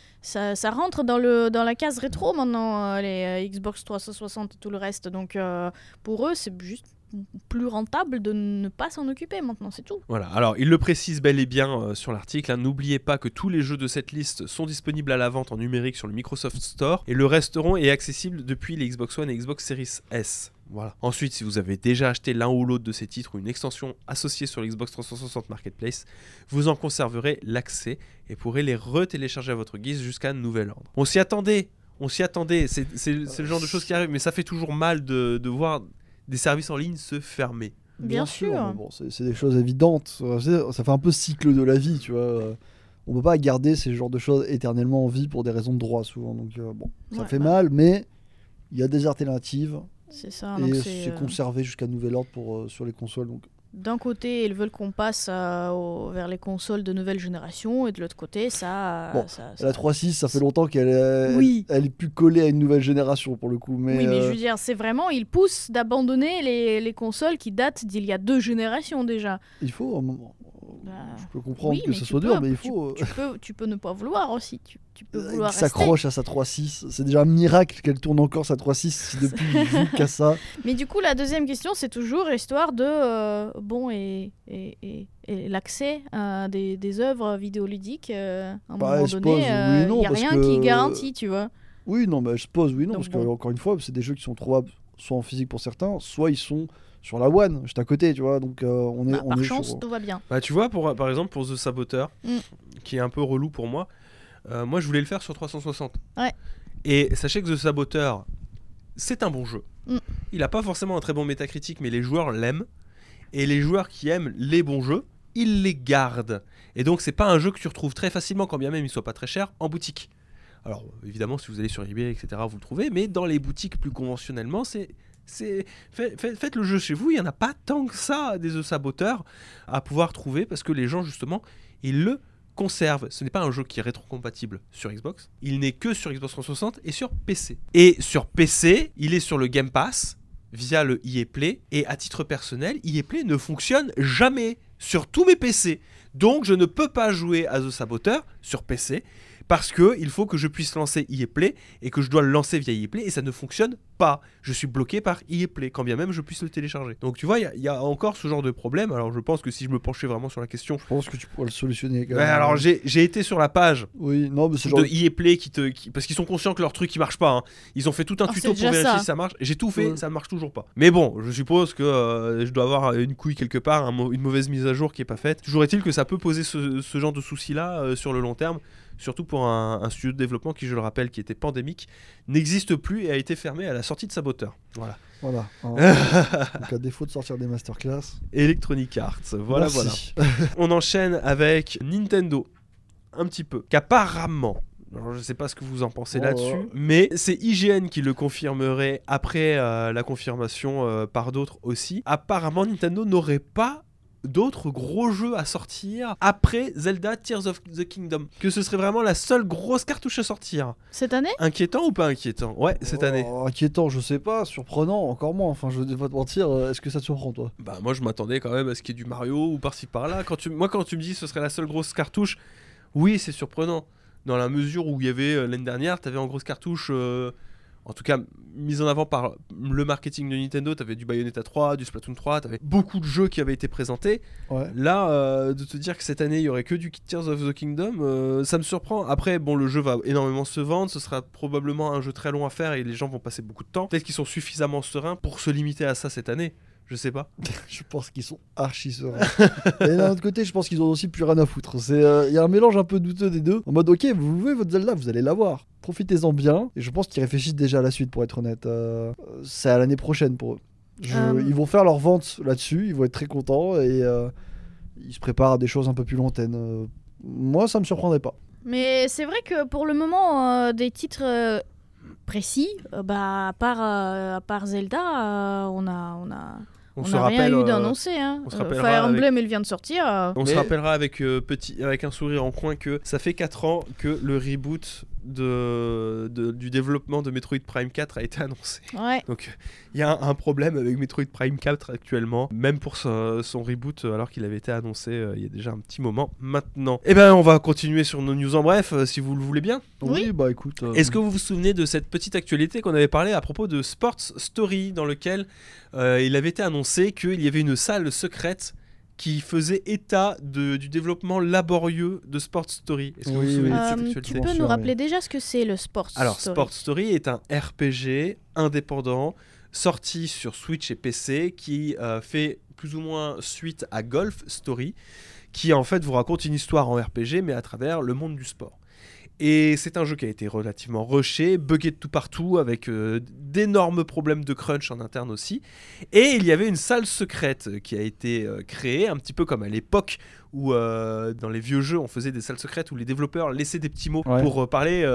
ça rentre dans la case rétro maintenant, les Xbox 360 et tout le reste. Donc pour eux c'est juste plus rentable de ne pas s'en occuper maintenant, c'est tout. Voilà, alors il le précise bel et bien sur l'article, hein. N'oubliez pas que tous les jeux de cette liste sont disponibles à la vente en numérique sur le Microsoft Store et le resteront est accessible depuis les Xbox One et Xbox Series S. Voilà. Ensuite, si vous avez déjà acheté l'un ou l'autre de ces titres ou une extension associée sur l'Xbox 360 Marketplace, vous en conserverez l'accès et pourrez les retélécharger à votre guise jusqu'à nouvel ordre. On s'y attendait. On s'y attendait, c'est le genre de choses qui arrivent, mais ça fait toujours mal de voir des services en ligne se fermer. Bien sûr. Mais bon, c'est des choses évidentes. Ça fait un peu cycle de la vie, tu vois. On peut pas garder ces genres de choses éternellement en vie pour des raisons de droit, souvent. Donc, bon, ça Ouais, fait bah. mal, mais il y a des alternatives. C'est ça. Et Donc c'est conservé jusqu'à nouvel ordre sur les consoles. Donc, d'un côté, ils veulent qu'on passe vers les consoles de nouvelle génération, et de l'autre côté, ça. Bon, ça- la 3.6, ça fait longtemps qu'elle est, Oui. elle est plus collée à une nouvelle génération, pour le coup. Mais, Oui, mais je veux dire, c'est vraiment, ils poussent d'abandonner les consoles qui datent d'il y a 2 générations déjà. il faut un moment. Bah, Je peux comprendre oui, que mais ce tu soit peux- dur, mais il faut... tu peux ne pas vouloir aussi. Tu peux Qui vouloir rester. s'accroche à sa 3.6. C'est déjà un miracle qu'elle tourne encore sa 3.6 si depuis il joue qu'à ça. Mais du coup, la deuxième question, c'est toujours histoire de et l'accès à des œuvres vidéoludiques. À un Bah, moment je donné, suppose, oui et non, il n'y a parce rien que- qui garantit, tu vois. Oui, non, mais je suppose, oui, non, Donc parce que, bon. encore une fois, c'est des jeux qui sont trouvables soit en physique pour certains, soit ils sont sur la One, juste à côté, tu vois. Donc on est, Bah, on par est chance, sur... tout va bien. Bah, tu vois, par exemple, pour The Saboteur, Mm. qui est un peu relou pour moi, moi je voulais le faire sur 360. Ouais. Et sachez que The Saboteur, c'est un bon jeu. Mm. Il a pas forcément un très bon métacritique, mais les joueurs l'aiment. Et les joueurs qui aiment les bons jeux, ils les gardent. Et donc, c'est pas un jeu que tu retrouves très facilement, quand bien même il soit pas très cher, en boutique. Alors, évidemment, si vous allez sur eBay, etc., vous le trouvez, mais dans les boutiques plus conventionnellement, faites le jeu chez vous. Il y en a pas tant que ça des The Saboteurs à pouvoir trouver, parce que les gens, justement, ils le conservent. Ce n'est pas un jeu qui est rétrocompatible sur Xbox. Il n'est que sur Xbox 360 et sur PC. Et sur PC, il est sur le Game Pass via le EA Play. Et à titre personnel, EA Play ne fonctionne jamais sur tous mes PC. Donc, je ne peux pas jouer à The Saboteur sur PC. Parce que il faut que je puisse lancer EA Play et que je dois le lancer via EA Play et ça ne fonctionne pas. Je suis bloqué par EA Play, quand bien même je puisse le télécharger. Donc tu vois, il y a encore ce genre de problème. Alors je pense que si je me penchais vraiment sur la question... Je pense que tu pourras le solutionner quand Ouais, même. alors j'ai été sur la page Oui, non, mais c'est genre... de EA Play parce qu'ils sont conscients que leur truc il marche pas. Hein. Ils ont fait tout un Oh, tuto c'est pour déjà vérifier ça. si ça marche. J'ai tout fait, Ouais. ça ne marche toujours pas. Mais bon, je suppose que je dois avoir une couille quelque part, une mauvaise mise à jour qui est pas faite. Toujours est-il que ça peut poser ce genre de soucis là sur le long terme. Surtout pour un studio de développement qui, je le rappelle, qui était pandémique, n'existe plus et a été fermé à la sortie de Saboteur. Voilà. Voilà. Donc à défaut de sortir des masterclass... Electronic Arts, voilà, Merci. voilà. On enchaîne avec Nintendo, un petit peu, qu'apparemment... Alors, je sais pas ce que vous en pensez Oh. là-dessus, mais c'est IGN qui le confirmerait après la confirmation par d'autres aussi. Apparemment, Nintendo n'aurait pas d'autres gros jeux à sortir après Zelda Tears of the Kingdom. Que ce serait vraiment la seule grosse cartouche à sortir. Cette année Inquiétant ou pas inquiétant? Ouais, cette année. Inquiétant, je sais pas. Surprenant, encore moins. Enfin, je vais pas te mentir. Est-ce que ça te surprend, toi? Bah moi je m'attendais quand même à ce qu'il y ait du Mario ou par-ci par-là. Quand tu me dis ce serait la seule grosse cartouche, oui c'est surprenant. Dans la mesure où il y avait l'année dernière, t'avais en grosse cartouche, en tout cas mise en avant par le marketing de Nintendo, t'avais du Bayonetta 3, du Splatoon 3, t'avais beaucoup de jeux qui avaient été présentés. Ouais. Là, de te dire que cette année il y aurait que du Tears of the Kingdom, ça me surprend. Après, bon, le jeu va énormément se vendre, ce sera probablement un jeu très long à faire et les gens vont passer beaucoup de temps. Peut-être qu'ils sont suffisamment sereins pour se limiter à ça cette année. Je sais pas. Je pense qu'ils sont archi sereins. Et d'un autre côté, je pense qu'ils ont aussi plus rien à foutre. Il y a un mélange un peu douteux des deux. En mode, ok, vous louez votre Zelda, vous allez l'avoir. Profitez-en bien. Et je pense qu'ils réfléchissent déjà à la suite, pour être honnête. C'est à l'année prochaine pour eux. Ils vont faire leur vente là-dessus, ils vont être très contents et ils se préparent à des choses un peu plus lointaines. Moi, ça me surprendrait pas. Mais c'est vrai que pour le moment, des titres précis, à part Zelda, on On se n'a rien rappelle, eu d'annoncé. Hein. on se rappellera Fire avec- Emblem, il vient de sortir. On se Mais- rappellera avec un sourire en coin que ça fait 4 ans que le reboot du développement de Metroid Prime 4 a été annoncé. Ouais. Donc il y a un problème avec Metroid Prime 4 actuellement, même pour son reboot alors qu'il avait été annoncé il y a déjà un petit moment maintenant. Et ben on va continuer sur nos news en bref si vous le voulez bien. Oui. Bah écoute. Est-ce que vous vous souvenez de cette petite actualité qu'on avait parlé à propos de Sports Story dans lequel il avait été annoncé qu'il y avait une salle secrète qui faisait état du développement laborieux de Sports Story. Est-ce que vous vous Oui, souvenez oui. de cette Tu actualité peux Bien nous sûr, rappeler déjà ce que c'est le Sport Alors, Story. Sport Story est un RPG indépendant sorti sur Switch et PC qui fait plus ou moins suite à Golf Story, qui en fait vous raconte une histoire en RPG mais à travers le monde du sport. Et c'est un jeu qui a été relativement rushé, buggé de tout partout, avec d'énormes problèmes de crunch en interne aussi. Et il y avait une salle secrète qui a été créée, un petit peu comme à l'époque où dans les vieux jeux on faisait des salles secrètes où les développeurs laissaient des petits mots pour parler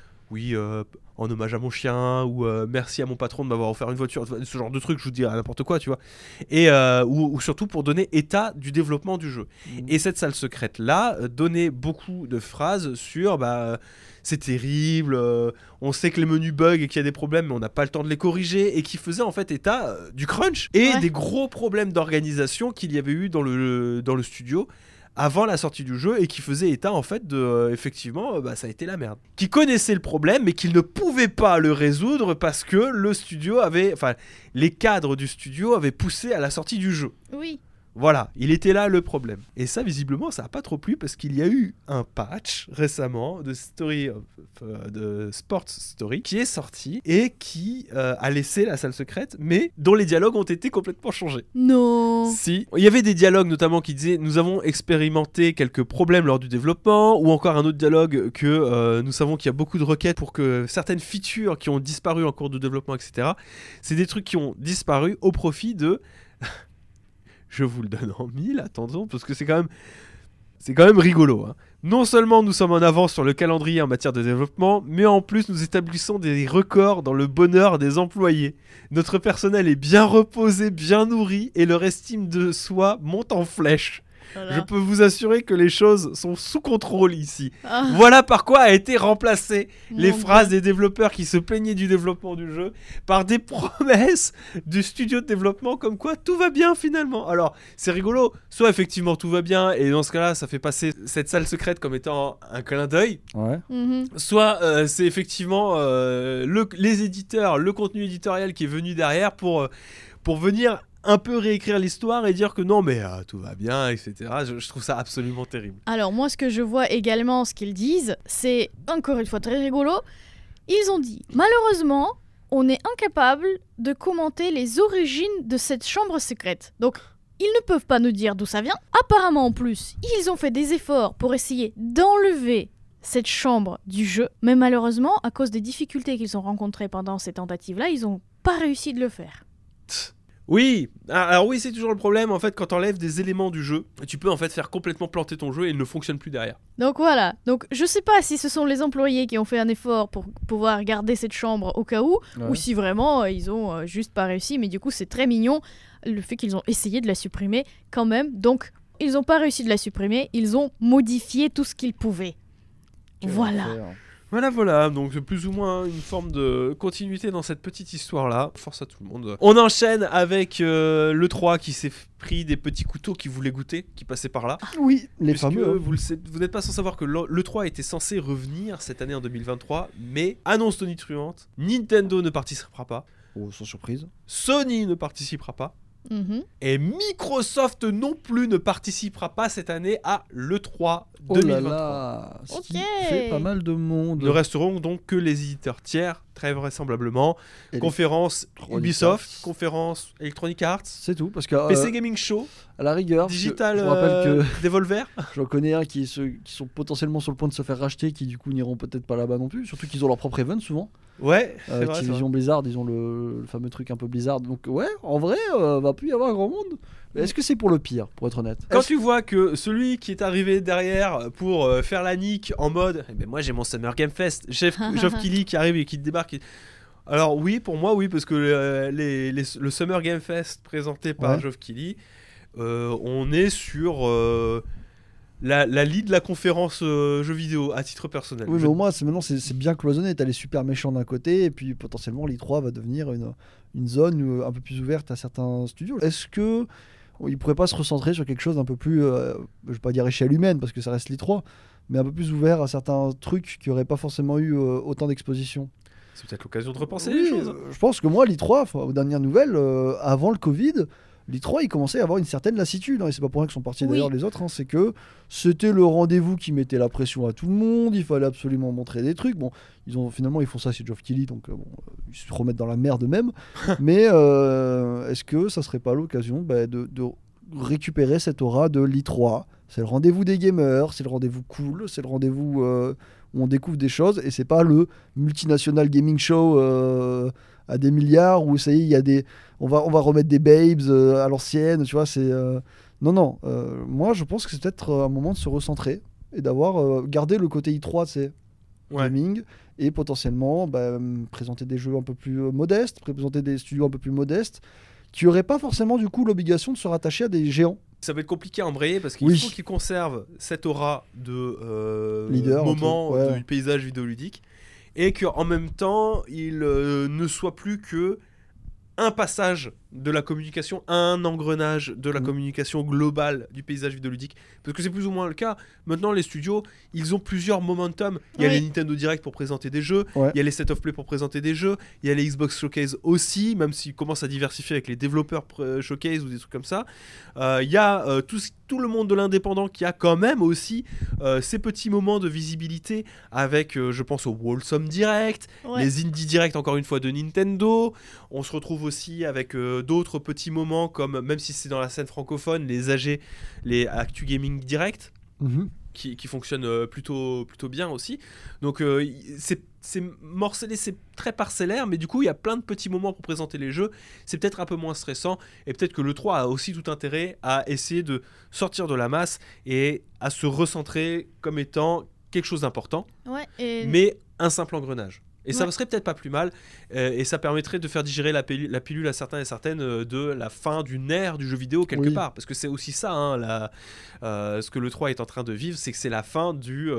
en hommage à mon chien ou merci à mon patron de m'avoir offert une voiture, ce genre de truc, je vous dis n'importe quoi, tu vois. Et ou surtout pour donner état du développement du jeu. Et cette salle secrète là donnait beaucoup de phrases sur c'est terrible, on sait que les menus bug et qu'il y a des problèmes mais on n'a pas le temps de les corriger, et qui faisait en fait état du crunch et des gros problèmes d'organisation qu'il y avait eu dans le studio avant la sortie du jeu, et qui faisait état en fait de effectivement ça a été la merde, qui connaissait le problème mais qu'il ne pouvait pas le résoudre parce que le studio les cadres du studio avaient poussé à la sortie du jeu. Oui. Voilà, il était là le problème. Et ça, visiblement, ça n'a pas trop plu parce qu'il y a eu un patch récemment de Sports Story qui est sorti et qui a laissé la salle secrète, mais dont les dialogues ont été complètement changés. Non. Si. Il y avait des dialogues notamment qui disaient « Nous avons expérimenté quelques problèmes lors du développement », ou encore un autre dialogue que « Nous savons qu'il y a beaucoup de requêtes pour que certaines features qui ont disparu en cours de développement, etc. » C'est des trucs qui ont disparu au profit de... Je vous le donne en 1000, attention, parce que c'est quand même rigolo. Hein. Non seulement nous sommes en avance sur le calendrier en matière de développement, mais en plus nous établissons des records dans le bonheur des employés. Notre personnel est bien reposé, bien nourri, et leur estime de soi monte en flèche. Voilà. Je peux vous assurer que les choses sont sous contrôle ici. Voilà par quoi a été remplacé les phrases des développeurs qui se plaignaient du développement du jeu par des promesses du studio de développement comme quoi tout va bien finalement. Alors c'est rigolo, soit effectivement tout va bien et dans ce cas-là ça fait passer cette salle secrète comme étant un clin d'œil, soit c'est effectivement les éditeurs, le contenu éditorial qui est venu derrière pour venir un peu réécrire l'histoire et dire que non mais tout va bien, etc. Je trouve ça absolument terrible. Alors moi ce que je vois également, ce qu'ils disent, c'est encore une fois très rigolo. Ils ont dit malheureusement on est incapable de commenter les origines de cette chambre secrète. Donc ils ne peuvent pas nous dire d'où ça vient. Apparemment en plus ils ont fait des efforts pour essayer d'enlever cette chambre du jeu, mais malheureusement à cause des difficultés qu'ils ont rencontrées pendant ces tentatives-là, ils n'ont pas réussi de le faire. Oui, alors oui, c'est toujours le problème en fait quand t'enlèves des éléments du jeu, tu peux en fait faire complètement planter ton jeu et il ne fonctionne plus derrière. Donc voilà, donc je sais pas si ce sont les employés qui ont fait un effort pour pouvoir garder cette chambre au cas où, ou si vraiment ils ont juste pas réussi, mais du coup c'est très mignon le fait qu'ils ont essayé de la supprimer quand même, donc ils ont pas réussi de la supprimer, ils ont modifié tout ce qu'ils pouvaient. Voilà. Voilà, donc plus ou moins une forme de continuité dans cette petite histoire-là. Force à tout le monde. On enchaîne avec le 3 qui s'est pris des petits couteaux qui voulaient goûter, qui passaient par là. Oui, les fameux. Vous n'êtes pas sans savoir que le 3 était censé revenir cette année en 2023, mais annonce tonitruante, Nintendo ne participera pas. Oh, sans surprise. Sony ne participera pas. Et Microsoft non plus ne participera pas cette année à l'E3 2023. Oh là là, ce qui fait pas mal de monde. Ne resteront donc que les éditeurs tiers, très vraisemblablement. Conférence Ubisoft, conférence Electronic Arts. C'est tout, parce que PC Gaming Show, à la rigueur, Digital je rappelle que Devolver. J'en connais un qui sont potentiellement sur le point de se faire racheter, qui du coup n'iront peut-être pas là-bas non plus, surtout qu'ils ont leur propre event souvent. Ouais, Activision Blizzard, ils ont le fameux truc un peu Blizzard. Donc ouais, en vrai, va plus y avoir grand monde. Mais est-ce que c'est pour le pire, pour être honnête? Quand tu vois que celui qui est arrivé derrière pour faire la nique en mode moi j'ai mon Summer Game Fest, Geoff Keighley qui arrive et qui débarque. Alors oui, pour moi oui, parce que le Summer Game Fest présenté par Geoff Keighley, on est sur la lead de la conférence jeux vidéo à titre personnel. Oui, mais au moins maintenant c'est bien cloisonné. T'as les super méchants d'un côté et puis potentiellement l'E3 va devenir une zone un peu plus ouverte à certains studios. Est-ce que il pourrait pas se recentrer sur quelque chose d'un peu plus, je vais pas dire échelle humaine parce que ça reste l'E3, mais un peu plus ouvert à certains trucs qui auraient pas forcément eu autant d'exposition? C'est peut-être l'occasion de repenser les choses. Je pense que moi l'E3, aux dernières nouvelles, avant le Covid, l'E3 il commençait à avoir une certaine lassitude, et c'est pas pour rien que sont partis d'ailleurs les autres, c'est que c'était le rendez-vous qui mettait la pression à tout le monde, il fallait absolument montrer des trucs. Bon, ils font ça chez Geoff Keighley, donc ils se remettent dans la merde eux-mêmes. Mais est-ce que ça serait pas l'occasion de récupérer cette aura de l'E3. C'est le rendez-vous des gamers, c'est le rendez-vous cool, c'est le rendez-vous où on découvre des choses, et c'est pas le multinational gaming show à des milliards où ça y est, il y a des... on va remettre des babes à l'ancienne, tu vois, c'est... Non, moi je pense que c'est peut-être un moment de se recentrer et d'avoir gardé le côté i3, c'est gaming, et potentiellement présenter des jeux un peu plus modestes, présenter des studios un peu plus modestes, qui n'auraient pas forcément du coup l'obligation de se rattacher à des géants. Ça va être compliqué à embrayer parce qu'il faut qu'ils conservent cette aura de leader, moment du paysage vidéoludique, et qu'en même temps, il ne soit plus que un passage de la communication, un engrenage de la communication globale du paysage vidéoludique. Parce que c'est plus ou moins le cas. Maintenant, les studios, ils ont plusieurs momentum. Il y a les Nintendo Direct pour présenter des jeux, il y a les State of Play pour présenter des jeux, il y a les Xbox Showcase aussi, même s'ils commencent à diversifier avec les développeurs Showcase ou des trucs comme ça. Il y a tout le monde de l'indépendant qui a quand même aussi ces petits moments de visibilité avec, je pense, au Wholesome Direct, les Indie Direct, encore une fois, de Nintendo. On se retrouve aussi avec d'autres petits moments comme, même si c'est dans la scène francophone, les AG, les Actu Gaming Direct, qui fonctionnent plutôt bien aussi. Donc c'est morcelé, c'est très parcellaire, mais du coup il y a plein de petits moments pour présenter les jeux. C'est peut-être un peu moins stressant, et peut-être que l'E3 a aussi tout intérêt à essayer de sortir de la masse et à se recentrer comme étant quelque chose d'important, mais un simple engrenage. Et ça serait peut-être pas plus mal, et ça permettrait de faire digérer la pilule à certains et certaines de la fin d'une ère du jeu vidéo quelque part. Parce que c'est aussi ça, hein, ce que l'E3 est en train de vivre, c'est que c'est la fin du...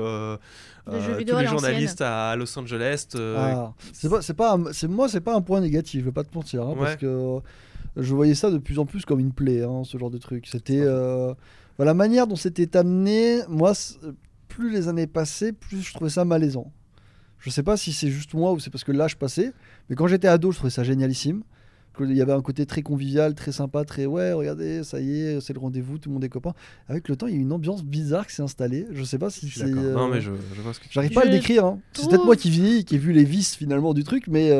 tous les journalistes à Los Angeles... c'est pas un point négatif, je vais pas te mentir, hein, parce que je voyais ça de plus en plus comme une plaie, hein, ce genre de truc. C'était... la manière dont c'était amené, moi, plus les années passaient, plus je trouvais ça malaisant. Je sais pas si c'est juste moi ou c'est parce que l'âge passait, mais quand j'étais ado, je trouvais ça génialissime. Il y avait un côté très convivial, très sympa, très regardez, ça y est, c'est le rendez-vous, tout le monde est copain. Avec le temps, il y a une ambiance bizarre qui s'est installée. Je sais pas si c'est. Non, mais je vois ce que tu J'arrive pas à le décrire. Hein. C'est peut-être moi qui ai vu les vices finalement du truc, mais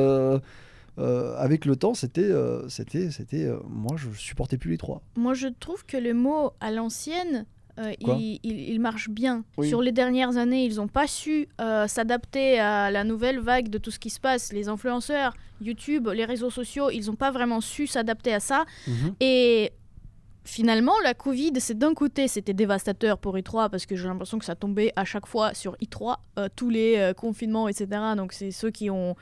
avec le temps, c'était. Moi, je supportais plus les trois. Moi, je trouve que le mot à l'ancienne. Il marche bien. Sur les dernières années, ils n'ont pas su s'adapter à la nouvelle vague de tout ce qui se passe. Les influenceurs, YouTube, les réseaux sociaux, ils n'ont pas vraiment su s'adapter à ça. Et finalement, la Covid, c'est d'un côté, c'était dévastateur pour i3 parce que j'ai l'impression que ça tombait à chaque fois sur i3, tous les confinements, etc. Donc c'est ceux qui ont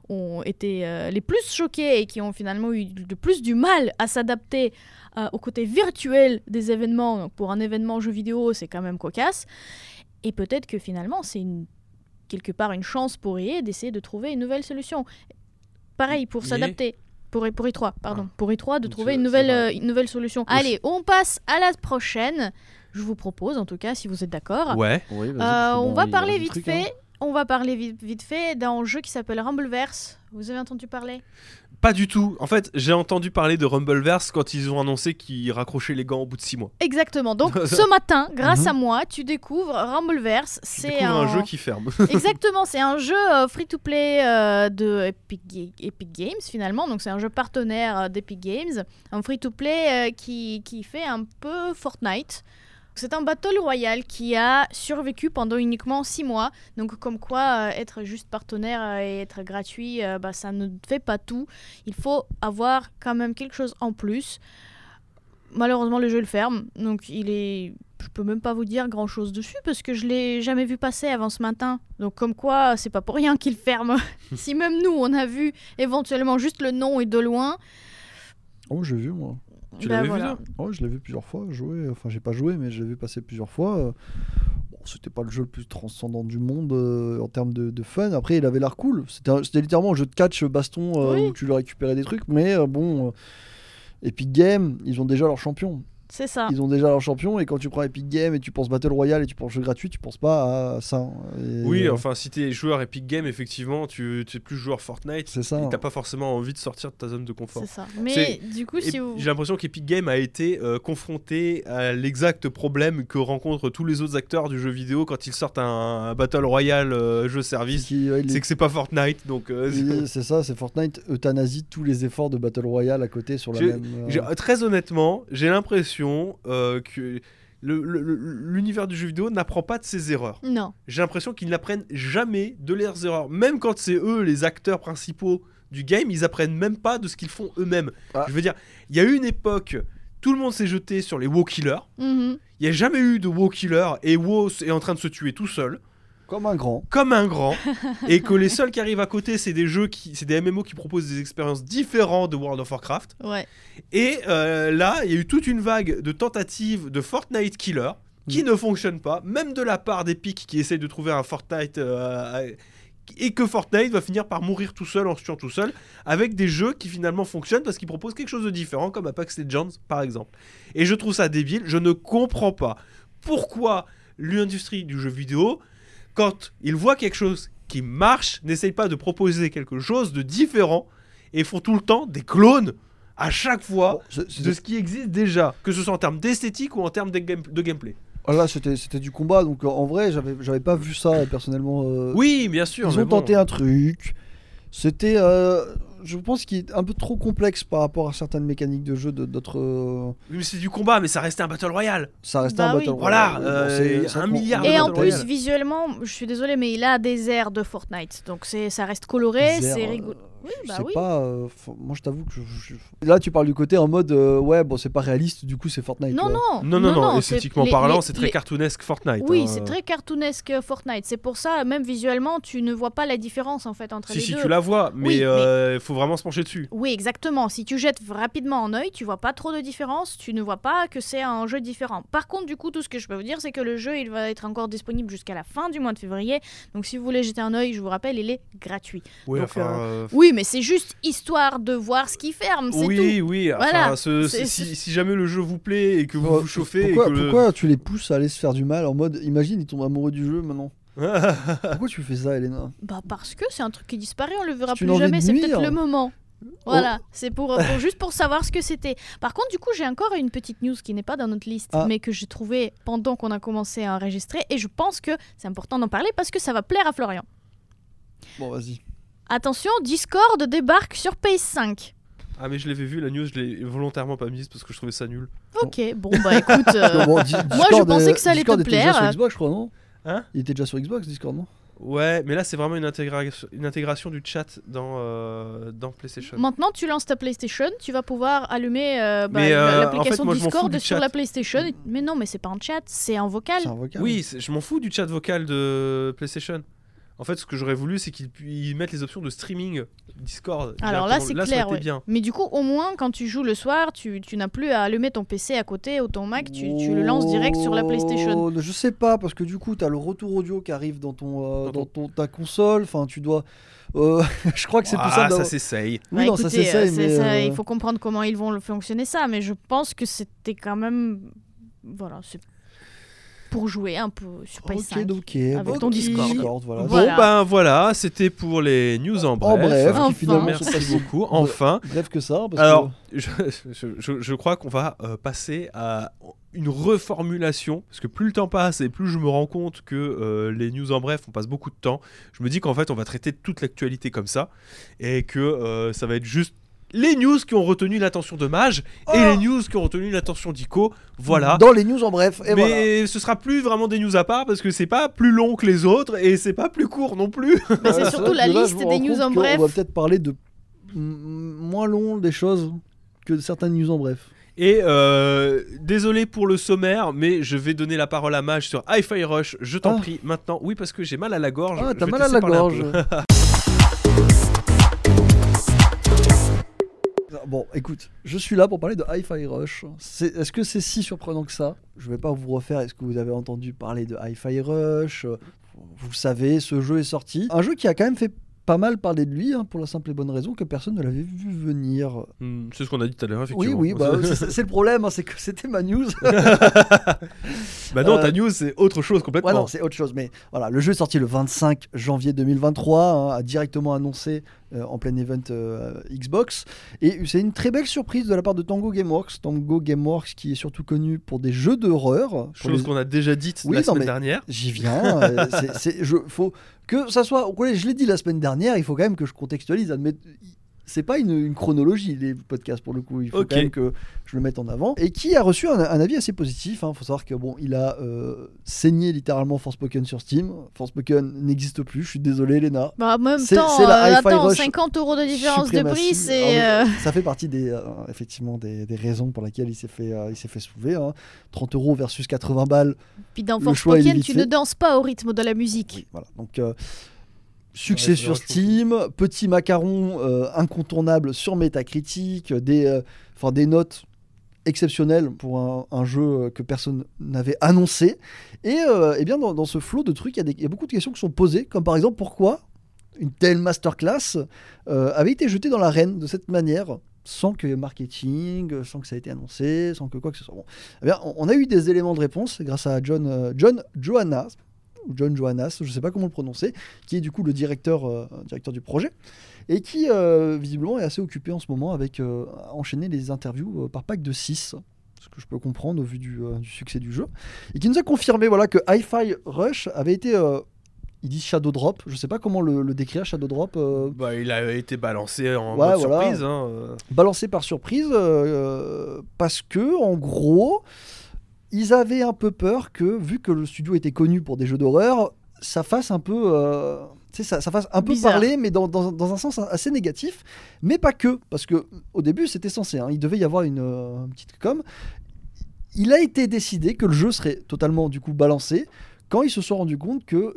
été les plus choqués et qui ont finalement eu le plus du mal à s'adapter au côté virtuel des événements. Donc pour un événement jeu vidéo, c'est quand même cocasse. Et peut-être que finalement, c'est quelque part une chance pour EA d'essayer de trouver une nouvelle solution. Pareil, pour s'adapter. Pour i3, pardon. Pour i3, de trouver une nouvelle solution. Allez, on passe à la prochaine. Je vous propose, en tout cas, si vous êtes d'accord. Ouais. On va parler vite fait. On va parler vite fait d'un jeu qui s'appelle Rumbleverse. Vous avez entendu parler ? Pas du tout. En fait, j'ai entendu parler de Rumbleverse quand ils ont annoncé qu'ils raccrochaient les gants au bout de 6 mois. Exactement. Donc, ce matin, grâce à moi, tu découvres Rumbleverse. C'est un jeu qui ferme. Exactement. C'est un jeu free-to-play de Epic Games, finalement. Donc, c'est un jeu partenaire d'Epic Games. Un free-to-play qui fait un peu Fortnite. C'est un Battle Royale qui a survécu pendant uniquement 6 mois. Donc comme quoi, être juste partenaire et être gratuit, ça ne fait pas tout. Il faut avoir quand même quelque chose en plus. Malheureusement, le jeu le ferme. Donc je peux même pas vous dire grand chose dessus parce que je l'ai jamais vu passer avant ce matin. Donc comme quoi, c'est pas pour rien qu'il ferme. Si même nous, on a vu éventuellement juste le nom et de loin. Oh, j'ai vu moi. Tu l'avais vu là ? Oh, je l'ai vu plusieurs fois jouer. Enfin, j'ai pas joué, mais je l'ai vu passer plusieurs fois. C'était pas le jeu le plus transcendant du monde en termes de fun. Après, il avait l'air cool. C'était littéralement un jeu de catch baston où tu lui récupérais des trucs. Mais Epic Games, ils ont déjà leur champion. C'est ça. Ils ont déjà leur champion, et quand tu prends Epic Games et tu penses Battle Royale et tu penses jeu gratuit, tu penses pas à ça. Oui, enfin, si t'es joueur Epic Games, effectivement, tu es plus joueur Fortnite. C'est ça. Et t'as pas forcément envie de sortir de ta zone de confort. C'est ça. Mais du coup, j'ai l'impression qu'Epic Games a été confronté à l'exact problème que rencontrent tous les autres acteurs du jeu vidéo quand ils sortent un Battle Royale jeu service. C'est que c'est pas Fortnite, donc. C'est ça, c'est Fortnite euthanasie tous les efforts de Battle Royale à côté sur la même. Très honnêtement, j'ai l'impression l'impression que l'univers du jeu vidéo n'apprend pas de ses erreurs. Non. J'ai l'impression qu'ils n'apprennent jamais de leurs erreurs. Même quand c'est eux les acteurs principaux du game, ils apprennent même pas de ce qu'ils font eux-mêmes. Ah. Je veux dire, il y a eu une époque, tout le monde s'est jeté sur les WoW killers. Mhm. Il n'y a jamais eu de WoW killer et WoW est en train de se tuer tout seul, Comme un grand. comme un grand, et que les seuls qui arrivent à côté, c'est des MMO qui proposent des expériences différentes de World of Warcraft. Ouais. Et là, il y a eu toute une vague de tentatives de Fortnite killer qui ne fonctionnent pas, même de la part d'Epic qui essaye de trouver un Fortnite et que Fortnite va finir par mourir tout seul en se tuant tout seul, avec des jeux qui finalement fonctionnent parce qu'ils proposent quelque chose de différent, comme Apex Legends par exemple. Et je trouve ça débile, je ne comprends pas pourquoi l'industrie du jeu vidéo, quand ils voient quelque chose qui marche, n'essaye pas de proposer quelque chose de différent et font tout le temps des clones à chaque fois de ce qui existe déjà, que ce soit en termes d'esthétique ou en termes de gameplay. Là, c'était du combat, donc en vrai, j'avais pas vu ça personnellement. Oui, bien sûr. Ils mais ont bon. tenté un truc. C'était, je pense, qu'il est un peu trop complexe par rapport à certaines mécaniques de jeu d'autres. Oui, mais c'est du combat, mais ça restait un Battle Royale. Ça restait Bah un oui. Battle Voilà, Royale. Bon, un milliard de Et en Battle plus, Royale. visuellement, je suis désolée, mais il a des airs de Fortnite. Donc ça reste coloré, Bizarre, c'est rigolo. Oui, je bah sais oui. pas, moi je t'avoue que là tu parles du côté en mode ouais bon c'est pas réaliste du coup c'est Fortnite. Non, ouais. non, Non, esthétiquement parlant, c'est très les- cartoonesque Fortnite. Oui, hein. c'est très cartoonesque Fortnite. C'est pour ça, même visuellement, tu ne vois pas la différence en fait entre les Si, deux. tu la vois, mais Oui, faut vraiment se pencher dessus. Oui, exactement. Si tu jettes rapidement en œil, tu vois pas trop de différence, tu ne vois pas que c'est un jeu différent. Par contre, du coup, tout ce que je peux vous dire, c'est que le jeu, il va être encore disponible jusqu'à la fin du mois de février. Donc, si vous voulez jeter un œil, je vous rappelle, il est gratuit. Oui, Donc, enfin. Oui, mais c'est juste histoire de voir ce qui ferme, c'est Oui, tout. oui. Voilà. Enfin, si jamais le jeu vous plaît et que vous Ouais, vous chauffez. pourquoi tu les pousses à aller se faire du mal en mode imagine ils tombent amoureux du jeu maintenant. Pourquoi tu fais ça Elena? Bah parce que c'est un truc qui disparaît, on le verra Si tu plus n'as envie jamais, de c'est nuire. peut-être le moment. Voilà, c'est pour juste pour savoir ce que c'était. Par contre, du coup, j'ai encore une petite news qui n'est pas dans notre liste, Ah. mais que j'ai trouvée pendant qu'on a commencé à enregistrer, et je pense que c'est important d'en parler parce que ça va plaire à Florian. Bon vas-y. Attention, Discord débarque sur PS5. Ah, mais je l'avais vu, la news, je l'ai volontairement pas mise parce que je trouvais ça nul. Ok, bon bah écoute, Bon, moi, je pensais que ça allait Discord te était déjà plaire. sur Xbox je crois non? Hein? Il était déjà sur Xbox Discord non? Ouais, mais là, c'est vraiment une intégration du chat dans PlayStation. Maintenant, tu lances ta PlayStation, tu vas pouvoir allumer Mais, l'application en fait, moi, je m'en fous Discord du sur chat. la PlayStation. Mais non, mais c'est pas en chat, c'est en vocal. C'est un vocal. Oui, je m'en fous du chat vocal de PlayStation. En fait, ce que j'aurais voulu, c'est qu'ils mettent les options de streaming Discord. Alors là, directement. c'est ça clair, aurait été ouais. bien. Mais du coup, au moins, quand tu joues le soir, tu n'as plus à allumer ton PC à côté ou ton Mac, tu le lances direct sur la PlayStation. Je sais pas, parce que du coup, t'as le retour audio qui arrive dans ta console. Enfin, tu dois. Je crois que c'est plus Ah, ça. ça d'avoir- s'essaye. Oui, Bah, non, ça écoutez, s'essaye, c'est mais. ça, il faut comprendre comment ils vont le fonctionner ça, mais je pense que c'était quand même. Voilà, c'est pour jouer un peu sur PS5. Ok, avec ton Discord. voilà. Voilà. Bon, ben voilà, c'était pour les news en bref. En bref, Enfin. qui finalement sont Merci passées- beaucoup. Enfin. Bref que ça. Parce Alors, que... je crois qu'on va passer à une reformulation, parce que plus le temps passe et plus je me rends compte que les news en bref, on passe beaucoup de temps. Je me dis qu'en fait, on va traiter toute l'actualité comme ça, et que ça va être juste les news qui ont retenu l'attention de Mage et les news qui ont retenu l'attention d'Ico. Voilà. Dans les news en bref. Et voilà. Mais ce sera plus vraiment des news à part parce que c'est pas plus long que les autres et c'est pas plus court non plus. Mais c'est Ouais, surtout vrai la que là, je liste me des rends news compte en qu'on bref. va peut-être parler de moins long des choses que certaines news en bref. Et désolé pour le sommaire, mais je vais donner la parole à Mage sur Hi-Fi Rush. Je t'en Ah. prie maintenant. Oui, parce que j'ai mal à la gorge. Ah, Je t'as vais mal te à laisser la parler un gorge. peu. Bon, écoute, je suis là pour parler de Hi-Fi Rush. Est-ce que c'est si surprenant que ça? Je vais pas vous refaire. Est-ce que vous avez entendu parler de Hi-Fi Rush? Vous le savez, ce jeu est sorti. Un jeu qui a quand même fait pas mal parler de lui, hein, pour la simple et bonne raison que personne ne l'avait vu venir. C'est ce qu'on a dit tout à l'heure, Oui, effectivement. oui, bah, c'est le problème, hein, c'est que c'était ma news. Bah non, ta news, c'est autre chose complètement. Ouais, non, c'est autre chose. Mais voilà, le jeu est sorti le 25 janvier 2023, hein, a directement annoncé en plein event Xbox. Et c'est une très belle surprise de la part de Tango Gameworks. Tango Gameworks qui est surtout connu pour des jeux d'horreur. Pour Chose les- qu'on a déjà dite Oui, la non, semaine mais- dernière. J'y viens. Faut que ça soit. Ouais, je l'ai dit la semaine dernière, il faut quand même que je contextualise. c'est pas une chronologie, les podcasts, pour le coup. Il faut Ok. quand même que je le mette en avant. Et qui a reçu un avis assez positif. Il faut savoir que bon, il a saigné littéralement Forspoken sur Steam. Forspoken n'existe plus. Je suis désolé, Léna. Bah, en même C'est temps, la Hi-Fi attends, Rush 50 € de différence de suprématie. prix, c'est. Alors, ça fait partie effectivement des raisons pour lesquelles il s'est fait soulever. 30 € versus 80 balles. Puis dans le choix, il est Forspoken, vite tu fait. ne danses pas au rythme de la musique. Oui, voilà. Donc, succès Ouais, sur c'est vrai, Steam, petit macaron incontournable sur Metacritic, des notes exceptionnelles pour un jeu que personne n'avait annoncé. Et bien dans ce flot de trucs, il y a beaucoup de questions qui sont posées, comme par exemple pourquoi une telle masterclass avait été jetée dans l'arène de cette manière, sans que marketing, sans que ça ait été annoncé, sans que quoi que ce soit. Bon. Eh bien, on a eu des éléments de réponse grâce à John Johanna, ou John Johannas, je ne sais pas comment le prononcer, qui est du coup le directeur du projet, et qui visiblement est assez occupé en ce moment avec enchaîner les interviews par pack de 6, ce que je peux comprendre au vu du succès du jeu, et qui nous a confirmé voilà, que Hi-Fi Rush avait été... ils disent Shadow Drop, je sais pas comment le décrire, Shadow Drop. Bah, il a été balancé en Ouais, mode voilà. surprise. Hein. Balancé par surprise, parce que, en gros, ils avaient un peu peur que, vu que le studio était connu pour des jeux d'horreur, ça fasse un peu... ça fasse un peu Bizarre. parler, mais dans un sens assez négatif, mais pas que, parce que au début c'était censé, il devait y avoir une petite com. Il a été décidé que le jeu serait totalement du coup balancé quand ils se sont rendus compte que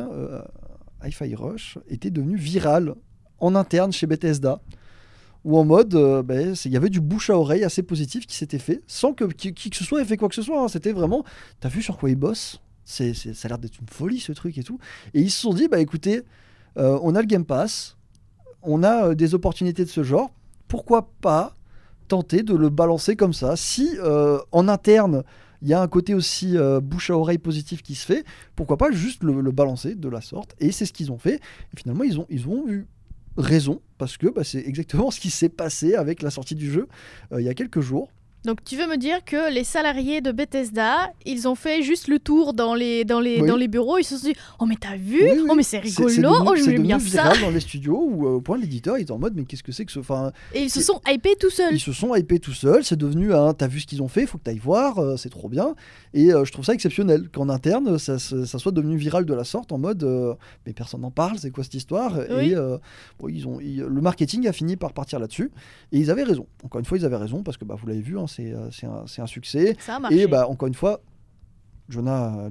Hi-Fi Rush était devenu viral en interne chez Bethesda, ou en mode, il y avait du bouche à oreille assez positif qui s'était fait, sans que qui que ce soit ait fait quoi que ce soit. C'était vraiment, t'as vu sur quoi ils bossent ? Ça a l'air d'être une folie ce truc et tout. Et ils se sont dit, écoutez, on a le Game Pass, on a des opportunités de ce genre, pourquoi pas tenter de le balancer comme ça. Si en interne, il y a un côté aussi bouche à oreille positif qui se fait, pourquoi pas juste le balancer de la sorte. Et c'est ce qu'ils ont fait. Et finalement, ils ont eu raison, parce que c'est exactement ce qui s'est passé avec la sortie du jeu il y a quelques jours. Donc tu veux me dire que les salariés de Bethesda, ils ont fait juste le tour dans les bureaux, ils se sont dit « Oh mais t'as vu ? Oui, oui. Oh mais c'est rigolo, devenu- oh je c'est veux bien devenu ça viral dans les studios où au point l'éditeur il était en mode mais qu'est-ce que c'est que ce... » Et ils se sont hypés tout seuls. Ils se sont hypés tout seuls, c'est devenu t'as vu ce qu'ils ont fait, faut que t'ailles voir, c'est trop bien. Et je trouve ça exceptionnel qu'en interne ça soit devenu viral de la sorte en mode mais personne n'en parle, c'est quoi cette histoire ? Oui. Et le marketing a fini par partir là-dessus et ils avaient raison. Encore une fois, ils avaient raison parce que vous l'avez vu, c'est un succès. Ça a marché. Et encore une fois, Johanna,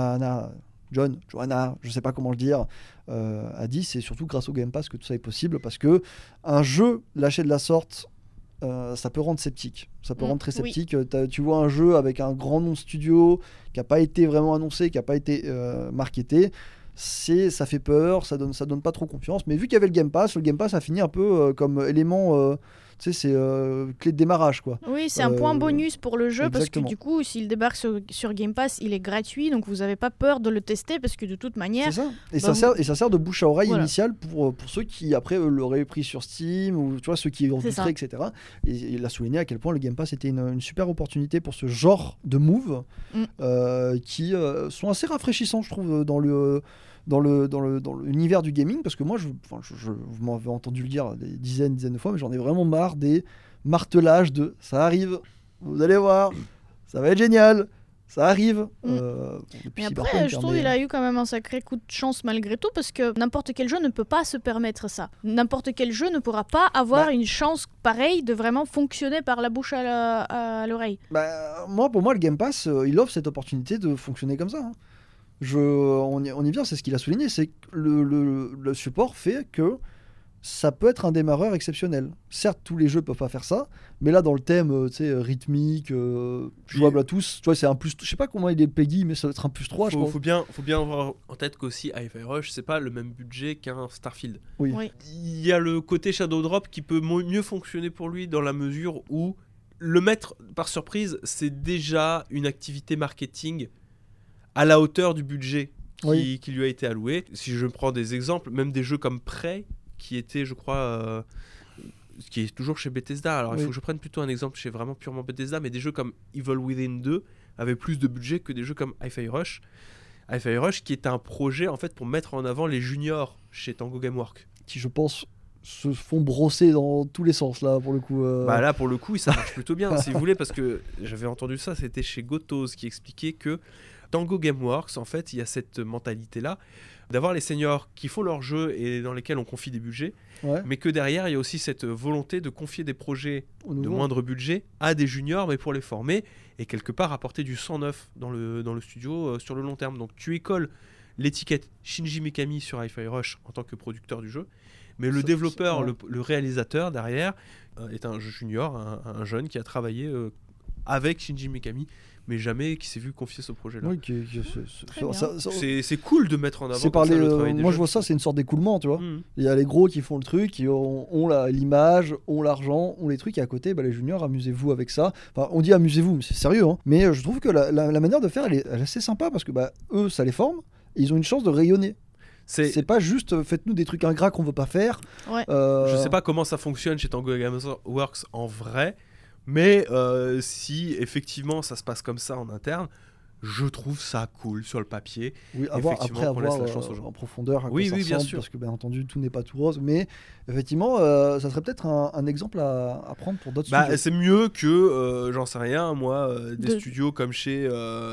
je sais pas comment le dire, a dit c'est surtout grâce au Game Pass que tout ça est possible parce que un jeu lâché de la sorte, ça peut rendre sceptique. Ça peut rendre très oui. sceptique. Tu vois un jeu avec un grand nom studio qui n'a pas été vraiment annoncé, qui n'a pas été marketé. Ça fait peur, ça donne pas trop confiance. Mais vu qu'il y avait le Game Pass a fini un peu comme élément, c'est clé de démarrage quoi. Oui, c'est un point bonus pour le jeu exactement. parce que du coup, s'il débarque sur Game Pass, il est gratuit, donc vous n'avez pas peur de le tester parce que de toute manière, C'est ça. Et, bah, ça sert de bouche à oreille Voilà. initiale pour ceux qui après l'auraient pris sur Steam ou tu vois ceux qui ont C'est ça. filtré, etc. Et il a souligné à quel point le Game Pass était une super opportunité pour ce genre de move qui sont assez rafraîchissants, je trouve, dans l'univers du gaming, parce que moi, vous m'avez entendu le dire des dizaines de fois, mais j'en ai vraiment marre des martelages de ça arrive, vous allez voir, ça va être génial, ça arrive. Depuis Mais après, Cyberpunk, je trouve mais- qu'il a eu quand même un sacré coup de chance malgré tout, parce que n'importe quel jeu ne peut pas se permettre ça. N'importe quel jeu ne pourra pas avoir une chance pareille de vraiment fonctionner par la bouche à l'oreille. Pour moi, le Game Pass, il offre cette opportunité de fonctionner comme ça. Hein. On y vient, c'est ce qu'il a souligné, c'est que le support fait que ça peut être un démarreur exceptionnel. Certes, tous les jeux peuvent pas faire ça, mais là, dans le thème rythmique, jouable à tous, tu vois, c'est un plus. Je sais pas comment il est le Peggy, mais ça va être un plus 3, je pense. Faut bien avoir en tête qu'aussi Hi-Fi Rush, c'est pas le même budget qu'un Starfield. Oui. Oui. Il y a le côté Shadow Drop qui peut mieux fonctionner pour lui dans la mesure où le mettre par surprise, c'est déjà une activité marketing à la hauteur du budget qui lui a été alloué. Si je prends des exemples, même des jeux comme Prey, qui était, je crois, qui est toujours chez Bethesda. Alors il faut que je prenne plutôt un exemple chez vraiment purement Bethesda, mais des jeux comme Evil Within 2 avaient plus de budget que des jeux comme Hi-Fi Rush. Hi-Fi Rush qui est un projet en fait pour mettre en avant les juniors chez Tango Gameworks. Qui, je pense, se font brosser dans tous les sens là pour le coup. Bah là pour le coup ça marche plutôt bien si vous voulez, parce que j'avais entendu ça, c'était chez Gotoz qui expliquait que dans Go Gameworks en fait il y a cette mentalité là d'avoir les seniors qui font leur jeu et dans lesquels on confie des budgets, Ouais, mais que derrière il y a aussi cette volonté de confier des projets au de nouveau. moindre budget à des juniors, mais pour les former et quelque part apporter du sang neuf dans le studio sur le long terme. Donc tu écoles l'étiquette Shinji Mikami sur Hi-Fi Rush en tant que producteur du jeu, mais le développeur, ouais. le réalisateur derrière est un junior, un jeune qui a travaillé avec Shinji Mikami, mais jamais qui s'est vu confier ce projet-là. Oui, Très bien. C'est cool de mettre en avant c'est comme par ça les, le travail des moi je jeunes. vois ça, c'est une sorte d'écoulement, tu vois. Mhm. Il y a les gros qui font le truc, qui ont l'image, ont l'argent, ont les trucs, et à côté, bah, les juniors, amusez-vous avec ça. Enfin, on dit amusez-vous, mais c'est sérieux, hein. Mais je trouve que la manière de faire, elle est assez sympa, parce que bah, eux, ça les forme, et ils ont une chance de rayonner. C'est pas juste faites-nous des trucs ingrats qu'on veut pas faire. Ouais. Euh, Je sais pas comment ça fonctionne chez Tango Gameworks en vrai, mais si effectivement ça se passe comme ça en interne, je trouve ça cool sur le papier. Oui, Effectivement, après qu'on laisse avoir la chance aux gens. en profondeur à quoi Oui, ça oui, bien ressemble, sûr. parce que bien entendu tout n'est pas tout rose, mais effectivement ça serait peut-être un exemple à prendre pour d'autres Bah, studios. c'est mieux que, j'en sais rien, moi, des De- studios comme chez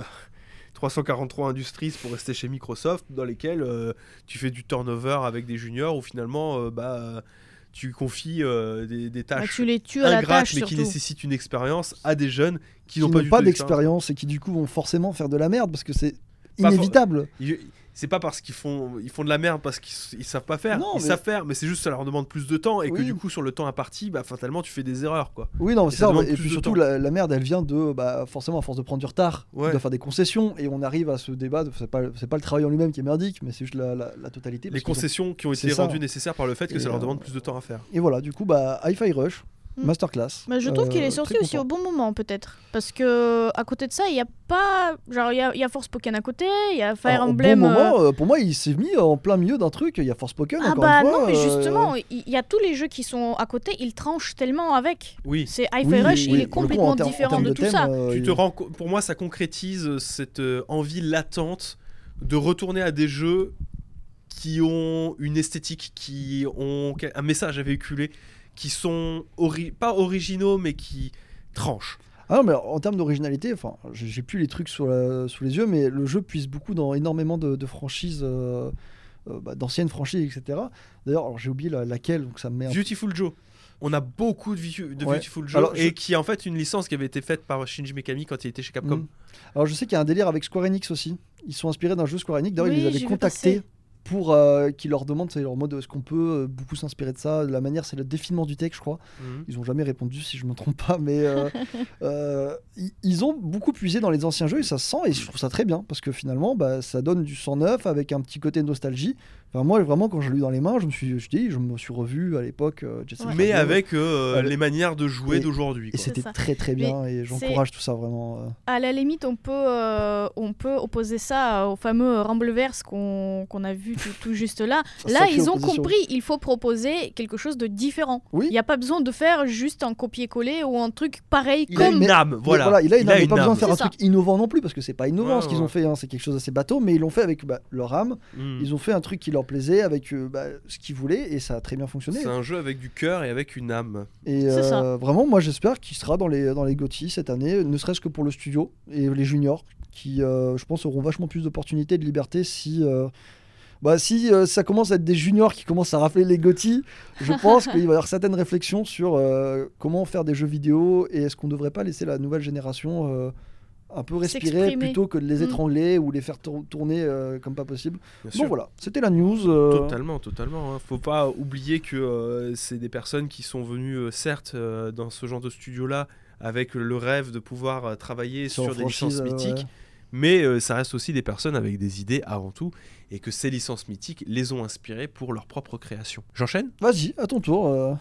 343 Industries, pour rester chez Microsoft, dans lesquels tu fais du turnover avec des juniors, où finalement tu confies des Bah, tâches tu les tues à la ingrates, tâche mais qui surtout. nécessitent une expérience à des jeunes qui qui n'ont pas du tout d'expérience et qui du coup vont forcément faire de la merde parce que c'est Pas for- inévitable. C'est pas parce qu'ils font de la merde parce qu'ils savent pas faire. Non, Ils mais- savent faire, mais c'est juste que ça leur demande plus de temps et que Oui. du coup sur le temps imparti, bah fatalement tu fais des erreurs quoi. Oui, non, Et c'est ça ça. demande Et plus puis de surtout, temps. la merde, elle vient de forcément à force de prendre du retard, Ouais. on doit faire des concessions et on arrive à ce débat. C'est pas le travail en lui-même qui est merdique, mais c'est juste la totalité. Les parce qu'ils ont- concessions qui ont été C'est ça. rendues nécessaires par le fait que Et, ça leur demande plus de temps à faire. Et voilà, du coup, Hi-Fi Rush, Mm. masterclass. Bah, je trouve qu'il est sorti très aussi au content. bon moment peut-être, parce que à côté de ça il y a pas genre il y a Forspoken à côté, il y a Fire Alors, au Emblem. bon moment, pour moi, il s'est mis en plein milieu d'un truc. Il y a Forspoken, Ah encore bah une fois. non mais justement il y a tous les jeux qui sont à côté, ils tranchent tellement avec. Oui. C'est Hi-Fi Oui, Rush, oui, il est pour le coup, complètement en différent termes de tout thème, ça. Tu te rends pour moi ça concrétise cette envie latente de retourner à des jeux qui ont une esthétique, qui ont un message à véhiculer, qui sont pas originaux mais qui tranchent. Ah non, mais en termes d'originalité, enfin, j'ai plus les trucs sous les yeux, mais le jeu puise beaucoup dans énormément de franchises, d'anciennes franchises, etc. D'ailleurs, alors, j'ai oublié laquelle, donc ça me met un Beautiful Joe. On a beaucoup de Ouais. Beautiful Joe, Alors, et qui est en fait une licence qui avait été faite par Shinji Mikami quand il était chez Capcom. Mm. Alors je sais qu'il y a un délire avec Square Enix aussi. Ils sont inspirés d'un jeu Square Enix. D'ailleurs, Oui, ils les j'ai avaient vu contactés passer. pour qu'ils leur demandent, c'est leur mode, est-ce qu'on peut beaucoup s'inspirer de ça. La manière, c'est le défilement du texte, je crois. Mhm. Ils ont jamais répondu, si je me trompe pas, mais ils ont beaucoup puisé dans les anciens jeux et ça se sent et je trouve ça très bien parce que finalement, ça donne du sang neuf avec un petit côté nostalgie. Enfin, moi, vraiment, quand je l'ai eu dans les mains, je me suis revu à l'époque. Jet Set Ouais. Mais Radio. avec Allez. les manières de jouer Et- d'aujourd'hui. Et quoi. c'était ça. très très bien et j'encourage tout ça vraiment. À la limite, on peut opposer ça au fameux Rumbleverse qu'on a vu tout juste là. Là, Sacrée ils ont opposition. compris, il faut proposer quelque chose de différent. Oui. Il n'y a pas besoin de faire juste un copier-coller ou un truc pareil Il a comme... une âme, voilà. Il a Il une a âme, une pas besoin âme. de faire un C'est ça. truc innovant non plus parce que c'est pas innovant Ouais, ce qu'ils ouais. ont fait, hein, c'est quelque chose d'assez bateau, mais ils l'ont fait avec leur âme. Mhm. Ils ont fait un truc qui leur plaisait avec ce qu'ils voulaient et ça a très bien fonctionné. C'est un jeu avec du cœur et avec une âme. Et C'est ça. vraiment, moi j'espère qu'il sera dans les GOTY cette année, ne serait-ce que pour le studio et les juniors qui, je pense, auront vachement plus d'opportunités et de liberté si ça commence à être des juniors qui commencent à rafler les GOTY. Je pense qu'il va y avoir certaines réflexions sur comment faire des jeux vidéo et est-ce qu'on ne devrait pas laisser la nouvelle génération un peu respirer S'exprimer. plutôt que de les Mm. étrangler ou les faire tourner comme pas possible. Bien Bon sûr. voilà, c'était la news. Totalement. Hein. Faut pas oublier que c'est des personnes qui sont venues, certes, dans ce genre de studio-là, avec le rêve de pouvoir travailler sur des franchise, licences mythiques. ouais. Mais ça reste aussi des personnes avec des idées avant tout, et que ces licences mythiques les ont inspirées pour leur propre création. J'enchaîne ? Vas-y, à ton tour.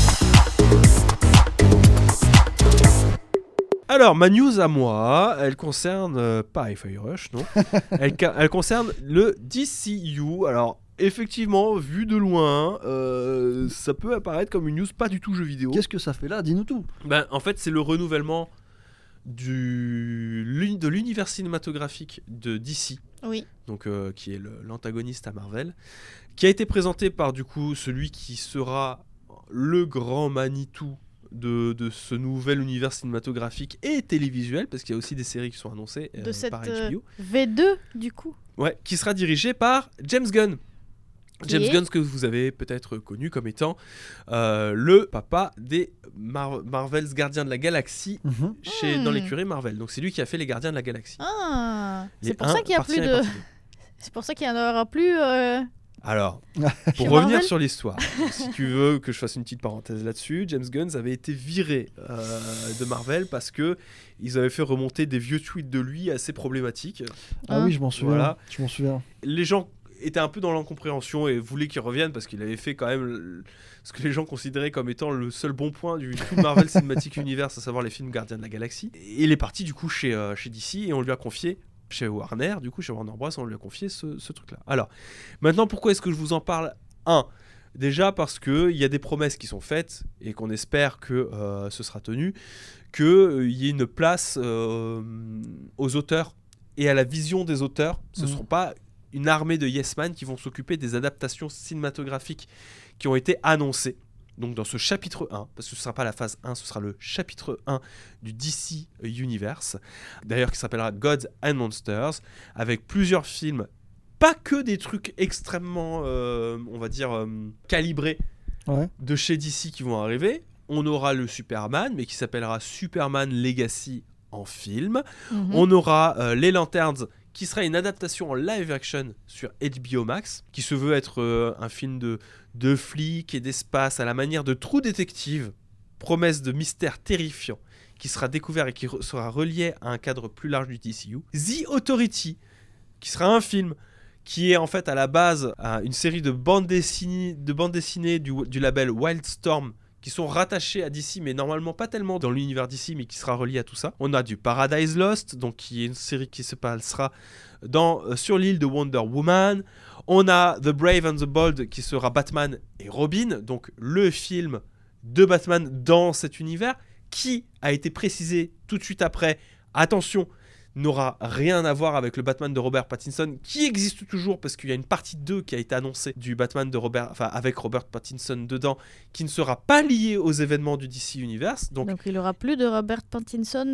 Alors, ma news à moi, elle concerne pas Hi-Fi Rush, non. Elle concerne le DCU. Alors, effectivement, vu de loin, ça peut apparaître comme une news pas du tout jeu vidéo. Qu'est-ce que ça fait là? Dis-nous tout. Ben, en fait, c'est le renouvellement de l'univers cinématographique de DC. Oui. donc qui est l'antagoniste à Marvel, qui a été présenté par du coup celui qui sera le grand Manitou de ce nouvel univers cinématographique et télévisuel, parce qu'il y a aussi des séries qui sont annoncées De cette par HBO. V2, du coup. Ouais, qui sera dirigé par James Gunn. Qui James est Gunn, que vous avez peut-être connu comme étant le papa des Marvel's Gardiens de la Galaxie dans l'écurie Marvel. Donc c'est lui qui a fait les Gardiens de la Galaxie. Ah, Les c'est pour ça qu'il y a partie plus un et de. partie deux. C'est pour ça qu'il n'y en aura plus. Alors, Chez pour revenir Marvel sur l'histoire, si tu veux que je fasse une petite parenthèse là-dessus, James Gunn avait été viré de Marvel parce que ils avaient fait remonter des vieux tweets de lui assez problématiques. Ah oui, je m'en souviens. Voilà. Je m'en souviens. Les gens étaient un peu dans l'incompréhension et voulaient qu'il revienne parce qu'il avait fait quand même ce que les gens considéraient comme étant le seul bon point du tout Marvel Cinematic Universe, à savoir les films Gardiens de la Galaxie. Et il est parti du coup chez DC et on lui a confié, chez Warner Bros, on lui a confié ce truc-là. Alors, maintenant, pourquoi est-ce que je vous en parle ? Déjà parce qu'il y a des promesses qui sont faites et qu'on espère que ce sera tenu, qu'il y ait une place aux auteurs et à la vision des auteurs. Ce ne seront pas une armée de yes man qui vont s'occuper des adaptations cinématographiques qui ont été annoncées. Donc dans ce chapitre 1, parce que ce ne sera pas la phase 1, ce sera le chapitre 1 du DC Universe, d'ailleurs qui s'appellera Gods and Monsters, avec plusieurs films, pas que des trucs extrêmement, on va dire, calibrés de chez DC qui vont arriver. On aura le Superman, mais qui s'appellera Superman Legacy en film. On aura les Lanterns, qui sera une adaptation en live action sur HBO Max, qui se veut être un film de flics et d'espace à la manière de True Detective, promesse de mystère terrifiant, qui sera découvert et qui sera relié à un cadre plus large du DCU. The Authority, qui sera un film qui est en fait à la base une série de bandes dessinées du label Wildstorm, qui sont rattachés à DC, mais normalement pas tellement dans l'univers DC, mais qui sera relié à tout ça. On a du Paradise Lost, donc qui est une série qui se passera sur l'île de Wonder Woman. On a The Brave and the Bold, qui sera Batman et Robin, donc le film de Batman dans cet univers, qui a été précisé tout de suite après. Attention, n'aura rien à voir avec le Batman de Robert Pattinson, qui existe toujours parce qu'il y a une partie 2 qui a été annoncée du Batman avec Robert Pattinson dedans, qui ne sera pas liée aux événements du DC Universe. Donc il n'y aura plus de Robert Pattinson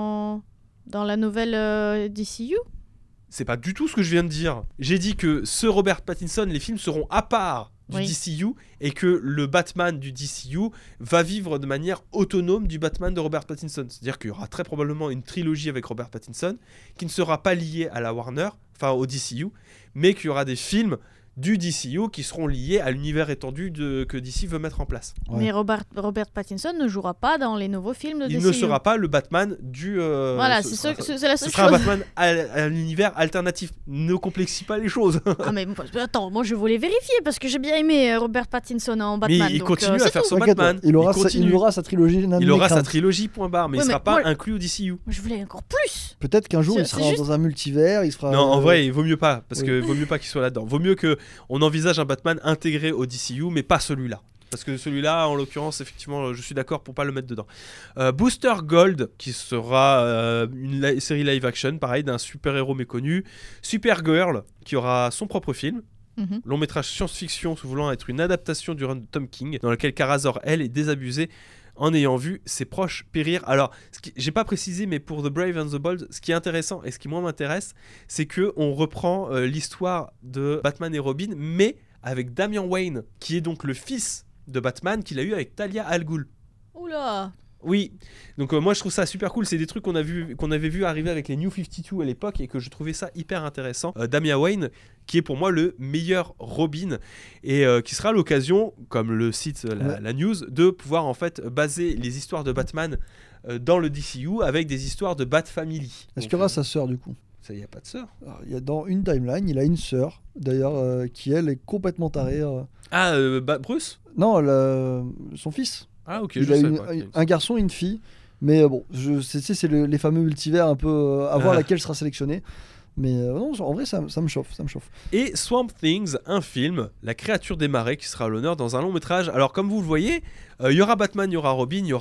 dans la nouvelle DCU ? C'est pas du tout ce que je viens de dire. J'ai dit que ce Robert Pattinson, les films seront à part du DCU et que le Batman du DCU va vivre de manière autonome du Batman de Robert Pattinson. C'est-à-dire qu'il y aura très probablement une trilogie avec Robert Pattinson qui ne sera pas liée à la Warner, enfin au DCU, mais qu'il y aura des films du DCU qui seront liés à l'univers étendu que DC veut mettre en place. Mais Robert Pattinson ne jouera pas dans les nouveaux films de DCU. Il ne sera pas le Batman du... voilà, c'est la seule chose. Ce sera un Batman à l'univers alternatif. Ne complexifie pas les choses. Ah mais attends, moi je voulais vérifier parce que j'ai bien aimé Robert Pattinson en Batman. Mais il continue à faire son Batman. Il aura sa trilogie. Il aura sa trilogie, point barre, mais il ne sera pas inclus au DCU. Je voulais encore plus. Peut-être qu'un jour il sera dans un multivers, il sera... Non, en vrai, il vaut mieux pas, parce que vaut mieux pas qu'il soit là-dedans. Vaut mieux que on envisage un Batman intégré au DCU, mais pas celui-là. Parce que celui-là, en l'occurrence, effectivement, je suis d'accord pour pas le mettre dedans. Booster Gold, qui sera une série live action, pareil, d'un super-héros méconnu. Supergirl, qui aura son propre film. Long métrage science-fiction se voulant être une adaptation du run de Tom King, dans lequel Kara Zor, elle, est désabusée en ayant vu ses proches périr. Alors, j'ai pas précisé, mais pour The Brave and the Bold, ce qui est intéressant et ce qui moi m'intéresse, c'est qu'on reprend l'histoire de Batman et Robin, mais avec Damian Wayne, qui est donc le fils de Batman qu'il a eu avec Talia al Ghul. Oula. Oui, donc moi je trouve ça super cool, c'est des trucs qu'on avait vu arriver avec les New 52 à l'époque et que je trouvais ça hyper intéressant. Damian Wayne, qui est pour moi le meilleur Robin et qui sera l'occasion, comme le cite la news, de pouvoir en fait baser les histoires de Batman dans le DCU avec des histoires de Bat Family. Est-ce qu'il y aura sa sœur du coup ? Ça, il n'y a pas de sœur. Alors, il y a dans une timeline, il a une sœur d'ailleurs qui elle est complètement tarée. Bruce ? Non, son fils. Ah ok, il a un garçon et une fille, mais bon, c'est les fameux multivers un peu à voir laquelle sera sélectionné. Mais non, en vrai, ça me chauffe. Et Swamp Things, un film, La créature des marais, qui sera à l'honneur dans un long métrage. Alors comme vous le voyez, il y aura Batman, il y aura Robin, il y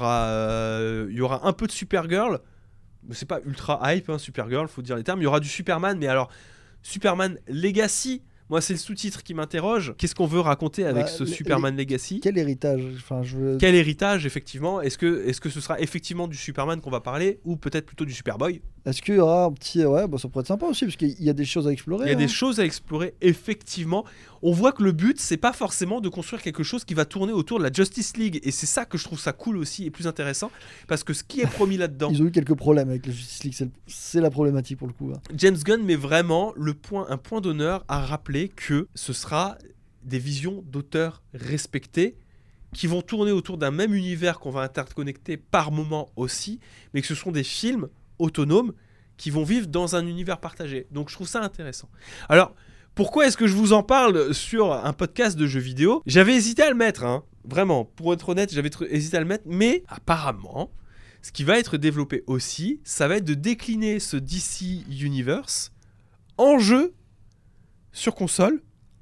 aura un peu de Supergirl. Mais c'est pas ultra hype, Supergirl, faut dire les termes. Il y aura du Superman, mais alors Superman Legacy. Moi, c'est le sous-titre qui m'interroge. Qu'est-ce qu'on veut raconter avec ce Superman Legacy ? Quel héritage Quel héritage, effectivement ? Est-ce que ce sera effectivement du Superman qu'on va parler ou peut-être plutôt du Superboy ? Est-ce qu'il y aura un petit... Ouais, ça pourrait être sympa aussi, parce qu'il y a des choses à explorer. Il y a des choses à explorer, effectivement. On voit que le but, c'est pas forcément de construire quelque chose qui va tourner autour de la Justice League. Et c'est ça que je trouve ça cool aussi et plus intéressant. Parce que ce qui est promis là-dedans... Ils ont eu quelques problèmes avec la Justice League, c'est la problématique pour le coup. James Gunn met vraiment un point d'honneur à rappeler que ce sera des visions d'auteurs respectés qui vont tourner autour d'un même univers qu'on va interconnecter par moment aussi, mais que ce sont des films autonomes qui vont vivre dans un univers partagé. Donc je trouve ça intéressant. Alors, pourquoi est-ce que je vous en parle sur un podcast de jeux vidéo ? J'avais hésité à le mettre, vraiment, pour être honnête, j'avais hésité à le mettre, mais apparemment, ce qui va être développé aussi, ça va être de décliner ce DC Universe en jeu sur console,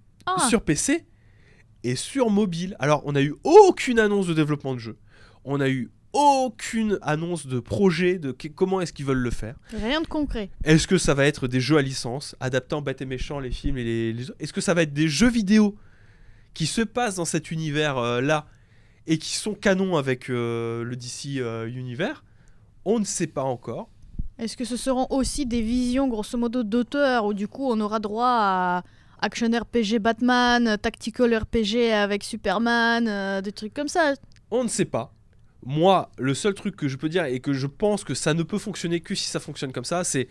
sur PC et sur mobile. Alors, on n'a eu aucune annonce de développement de jeu. On n'a eu aucune annonce de projet, de comment est-ce qu'ils veulent le faire. Rien de concret. Est-ce que ça va être des jeux à licence, adaptant bête et méchant les films et les autres ? Est-ce que ça va être des jeux vidéo qui se passent dans cet univers-là et qui sont canons avec le DC univers ? On ne sait pas encore. Est-ce que ce seront aussi des visions, grosso modo, d'auteurs, où du coup on aura droit à action RPG Batman, tactical RPG avec Superman, des trucs comme ça ? On ne sait pas. Moi, le seul truc que je peux dire et que je pense que ça ne peut fonctionner que si ça fonctionne comme ça, c'est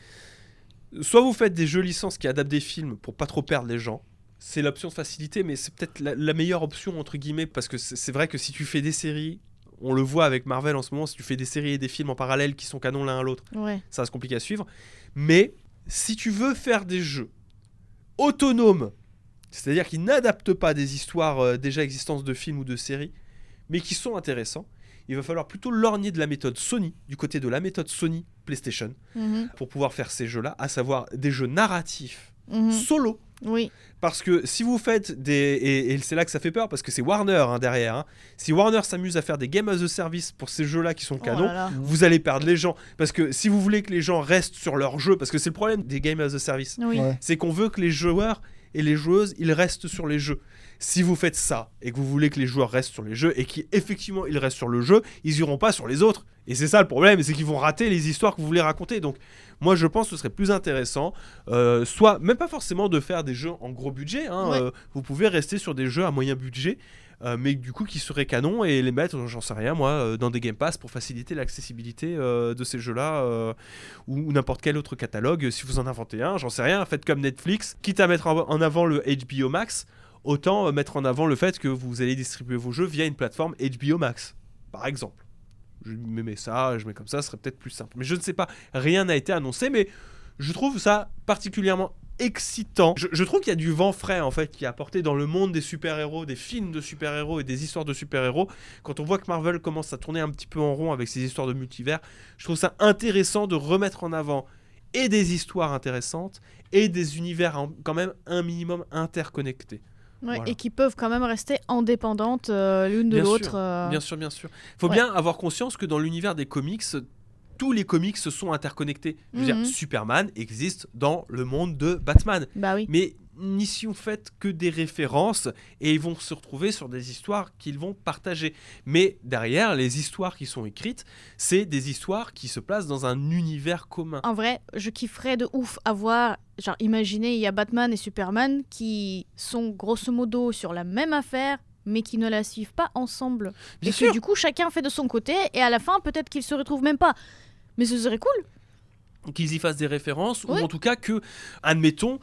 soit vous faites des jeux licences qui adaptent des films pour pas trop perdre les gens. C'est l'option de facilité, mais c'est peut-être la meilleure option entre guillemets, parce que c'est vrai que si tu fais des séries, on le voit avec Marvel en ce moment, si tu fais des séries et des films en parallèle qui sont canons l'un à l'autre, ça va se compliquer à suivre. Mais si tu veux faire des jeux autonomes, c'est-à-dire qui n'adaptent pas des histoires déjà existantes de films ou de séries, mais qui sont intéressants, il va falloir plutôt lorgner de la méthode Sony, du côté de la méthode Sony PlayStation, pour pouvoir faire ces jeux-là, à savoir des jeux narratifs solo. Oui. Parce que si vous faites des... Et c'est là que ça fait peur, parce que c'est Warner derrière. Si Warner s'amuse à faire des games as a service pour ces jeux-là qui sont canons, vous allez perdre les gens. Parce que si vous voulez que les gens restent sur leur jeu, parce que c'est le problème des games as a service, c'est qu'on veut que les joueurs et les joueuses, ils restent sur les jeux. Si vous faites ça, et que vous voulez que les joueurs restent sur les jeux, et qu'effectivement ils restent sur le jeu, ils iront pas sur les autres. Et c'est ça le problème, c'est qu'ils vont rater les histoires que vous voulez raconter. Donc moi je pense que ce serait plus intéressant, soit même pas forcément de faire des jeux en gros budget, vous pouvez rester sur des jeux à moyen budget, mais du coup qui seraient canons et les mettre, j'en sais rien moi, dans des Game Pass pour faciliter l'accessibilité de ces jeux-là, ou n'importe quel autre catalogue. Si vous en inventez un, j'en sais rien, faites comme Netflix, quitte à mettre en avant le HBO Max, autant mettre en avant le fait que vous allez distribuer vos jeux via une plateforme HBO Max, par exemple. Je mets ça, je mets comme ça, ce serait peut-être plus simple. Mais je ne sais pas, rien n'a été annoncé, mais je trouve ça particulièrement excitant. Je trouve qu'il y a du vent frais en fait qui est apporté dans le monde des super-héros, des films de super-héros et des histoires de super-héros. Quand on voit que Marvel commence à tourner un petit peu en rond avec ses histoires de multivers, je trouve ça intéressant de remettre en avant et des histoires intéressantes et des univers quand même un minimum interconnectés. Voilà. Et qui peuvent quand même rester indépendantes l'une de l'autre. Bien sûr. Il faut bien avoir conscience que dans l'univers des comics, tous les comics se sont interconnectés. Je veux dire, Superman existe dans le monde de Batman. Bah oui. Mais n'y sont faites que des références et ils vont se retrouver sur des histoires qu'ils vont partager. Mais derrière, les histoires qui sont écrites, c'est des histoires qui se placent dans un univers commun. En vrai, je kifferais de ouf avoir... Genre, imaginez, il y a Batman et Superman qui sont grosso modo sur la même affaire, mais qui ne la suivent pas ensemble. Bien sûr. Que du coup, chacun fait de son côté, et à la fin, peut-être qu'ils se retrouvent même pas. Mais ce serait cool. Qu'ils y fassent des références, ou en tout cas que, admettons,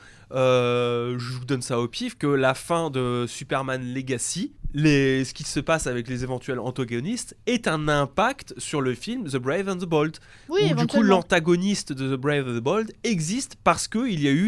je vous donne ça au pif, que la fin de Superman Legacy, ce qui se passe avec les éventuels antagonistes, ait un impact sur le film The Brave and the Bold. Oui, où du coup l'antagoniste de The Brave and the Bold existe parce qu'il y a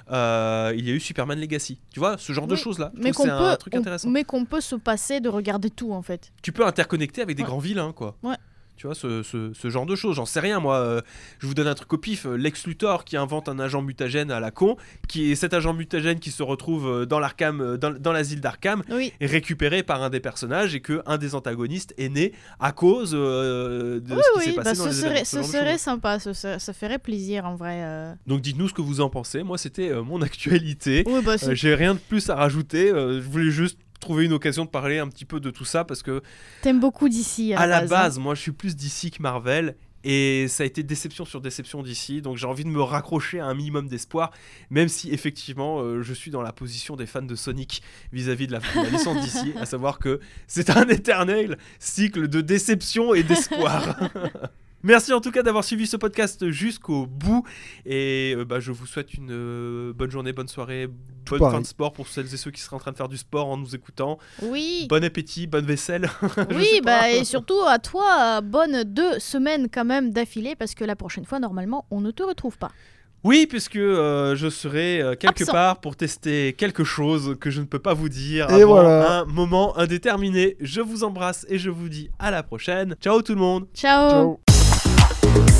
eu Superman Legacy. Tu vois, ce genre de choses-là. C'est un truc intéressant. Mais qu'on peut se passer de regarder tout, en fait. Tu peux interconnecter avec des grands vilains, quoi. Ouais. Tu vois, ce genre de choses. J'en sais rien, moi. Je vous donne un truc au pif. Lex Luthor qui invente un agent mutagène à la con, qui est cet agent mutagène qui se retrouve dans l'Arkham, dans l'asile d'Arkham, Oui. est récupéré par un des personnages et qu'un des antagonistes est né à cause de ce qui s'est passé dans les événements. Ce serait sympa, ça ferait plaisir en vrai. Donc dites-nous ce que vous en pensez. Moi, c'était mon actualité. Oui, bah, J'ai rien de plus à rajouter. Je voulais juste trouver une occasion de parler un petit peu de tout ça parce que t'aimes beaucoup d'ici à la hein. base, moi je suis plus DC que Marvel et ça a été déception sur déception d'ici, donc j'ai envie de me raccrocher à un minimum d'espoir, même si effectivement je suis dans la position des fans de Sonic vis-à-vis de la licence DC, à savoir que c'est un éternel cycle de déception et d'espoir. Merci en tout cas d'avoir suivi ce podcast jusqu'au bout et je vous souhaite une bonne journée, bonne soirée, bonne fin de sport pour celles et ceux qui seraient en train de faire du sport en nous écoutant. Oui. Bon appétit, bonne vaisselle. Oui, et surtout à toi, bonne 2 semaines quand même d'affilée parce que la prochaine fois normalement on ne te retrouve pas. Oui, puisque je serai quelque Absent. part pour tester quelque chose que je ne peux pas vous dire Et avant voilà. un moment indéterminé. Je vous embrasse et je vous dis à la prochaine. Ciao tout le monde. Ciao. Ciao.